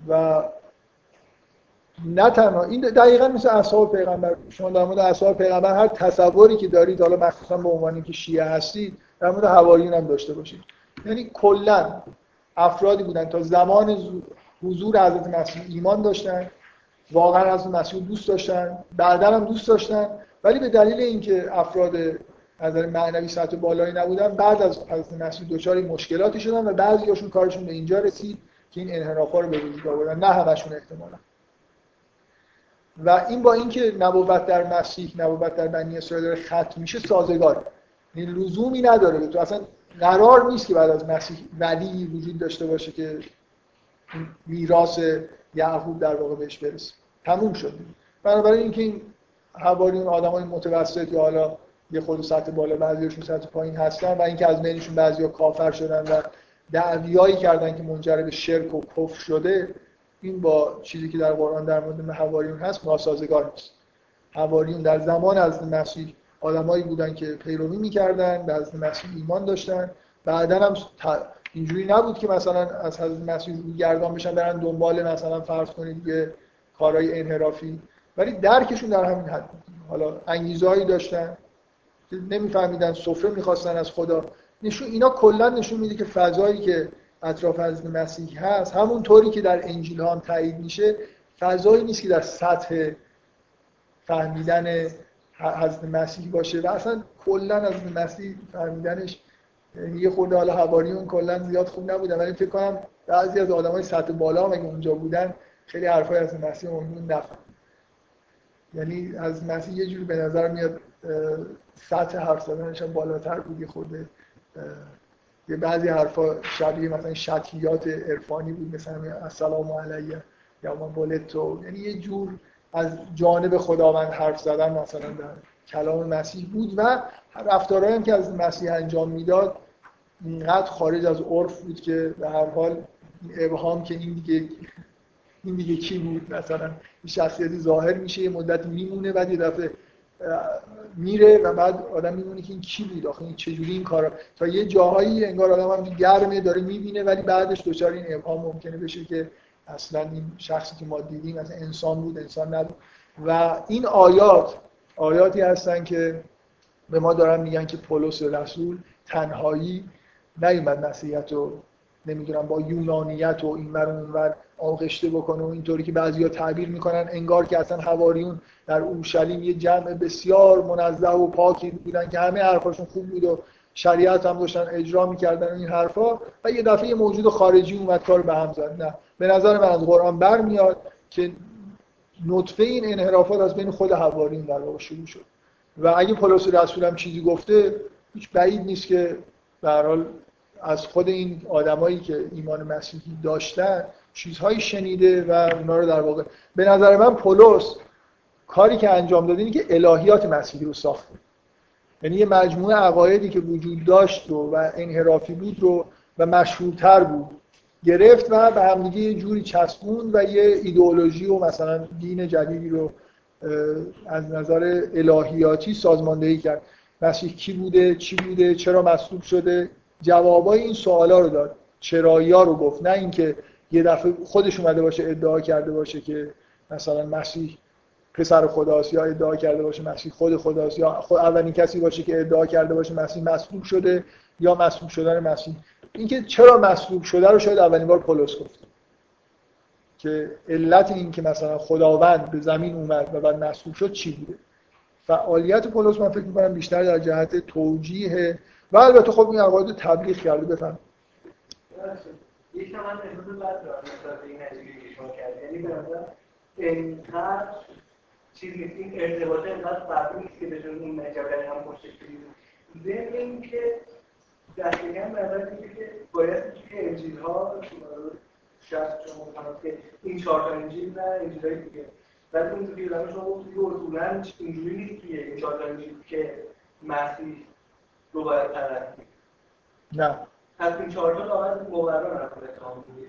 و نه تنها این دقیقاً مثل اصحاب پیغمبر، شما در مورد اصحاب پیغمبر هر تصوری که دارید، حالا مخصوصا به عنوان اینکه شیعه هستید، در مورد حواریون هم داشته باشید. یعنی کلا افرادی بودن تا زمان حضور حضرت مسیح ایمان داشتن، واقعا حضرت مسیح رو دوست داشتن، بعدا هم دوست داشتن، ولی به دلیل اینکه افراد از نظر معنوی سطح بالایی نبودن، بعد از حضرت مسیح دچار مشکلاتی شدن و بعضیاشون کارشون به اینجا رسید که این انحرافا رو به وجود آوردن، نه همشون احتمالاً. و این با اینکه نبوت در مسیح، نبوت در بنی اسرائیل داره ختم میشه سازگاره، یعنی لزومی نداره، تو اصلا قرار نیست که بعد از مسیح ولی وجود داشته باشه که میراث یعقوب در واقع بهش برسه، تموم شد. بنابراین اینکه این حواریون آدمای متوسط یا حالا یه خود سطح بالا بعضیاشون سطح پایین هستن و اینکه از بینشون بعضیا کافر شدن و دعویایی کردن که منجر به شرک و کفر شده، این با چیزی که در قرآن در مورد حواریون هست ناسازگار نیست. حواریون در زمان حضرت مسیح آدمایی بودن که پیروی می‌کردن، به حضرت مسیح ایمان داشتن، بعداً هم اینجوری نبود که مثلا از حضرت مسیح روگردان بشن برن دنبال مثلا فرض کنید یه کارهای انحرافی، ولی درکشون در همین حد بود. حالا انگیزه‌ای داشتن که نمی‌فهمیدن، سفره می‌خواستن از خدا. اینا کلا نشون میده که فضایی که اطراف حضرت مسیح هست، همون طوری که در انجیل ها هم تایید میشه، فضایی نیست که در سطح فهمیدن حضرت مسیح باشه و اصلا کلا حضرت مسیح فهمیدنش یه خورده، حالا حواریون کلا زیاد خوب نبودن، ولی فکر کنم بعضی از آدمای سطح بالا هم اگه اونجا بودن خیلی حرفای از مسیح ممکن نفهم. یعنی از مسیح یه جوری به نظر میاد سطح حرف زدنش هم بالاتر بود، یه خورده یه بعضی حرفا شبیه مثلا شتیات عرفانی بود، مثلا السلام علیه یا من ولدتو، یعنی یه جور از جانب خداوند حرف زدن مثلا در کلام مسیح بود و رفتارهایی هم که از مسیح انجام میداد اینقدر خارج از عرف بود که به هر حال ابهام که این دیگه کی بود، مثلا این شخصیتی ظاهر میشه، یه مدت میمونه، بعد یه دفعه میره و بعد آدم میمونه که این کی بود، آخه این چجوری این کارا، تا یه جاهایی انگار آدم هم گرمه داره میبینه، ولی بعدش دچار این ابهام ممکنه بشه که اصلا این شخصی که ما دیدیم مثلا انسان بود، انسان نبود. و این آیاتی هستن که به ما دارن میگن که پولس رسول تنهایی نیومد مسیحیت رو نمیدونم با یونانیت و این ور اون ور آغشته بکنه و اینطوری که بعضیا تعبیر میکنن انگار که اصلا حواریون در اورشلیم یه جمع بسیار منزه و پاکی بودن که همه حرفاشون خوب بود و شریعت هم داشتن اجرا میکردن و این حرفا، و یه دفعه یه موجود خارجی اومد کار به هم زد. نه، به نظر من از قرآن برمیاد که نطفه این انحرافات از بین خود حواریون در واقع شروع شد و اگه پولس رسول هم چیزی گفته هیچ بعید نیست که به هر حال از خود این آدمایی که ایمان مسیحی داشتن چیزهایی شنیده و اونا رو در واقع، به نظر من پولس کاری که انجام داد اینه که الهیات مسیحی رو ساخته، یعنی یه مجموعه عقایدی که وجود داشت و انحرافی بود رو و مشهورتر بود گرفت و به هم دیگه یه جوری چسبوند و یه ایدئولوژی و مثلا دین جدیدی رو از نظر الهیاتی سازماندهی کرد. مسیح کی بوده، چی بوده، چرا مصلوب شده، جوابای این سوالا رو داد، چرایی‌ها رو گفت، نه اینکه یه دفعه خودش اومده باشه ادعا کرده باشه که مثلا مسیح پسر خداست یا ادعا کرده باشه مسیح خود خداست یا اولین کسی باشه که ادعا کرده باشه مسیح مصلوب شده یا مصلوب شدن مسیح. اینکه چرا مصلوب شده رو شاید اولین بار پولس گفت که علت این که مثلا خداوند به زمین اومد و بعد مصلوب شد چی بوده. فعالیت پولس من فکر می‌کنم بیشتر در جهت توجیه و البته خب این عقاید تبلیغ کرده. بفهم یک من امروز بعد دارم مثلا این نتیجه که شما کردید، یعنی به نظر اینقدر چیز نیست، این ارتباطه اینقدر قوی نیست که بجون این مجابره هم پشتش بدید. ذهن این که دقیقاً به نظر میاد که باید که انجیل‌ها شاید شما بفهمید که این 4 تا انجیل نه انجیل‌های دیگه، ولی اون تو دیدن شما گفتید اصولاً اینجوری نیست توی این 4 تا انجیل که مسیح رو باید پرست. نه، از این 4 تا باید مبرر نکنه اتهام دیگه.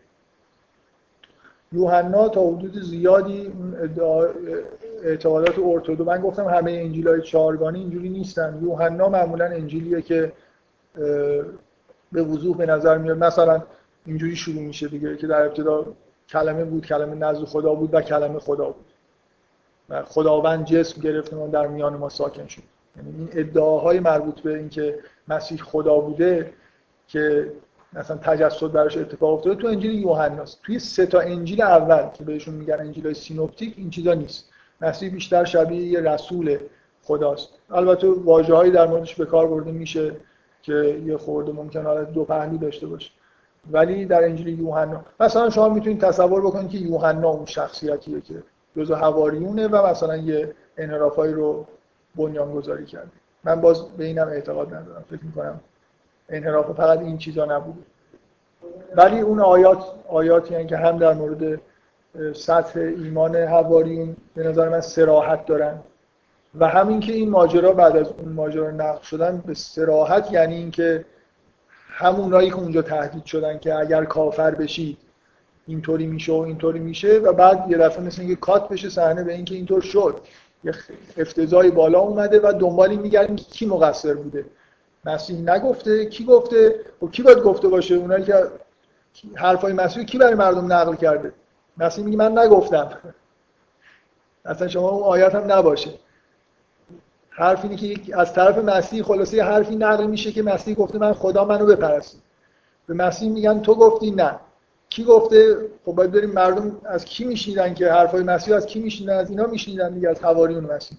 یوحنا تا حدود زیادی اون اعتقادات ارتدوکس، من گفتم همه انجیل‌های 4گانه اینجوری نیستن. یوحنا معمولاً انجیلیه که به وضوح به نظر میاد مثلا اینجوری شروع میشه دیگه که در ابتدا کلمه بود، کلمه نزد خدا بود و کلمه خدا بود و خداوند جسم گرفت و در میان ما ساکن شد. یعنی این ادعاهای مربوط به اینکه مسیح خدا بوده که مثلا تجسد براش اتفاق افتاده تو انجیل یوحناست. توی 3 تا انجیل اول که بهشون میگن انجیل‌های سینوپتیک این چیزا نیست. مسیح بیشتر شبیه یه رسول خداست. البته واژه‌هایی در موردش به کار برده میشه که یه خورده ممکنه حالت دو پهلو داشته باشه، ولی در انجیل یوحنا مثلا شما میتونید تصور بکنید که یوحنا اون شخصیتیه که جزء حواریونه و مثلا یه انحرافایی رو بنیانگذاری کرده. من باز به اینم اعتقاد ندارم، فکر می‌کنم انحراف فقط این چیزا نبود، ولی اون آیاتی هستند که هم در مورد سطح ایمان حواریون به نظر من صراحت دارن و همین که این ماجرا بعد از اون ماجرا نقل شدن به صراحت یعنی اینکه همونایی که اونجا تهدید شدن که اگر کافر بشید اینطوری میشه و اینطوری میشه و بعد یه دفعه مثل اینکه کات بشه صحنه به اینکه اینطور شد، یه افتضاحی بالا اومده و دنبالی میگردیم که کی مقصر بوده. مسیح نگفته، کی گفته؟ و کی باید گفته باشه؟ اونایی که حرفای مسیح کی برای مردم نقل کرده؟ مسیح میگه من نگفتم. اصلا شما اون آیات هم نباشه. حرف اینه که از طرف مسیح خلاصه یه حرفی نقل میشه که مسیح گفته من خدا منو بپرستید. به مسیح میگن تو گفتی نه. کی گفته؟ خب باید بریم مردم از کی میشنیدن که حرفای مسیح از کی میشنیدن؟ از اینا میشنیدن دیگه، از حواریون مسیح.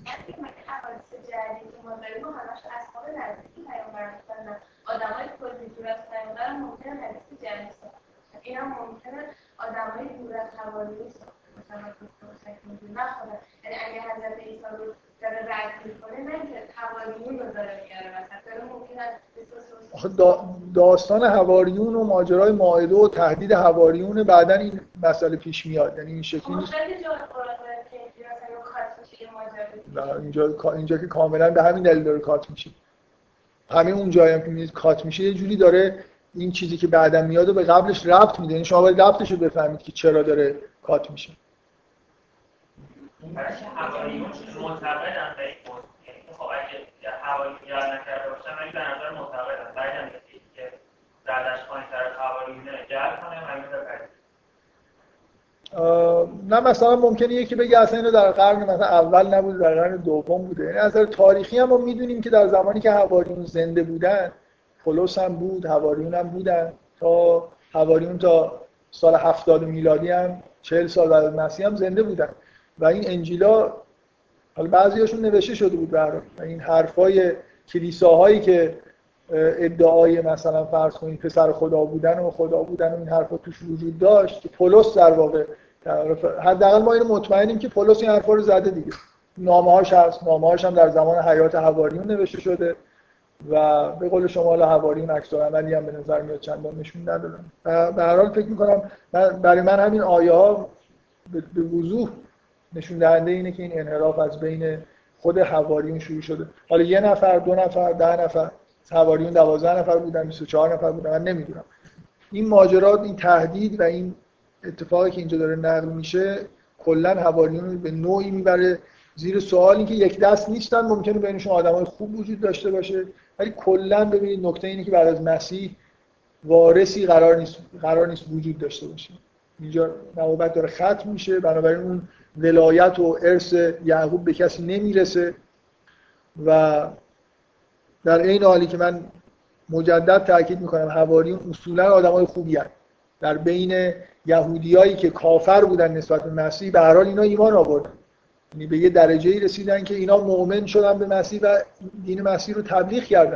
آدمای کلی دور از پیامبر ممکنه حدیث جنگی ساخته. اینا ممکنه آدمای دور از حواریون ساخته. مثلا نخوره. یعنی اگه حضرت عیسی رو داره رد میکنه نه که حواریون رو داره میاره مثلا داره ممکنه داستان حواریون و ماجرای مائده و تهدید حواریون بعدن این مسئله پیش میاد. یعنی این شکلی نیست. خیلی جا قرآن که مثلا کات میشه اینجا که کاملا به همین دلیل داره کات میشه. همین اون جایی هم که میگید کات میشه یه جوری داره این چیزی که بعدا میاد و به قبلش ربط میده. یعنی شما باید ربطش رو بفهمید که چرا داره کات میشه. برای که حواریون معتقدن به این موضوع، خب اگه حواریون یاد نکرده باشن ولی به نظر معتقدن باید هم که دردش پایین تر حواریونه جلب کنه همین رو نه مثلا ممکنه یکی بگه اصلا اینو در قرن مثلا اول نبوده در قرن دوم بوده. یعنی از نظر تاریخی هم ما میدونیم که در زمانی که حواریون زنده بودن پولس هم بود، حواریون هم بودن، تا حواریون تا سال 70 میلادی هم 40 سال بعد از مسیح هم زنده بودن و این انجیلا حالا بعضیاشون نوشته شده بود برای این حرفای کلیساهایی که ادعای مثلا فرض کنید پسر خدا بودن و این حرفا توش وجود داشت که پولس در واقع حداقل ما اینو مطمئنیم که پولس این حرفا رو زده دیگه. نامه‌هاش هست، نامه‌هاش هم در زمان حیات حواریون نوشته شده و به قول شما حواریون عکس‌العملی هم به نظر میاد چندان نشون ندادن. به هر حال فکر می‌کنم برای من همین آیه‌ها به وضوح نشون دهنده اینه که این انحراف از بین خود حواریون شروع شده. حالا یه نفر، دو نفر، 10 نفر، حواریون 12 نفر بودن، 24 نفر بودن، من نمیدونم. این ماجرات، این تهدید و این اتفاقی که اینجا داره نقل میشه کلا حواریون رو به نوعی میبره زیر سوال. این که یک دست نیستن، ممکنه بینشون آدمای خوب وجود داشته باشه، ولی کلا ببینید نکته اینه که بعد از مسیح وارثی قرار نیست وجود داشته باشه. اینجا نبوت داره ختم میشه، بنابراین اون ولایت و ارث یعقوب به کسی نمیرسه و در این حالی که من مجدد تاکید میکنم حواریون اصولا آدمای خوبی هستند. در بین یهودیایی که کافر بودن نسبت به مسیح به هر حال اینا ایمان آوردن، یعنی به یه درجه‌ای رسیدن که اینا مؤمن شدن به مسیح و دین مسیح رو تبلیغ کردن،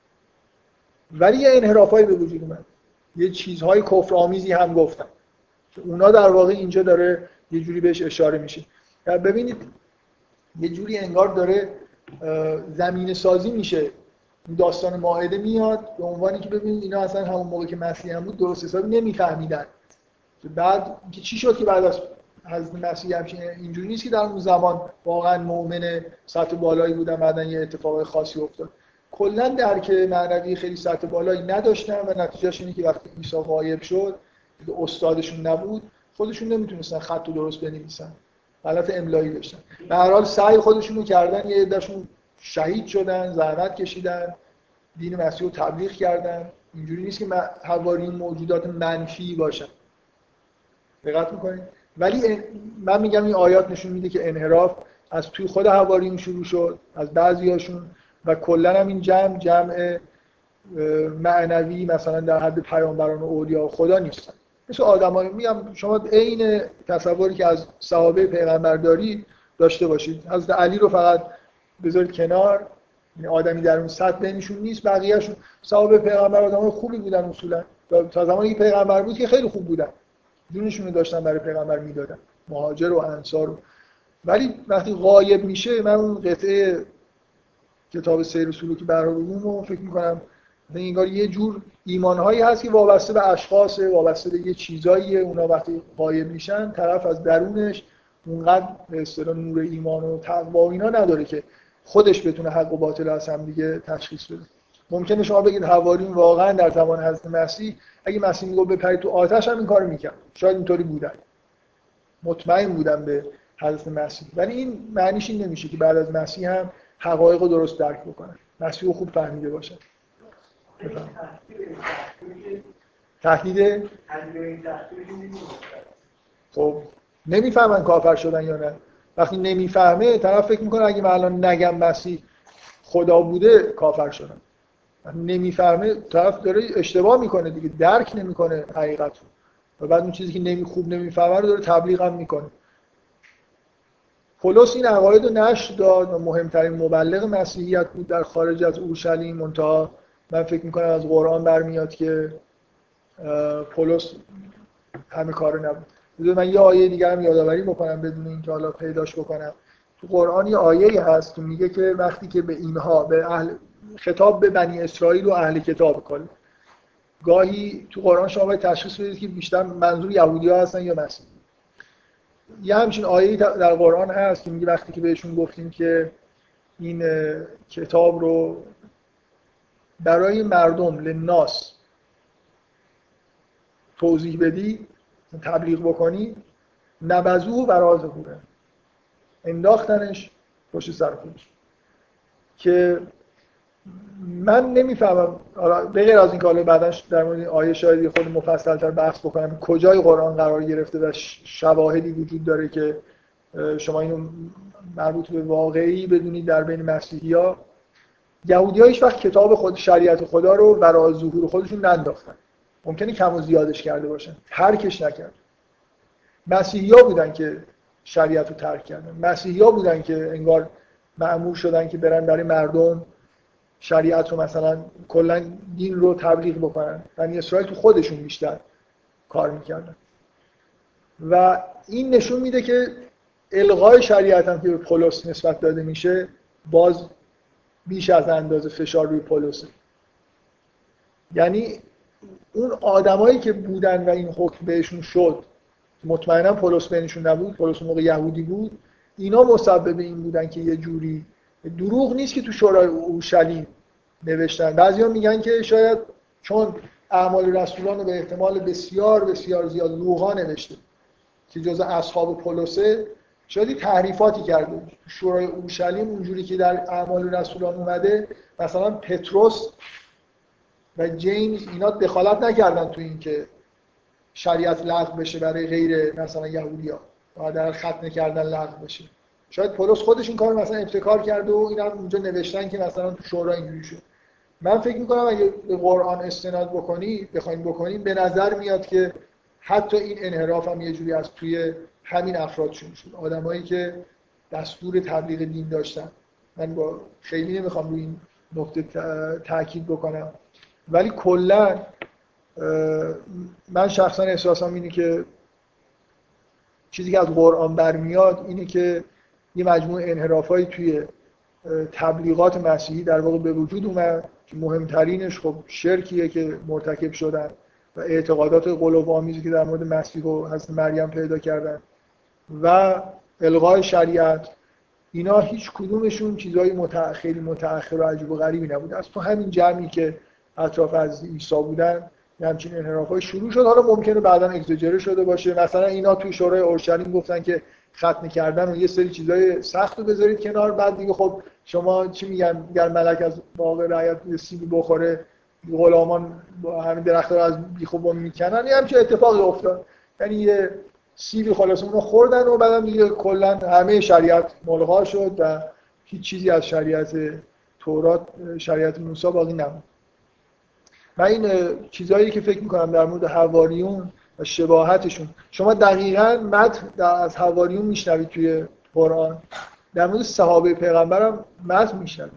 ولی یه انحرافایی به وجود اومد، یه چیزهای کفرآمیزی هم گفتن که اونا در واقع اینجا داره یه جوری بهش اشاره میشه. ببینید یه جوری انگار داره زمینه سازی میشه. داستان مائده میاد به عنوانی که ببینید اینا اصلا همون موقع که مسیح هم بود درست حسابی نمیفهمیدن که بعد که چی شد که بعد از حضرت مسیح همچین اینجوری نیست که در اون زمان واقعا مؤمن سطح بالایی بودن بعدن یه اتفاق خاصی افتاد. کلا درک معنوی خیلی سطح بالایی نداشتن و نتیجهش اینه که وقتی عیسی غایب شد که استادشون نبود خودشون نمیتونستن خط رو درست بنویسن، غلط املایی داشتن. به هر حال سعی خودشون رو کردن، یه عده‌شون شهید شدن، زحمت کشیدن، دین مسیح رو تبلیغ کردن. اینجوری نیست که حواریون موجودات منفی باشن. دقت میکنید؟ ولی من میگم این آیات نشون میده که انحراف از توی خود حواریون شروع شد، از بعضیاشون، و کلا هم این جمع معنوی مثلا در حد پیامبران و اولیاء خدا نیستن. مثل آدمایی میگم شما عین تصوری که از صحابه پیغمبر داشته باشید. حضرت علی رو فقط بذارید کنار، این آدمی در اون سطح بینشون نیست، بقیه‌شون صحابه پیغمبر آدمای خوبی بودن اصولا. تا زمانی که پیغمبر بود که خیلی خوب بودن، جونشون رو داشتن برای پیغمبر میدادن، مهاجر و انصار. ولی وقتی غایب میشه، من اون قطعه کتاب سیر و سلوک بهرام رو فکر می‌کنم انگار یه جور ایمانهایی هست که وابسته به اشخاصه، وابسته به یه چیزاییه. اونا وقتی غایب میشن، طرف از درونش اونقدر به اصطلاح نور ایمان و تقوا و اینا نداره که خودش بتونه حق و باطل از هم دیگه تشخیص بده. ممکنه شما بگید حواریون واقعا در زمان حضرت مسیح اگه مسیح میگه بپرید تو آتش هم این کارو میکرد، شاید اینطوری بودن، مطمئن بودن به حضرت مسیح. ولی این معنیش این نمیشه که بعد از مسیح هم حقایق رو درست درک بکنن، مسیح رو خوب فهمیده باشن. تهدید خب نمیفهمن کافر شدن یا نه. وقتی نمیفهمه طرف فکر میکنه اگه من الان نگم مسیح خدا بوده کافر شدن. نمیفهمه طرف داره اشتباه میکنه دیگه، درک نمیکنه حقیقت رو، و بعد اون چیزی که خوب نمیفهمه رو داره تبلیغ هم میکنه. پولس این عقاید رو نشر داد و مهمترین مبلغ مسیحیت بود در خارج از اورشلیم. منتها من فکر میکنم از قرآن برمیاد که پولس همه کارو نبود. من یه آیه دیگه هم یادآوری بکنم بدون اینکه حالا پیداش بکنم. تو قرآن یه آیه‌ای هست که میگه که وقتی که به اینها، به اهل خطاب به بنی اسرائیل و اهل کتاب کل، گاهی تو قرآن شما باید تشخیص بدید که بیشتر منظور یهودی‌ها هستن یا مسیحی. یه همچین آیه‌ای در قرآن هست که میگه وقتی که بهشون گفتیم که این کتاب رو برای مردم للناس توضیح بدی، تبلیغ بکنی، نبذوه وراء ظهوره، انداختنش پشت سر خودش. که من نمیفهمم، به غیر از این که حالا بعداً در مورد آیه شاید خود مفصل‌تر بحث بکنم کجای قرآن قرار گرفته و شواهدی وجود داره که شما اینو مربوط به واقعی بدونید در بین مسیحی‌ها. یهودی‌ها هیچ وقت کتاب خود، شریعت خدا رو برای ظهور خودشون ننداختن. ممکنه کم و زیادش کرده باشن، ترکش نکرد. مسیحی‌ها بودن که شریعت رو ترک کردن. مسیحی‌ها بودن که انگار مأمور شدن که برن برای مردم شریعت رو مثلا کلا دین رو تبلیغ بکنن. بنی اسرائیل تو خودشون بیشتر کار میکردن. و این نشون میده که الغای شریعت هم که به پولس نسبت داده میشه باز بیش از اندازه فشار روی پولسه. یعنی اون آدمایی که بودن و این حکم بهشون شد، مطمئنا پولس بینشون نبود، پولس موقع یهودی بود، اینا مسبب این بودن که یه جوری دروغ نیست که تو شورای اورشلیم نوشتن. بعضیا میگن که شاید چون اعمال رسولان رو به احتمال بسیار بسیار زیاد لوقا نوشته که جزء اصحاب پولسه، شاید تحریفاتی کرده. تو شورای اورشلیم اونجوری که در اعمال رسولان اومده، مثلا پتروس و جیمز اینا دخالت نکردن تو این که شریعت لغو بشه برای غیر مثلا یهودی‌ها و در ختنه کردن لغو بشه. شاید پولس خودش این کارو مثلا ابتکار کرده و اینا اونجا نوشتن که مثلا تو شورا اینجوری شد. من فکر می‌کنم اگه به قرآن استناد بخواید بکنید به نظر میاد که حتی این انحراف هم یه جوری از توی همین افراد شروع شد. آدمایی که دستور تبلیغ دین داشتن. من با خیلی نمیخوام روی این نکته تاکید بکنم، ولی کلا من شخصا احساسم اینه که چیزی که از قرآن برمیاد اینه که یه مجموعه انحرافایی توی تبلیغات مسیحی در واقع به وجود اومد که مهمترینش خب شرکیه که مرتکب شدن و اعتقادات غلوآمیزی که در مورد مسیح و حضرت مریم پیدا کردن و الغای شریعت. اینا هیچ کدومشون چیزای خیلی متأخر و عجیب و غریبی نبود. از تو همین جمعی که اطراف از عیسی بودن همچین انحرافای شروع شد. حالا ممکنه بعداً اگزاجره شده باشه. مثلا اینا توی شورای اورشلیم گفتن که ختنه کردن و یه سری چیزای سخت رو بذارید کنار، بعد دیگه خب شما چی میگن، اگر ملک از باغ رعیت یه سیبی بخوره غلامان با همین درخت‌ها رو از بیخوبون میکنن. یه همچین اتفاقی افتاد. یعنی یه سیبی خلاص اونو خوردن و بعدم دیگه کلا همه شریعت ملغا شد و هیچ چیزی از شریعت تورات، شریعت موسی باقی نموند. من این چیزایی که فکر میکنم در مورد حواریون و شباهتشون، شما دقیقاً متن از حواریون میشنوید توی قرآن، در مورد صحابه پیغمبرم متن میشنوید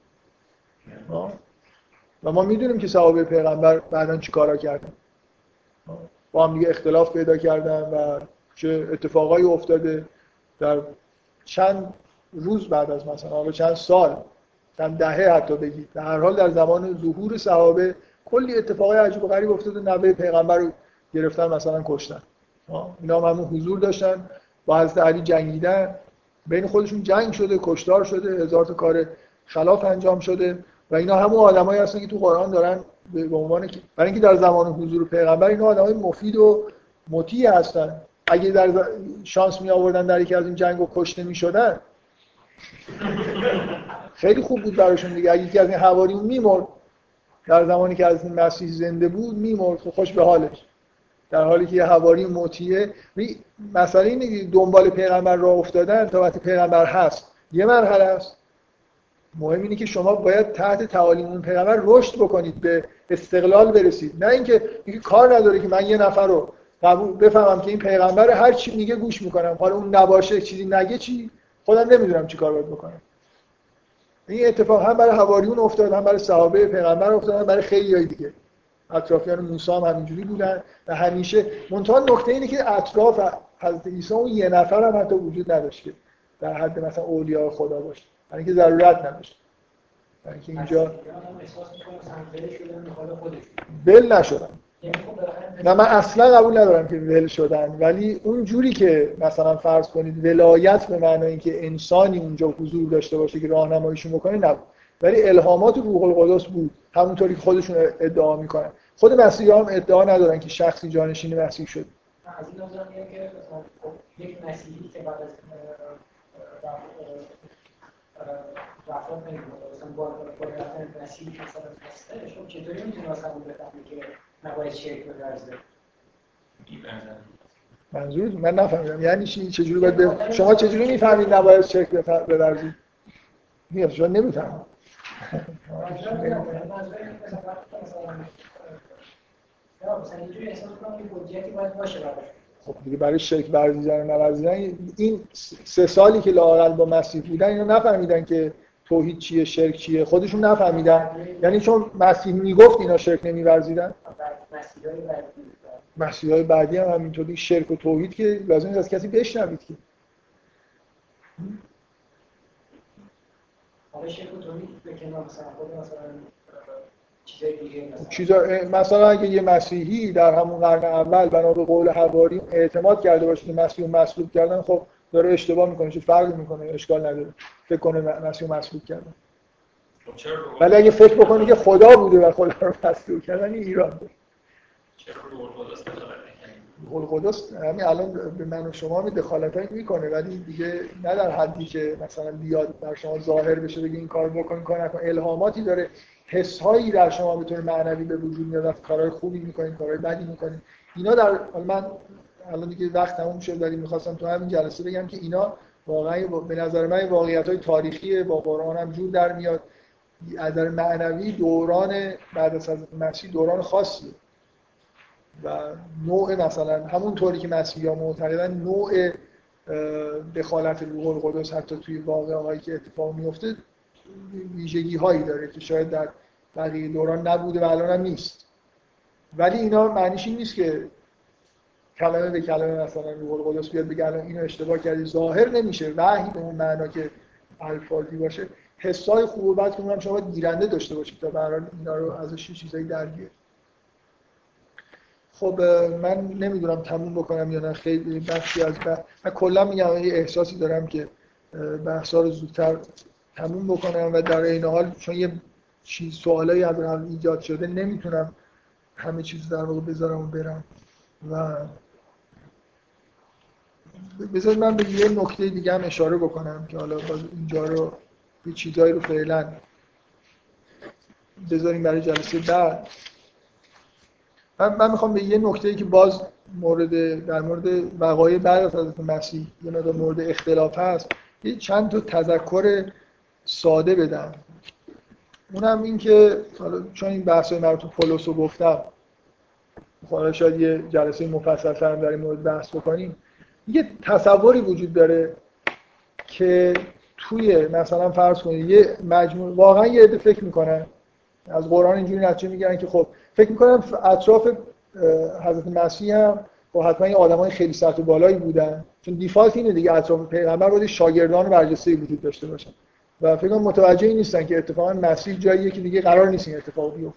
و ما میدونیم که صحابه پیغمبر بعداً چی کارا کردن، با هم دیگه اختلاف پیدا کردن و چه اتفاقایی افتاده در چند روز بعد از مثلا چند سال، چند دهه حتی بگید، در هر حال در زمان ظهور صحابه کلی اتفاقای عجیب و غریب افتاده. نوه پیغمبر رو گرفتن مثلا کشتن، اینا هم همون حضور داشتن، با حضرت علی جنگیدن، بین خودشون جنگ شده، کشتار شده، هزار تا کار خلاف انجام شده و اینا همون آدمایی هستن که تو قرآن دارن به عنوان که برای اینکه در زمان حضور پیغمبر اینا آدمای مفید و مطیع هستن، اگه در شانس می آوردن در یکی از این جنگو کشته میشدن خیلی خوب بود براشون دیگه. اگه یکی از این حواریون میمرد در زمانی که از این مسیح زنده بود میمرد، خوش به حالش، در حالی که یه حواری مطیعه. مسئله اینه که دنبال پیغمبر راه افتادن تا وقتی پیغمبر هست یه مرحله است، مهم اینه که شما باید تحت تعالیم اون پیغمبر رشد بکنید، به استقلال برسید، نه اینکه کار نداره که من یه نفر رو بفهمم که این پیغمبر هر چی میگه گوش میکنم، حالا اون نباشه چیزی نگه چی، خودم نمیدونم چی کار باید بکنم. این اتفاق هم برای حواریون افتاد، هم برای صحابه پیغمبر افتاد، هم برای خیلیای دیگه. اطرافیان موسی هم همینجوری بودن و همیشه منتها نکته اینه که اطراف حضرت عیسی اون یه نفر هم حتی وجود نداشت که در حد مثلا اولیاء خدا باشه، یعنی که ضرورت نداشت، یعنی که اینجا بل نشدن. نه من اصلا قبول ندارم که ول شدن، ولی اون جوری که مثلا فرض کنید ولایت به معنای اینکه انسانی اونجا حضور داشته باشه که راهنماییشون بکنه نبود، ولی الهامات روح القدس بود، همونطوری که خودشون ادعا میکنن. خود مسیحی‌ها هم ادعا ندارن که شخصی جانشین مسیح شد. از این نظر میگم که یک مسیحی که بعد از وفات نمی‌کنه، مثلا با رفتن مسیحی که مثلا هستش، خب چطوری میتونه مثلا بفهمه که نباید شرک بورزه؟ منظور من نفهمیدم یعنی چی، چجوری باید شما چجوری میفهمید نباید شرک بورزید؟ میگم شما نمیفهمید. خب دیگه برای شرک ورزیدن و نورزیدن این 3 سالی که لااقل با مسیح بودن اینا نفهمیدن که توحید چیه، شرک چیه، خودشون نفهمیدن. یعنی چون مسیح میگفت اینا شرک نمی‌ورزیدن، مسیحای بعدی هم همینطوری شرک و توحید که لازم نیست از کسی بشنوید که حالا شرک و توحید به کنار مثلا خود مثلا چیزای دیگه مثلا اگه یه مسیحی در همون قرن اول بنا به قول حواری اعتماد کرده باشه که مسیح مصلوب کردن، خب داره اشتباه میکنه، چه فرقی میکنه، اشکال نداره فکر کنه مسیح مصلوب کردن. ولی اگه فکر بکنی که خدا بوده و خدا رو مصلوب کردن این ایران داره. چرا روح القدس دخالت نکنه؟ روح القدس همین الان به من و شما می دخالتایی میکنه، ولی دیگه نه در حدی که مثلا بیاد در شما ظاهر بشه بگه این کارو بکن، کار نکن. الهاماتی داره، حس‌هایی در شما به طور معنوی به وجود میاد، کارهای خوبی میکنین، کارهای بدی میکنین. اینا در من الان دیگه وقت تموم شد، ولی می‌خواستم تو همین جلسه بگم که اینا واقعا به نظر من واقعیت‌های تاریخی با قرآن هم جور در میاد. از نظر معنوی دوران بعد از حضرت مسیح دوران خاصیه و نوع مثلا همون طوری که مسیحی‌ها معتقدن نوع دخالت روح القدس حتی توی واقعه‌هایی که اتفاق میفته ویژگی‌هایی داره که شاید در بقیه دوران نبوده و الان هم نیست. ولی اینا معنیش این نیست که کلمه به کلمه مثلا روح القدس بیاد بگه الان اینو اشتباه کردی، ظاهر نمیشه وحی به اون معنا که الفاظی باشه. حسای خوب و بد که اونم شما گیرنده داشته باشید تا به هر حال اینا رو ازش چیزایی در بیارید. خب من نمیدونم تموم بکنم یا نه، خیلی بخشی از من کلا میگم یه احساسی دارم که بحثا رو زودتر تموم بکنم و در این حال چون یه سوالایی از هم ایجاد شده نمیتونم همه چیز در واقع بذارم و برم و بذارید من به یه نکته دیگه هم اشاره بکنم که حالا باز اینجا رو یه چیزایی رو فعلا بذاریم برای جلسه بعد. من میخوام به یه نکته‌ای که باز در مورد وقایع بعد از حضرت مسیح یه مقدار مورد اختلاف هست، یه چند تا تذکر ساده بدم. اونم این که چون این بحث‌های مربوط به پولس رو گفتم، حالا شاید یه جلسه مفصل‌تر هم در این مورد بحث بکنیم. یه تصوری وجود داره که توی مثلا فرض کنید یه مجموعه، واقعا یه عده فکر میکنن از قرآن اینجوری نتیجه میگیرن که خب فکر میکنن اطراف حضرت مسیح هم خب حتما این آدمای خیلی سطح و بالایی بودن، چون دیفالت اینه دیگه، اطراف پیغمبر باید شاگردان برجسته وجود داشته باشن و فکر کنم متوجه این نیستن که اتفاقا مسیح جاییه که دیگه قرار نیست این اتفاق بیفته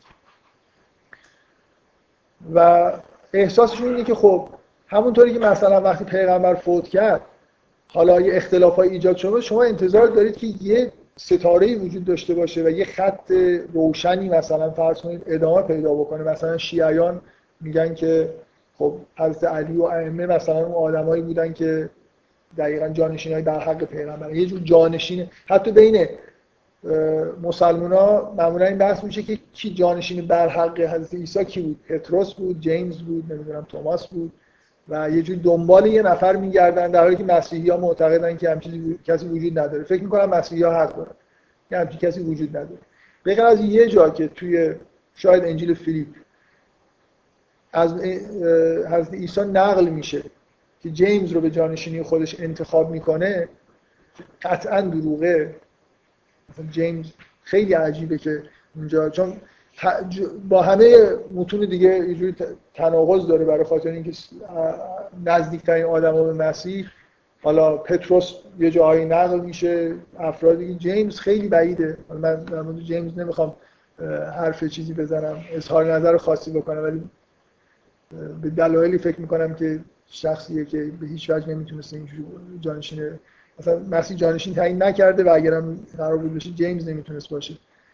و احساسشون اینه که خب همونطوری که مثلا وقتی پیغمبر فوت کرد حالا یه اختلافای ایجاد شده، شما انتظار دارید که یه ستاره‌ای وجود داشته باشه و یه خط روشنی مثلا فرض کنید ادامه پیدا بکنه. مثلا شیعیان میگن که خب حضرت علی و ائمه مثلا اون آدمایی بودن که دقیقاً جانشینای در حق پیغمبر، یه جور جانشین. حتی بین مسلمان‌ها معمولا این بحث میشه که کی جانشین بر حق حضرت عیسی کی بود، پتروس بود، جیمز بود، نمیدونم توماس بود و یه جور دنبال یه نفر میگردن، در حالی که مسیحی‌ها معتقدن که همچین کسی وجود نداره. فکر می‌کنم مسیحی‌ها حق دارن که همچین کسی وجود نداره، به غیر از یه جا که توی شاید انجیل فیلیپ از حضرت عیسی نقل میشه که جیمز رو به جانشینی خودش انتخاب میکنه، قطعاً دروغه. مثلا جیمز خیلی عجیبه که اونجا، چون با همه متون دیگه یه جوری تناقض داره برای خاطر اینکه نزدیکترین آدم‌ها به مسیح، حالا پتروس یه جایی نقل میشه، افرادی، جیمز خیلی بعیده. حالا من در مورد جیمز نمیخوام حرف چیزی بزنم، اظهار نظر خاصی بکنم، ولی به دلایلی فکر میکنم که شخصیه که به هیچ وجه نمیتونست اینجوری جانشین، مثلا مسیح جانشین تعیین نکرده و اگرم قرار بود بشه جیمز نمیتونست باشه.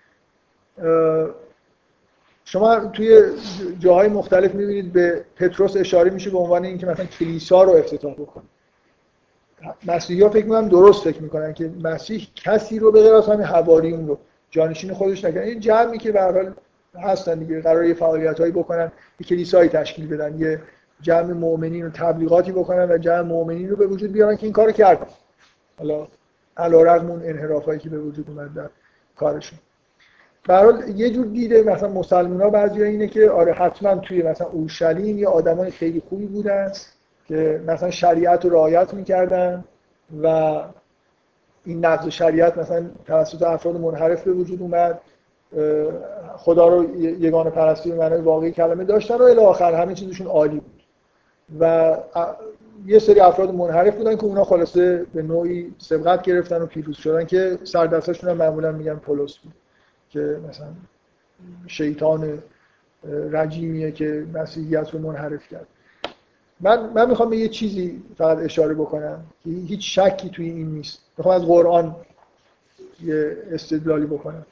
شما توی جاهای مختلف میبینید به پتروس اشاره میشه به عنوان اینکه مثلا کلیسا رو افتتاح بکنه. مسیحی‌ها فکر می‌کنن درست فکر می‌کنن که مسیح کسی رو به غیر از همین حواریون رو جانشین خودش نکنه. این جمعی که به هر حال هستن دیگه، قراره یه فعالیتایی بکنن، یه کلیسایی تشکیل بدن، یه جمع مؤمنین رو تبلیغاتی بکنن و جمع مؤمنین رو به وجود بیارن که این کارو کردن. حالا علیرغم اون انحرافایی که به وجود اومد در کارشون. به هر حال یه جور دیده مثلا مسلمان‌ها بعضیا اینه که آره حتما توی مثلا اورشلیم یه آدمای خیلی خوبی بودن که مثلا شریعت رو رعایت می‌کردن و این نقض شریعت مثلا توسط افراد منحرف به وجود اومد، خدا رو یگانه پرستی به معنای واقعی کلمه داشتن و الی آخر همه چیزشون عالی بود و یه سری افراد منحرف بودن که اونا خلاصه به نوعی سبقت گرفتن و پیروز شدن که سردستاشون هم معمولا میگن پولس بود که مثلا شیطان رجیمیه که مسیحیت رو منحرف کرد. من میخوام به یه چیزی فقط اشاره بکنم که هیچ شکی توی این نیست. میخوام از قرآن یه استدلالی بکنم.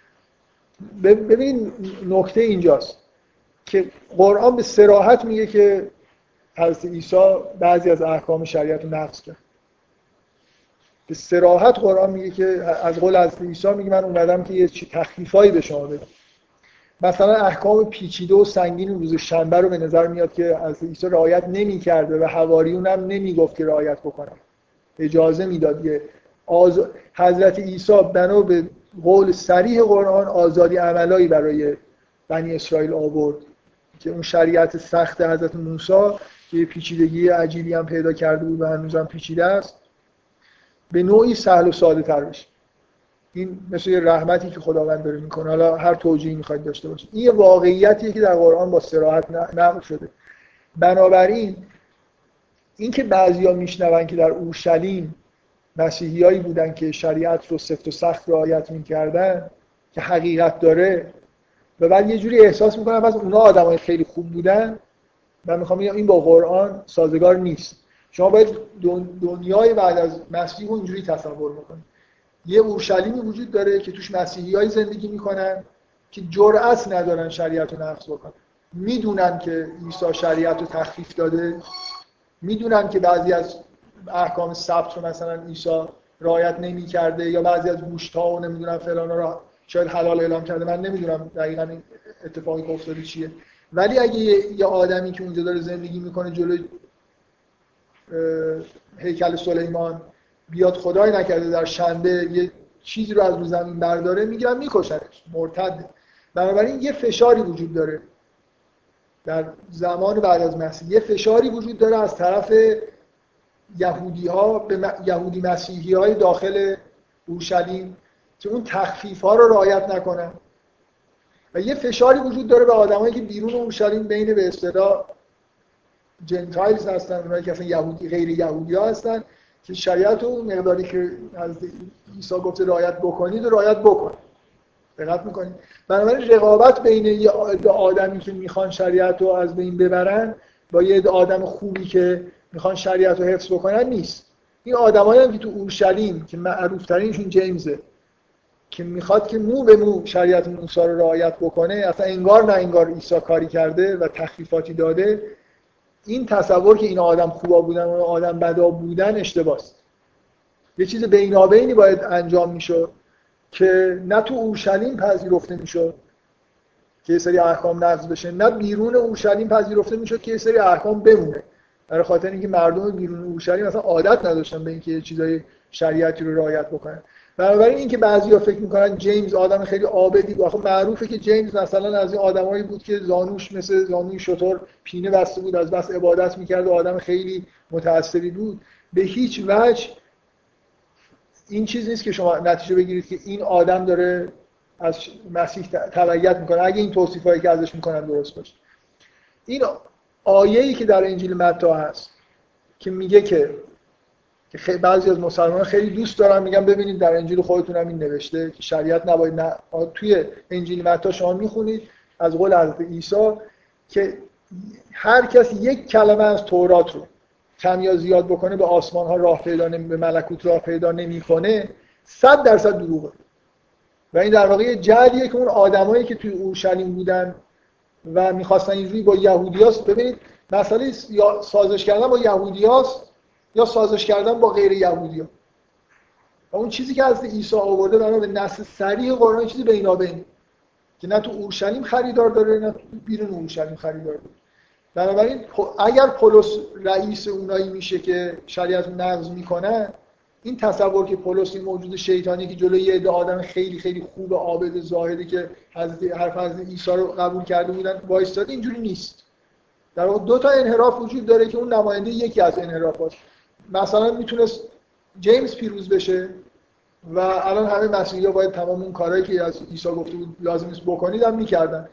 ببین نکته اینجاست که قرآن به صراحت میگه که حضرت عیسی بعضی از احکام شریعت رو نقض کرد. به صراحت قرآن میگه که از قول حضرت عیسی میگه من اومدم که یه تخفیفایی به شما بدم. مثلا احکام پیچیده و سنگین روز شنبه رو به نظر میاد که حضرت عیسی رعایت نمی‌کرده و حواریون هم نمیگفت که رعایت بکنن، اجازه میداد. حضرت عیسی بنا به قول صریح قرآن آزادی عملایی برای بنی اسرائیل آورد که اون شریعت سخت حضرت موسی که پیچیدگی عجیبی هم پیدا کرده بود و هنوزم پیچیده است به نوعی سهل و ساده تر بشه. این مثل یه رحمتی که خداوند داره میکنه، حالا هر توجیهی میخواید داشته باشه. این یه واقعیتیه که در قرآن با صراحت نقل شده. بنابراین این که بعضیا میشنون که در اورشلیم مسیحیایی بودن که شریعت رو سفت و سخت رعایت میکردن که حقیقت داره و بعد یه جوری احساس میکنن پس اونا آدمای خیلی خوب بودن، من میخوام بگم این با قرآن سازگار نیست. شما باید دنیای بعد از مسیح رو اینجوری تصور بکنید. یه اورشلیمی وجود داره که توش مسیحیایی زندگی میکنن که جرأت ندارن شریعت رو نقض بکنن، میدونن که عیسی شریعت رو تخفیف داده، میدونن که بعضی از احکام سبت رو مثلا عیسی رعایت نمی‌کرده یا بعضی از گوشت‌ها و نمیدونم فلانا رو شاید حلال اعلام کرده، من نمیدونم دقیقاً این اتفاقی که افتاده چیه، ولی اگه یه آدمی که اونجا داره زندگی میکنه جلوی هیکل سلیمان بیاد خدای نکرده در شنبه یه چیزی رو از رو زمین برداره، میگیرن میکشنش، مرتده. بنابراین یه فشاری وجود داره در زمان بعد از مسیح، یه فشاری وجود داره از طرف یهودی‌ها به یهودی مسیحی‌های داخل اورشلیم که اون تخفیف‌ها رو رعایت نکنن، و یه فشاری وجود داره به آدمایی که بیرون اورشلیم بین به اصطلاح جنتایلز هستن، اونایی که اصلا یهودی غیر یهودی‌ها هستن، که شریعت رو مقداری که از عیسی گفته رعایت بکنید و رعایت بکنید. دقت می‌کنید؟ بنابراین رقابت بین یه آدمی که میخوان شریعت رو از بین ببرن با یه آدم خوبی که میخوان شریعت رو حفظ بکنن نیست. این آدمایی هم که تو اورشلیم که معروف‌ترینشون جیمزه که میخواد که مو به مو شریعت موسی رو رعایت بکنه، اصلا انگار نه انگار عیسی کاری کرده و تخفیفاتی داده، این تصور که این آدم خوبا بودن و آدم بدا بودن اشتباهه. یه چیز بینابینی باید انجام میشد که نه تو اورشلیم پذیرفته میشد که یه سری احکام نقض بشه، نه بیرون اورشلیم پذیرفته میشد که یه سری احکام بمونه، برای خاطر اینکه مردم بیرون اورشلیم مثلا عادت نداشتن به اینکه چیزای شریعتی رو رعایت بکنن. بنابراین اینکه بعضیا فکر میکنن جیمز آدم خیلی عابدی بود، آخه معروفه که جیمز مثلا از این آدمایی بود که زانوش مثل زانوی شتر پینه بسته بود، از بس عبادت میکرد و آدم خیلی متعصبی بود. به هیچ وجه این چیز نیست که شما نتیجه بگیرید که این آدم داره از مسیح تبعیت میکنه اگه این توصیفایی که ازش میکنن درست باشه. این آیه‌ای که در انجیل متی هست که میگه که بعضی از مسلمانان خیلی دوست دارن میگن ببینید در انجیل خودتون هم این نوشته که شریعت نباید نه. توی انجیل متی شما میخونید از قول حضرت عیسی که هر کسی یک کلمه از تورات رو کم یا زیاد بکنه به آسمان ها راه پیدا به ملکوت راه پیدا نمیکنه، 100% دروغه. و این در واقع یه جعلیه که اون آدمایی که توی اورشلیم بودن و میخواستن اینجوری با یهودیاست، ببینید مسئله یا سازش کردن با یهودیاست یا سازش کردن با غیر یهودیا. و اون چیزی که از عیسی آورده بنا به نص صریح قرآن چیزی بینابین که نه تو اورشلیم خریدار داره نه تو بیرون اورشلیم خریدار داره. بنابراین اگر پولس رئیس اونایی میشه که شریعت رو نقض میکنن، این تصور که پولس این موجود شیطانی که جلوی یه عده آدم خیلی خیلی خوب عابد زاهدی که حرف از عیسی رو قبول کرده بودن وایستاده، اینجوری نیست. در واقع دو تا انحراف وجود داره که اون نماینده یکی از انحرافات. مثلا میتونست جیمز پیروز بشه و الان همه مسیحی‌ها باید تمام اون کارهایی که از عیسی گفته بود لازم نیست بکنید هم میکردن.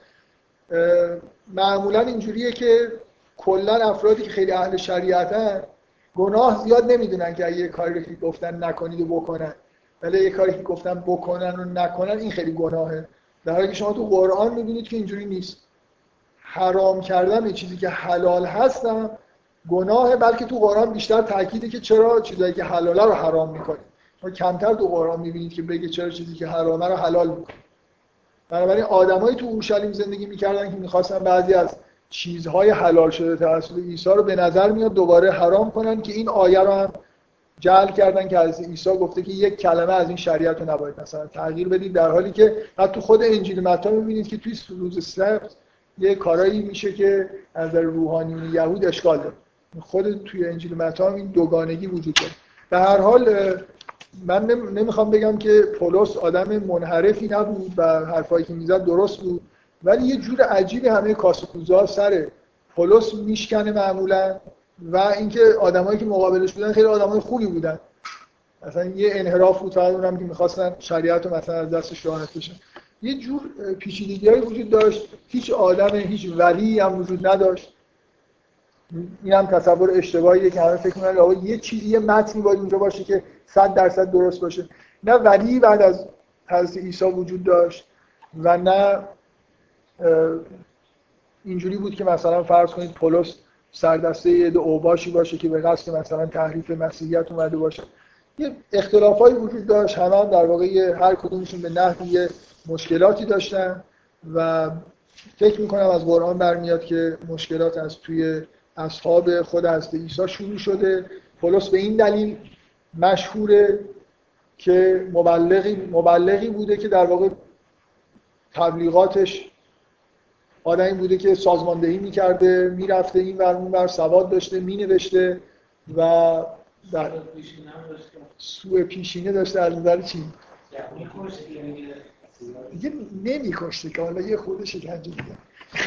معمولا اینجوریه که کلا افرادی که خیلی اهل شریعتن گناه زیاد نمیدونن که اگه یه کاری رو که گفتن نکنید و بکنن، ولی یه کاری که گفتن بکنن و نکنن این خیلی گناهه. در حالی که شما تو قرآن میبینید که اینجوری نیست. حرام کردن چیزی که حلال هستم گناهه، بلکه تو قرآن بیشتر تاکیده که چرا چیزایی که حلاله رو حرام میکنید. شما کمتر تو قرآن میبینید که بگه چرا چیزی که حرامه رو حلال میکنید. بنابراین آدمایی تو اورشلیم زندگی میکردن که میخواستن بعضی از چیزهای حلال شده توسط عیسی رو به نظر میاد دوباره حرام کنن، که این آیه رو هم جعل کردن که از عیسی گفته که یک کلمه از این شریعت رو نباید مثلا تغییر بدید، در حالی که حتی تو خود انجیل متی میبینید که توی روز سبت یه کارایی میشه که از نظر روحانیون یهود اشکال داره. خود توی انجیل متی این دوگانگی وجود داره. به هر حال من نمیخوام بگم که پولس آدم منحرفی نبود و حرفایی که میزد درست بود، ولی یه جور عجیبی همه کاسکوزا سر پولس میشکنه معمولا، و اینکه آدمایی که مقابلش بودن خیلی آدمای خوبی بودن. مثلا یه انحراف بود فقط اونم که می‌خواستن شریعت رو مثلا از دستش راحت بشن. یه جور پیچیدگی‌هایی وجود داشت، هیچ آدم هیچ ولی هم وجود نداشت. این هم تصور اشتباهیه که همه فکر می‌کنن آقا یه چیزی یه متنی باید اونجا باشه که 100% درست باشه. نه ولی بعد از حضرت عیسی وجود داشت و نه اینجوری بود که مثلا فرض کنید پولس سردسته یه عده اوباشی باشه که به قصد مثلا تحریف مسیحیت اومده باشه. یه اختلافایی وجود داشت، همه هم در واقع هر کدومشون به نحوی مشکلاتی داشتن و فکر میکنم از قرآن برمیاد که مشکلات از توی اصحاب خود حضرت عیسی شروع شده. پولس به این دلیل مشهوره که مبلغی بوده که در واقع تبلیغاتش آدمی بوده که سازماندهی میکرده، میرفته این ور اون ور، سواد داشته، مینوشته و در سوء پیشینه داشته. از نظر چی؟ دیگه نمیکشته که حالا یه خود شکنجه میدن.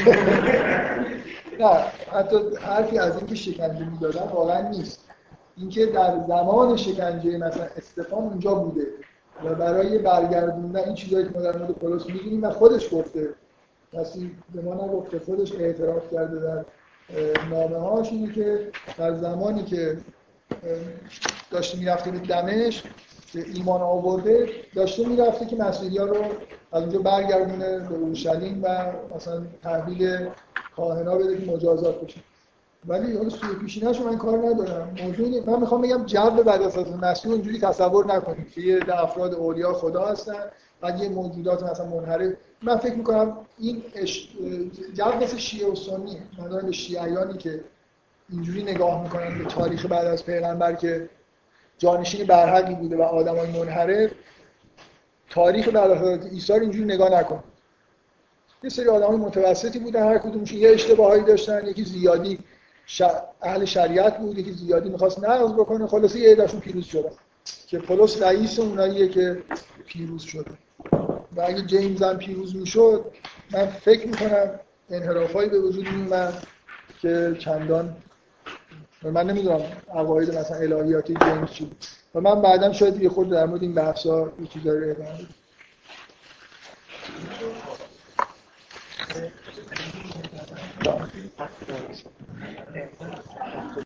نه حتی حرفی از اینکه شکنجه میدادن واقعا نیست. اینکه در زمان شکنجه مثلا استفان اونجا بوده و برای برگردوندن این چیزایی که ما در مورد پولس می‌دونیم و خودش گفته، کسی به ما نگفته، خودش اعتراف کرده در نامه‌هاش، اینه که در زمانی که داشته میرفته به دمشق که ایمان آورده، داشته میرفته که مسیحی‌ها رو از اونجا برگردونه به اورشلیم و مثلا تحویل کاهنا بده که مجازات بشه. ولی حالا سوء پیشینه‌اش من کار ندارم. موضوع من میخوام بگم جو بعد از حضرت مسیح اونجوری تصور نکنید که یه افراد اولیاء خدا هستن و یه موجودات مثلا منحرف. من فکر میکنم این جو مثل شیعه و سنیه. من دارم به شیعیانی که اینجوری نگاه میکنن به تاریخ بعد از پیغمبر که جانشین برحقی بوده و آدمای منحرف، تاریخ بعد از حضرت عیسی رو اینجوری نگاه نکن. یه سری آدمای متوسطی بودن، هر کدومشون یه اشتباهایی داشتن، یکی زیادی اهل شریعت بود، یکی زیادی می‌خواست نقض بکنه، خلاصه یه عده‌شون پیروز شدن که پولس رئیس اوناییه که پیروز شده. و اگه جیمز هم پیروز میشد، من فکر میکنم انحرافایی به وجود میومد که چندان، من نمیدونم عقاید مثلا الهیاتی جیمز چی بود و من بعداً شاید یه خود در مورد این بحثا یه چیزایی رو ادامه بدم.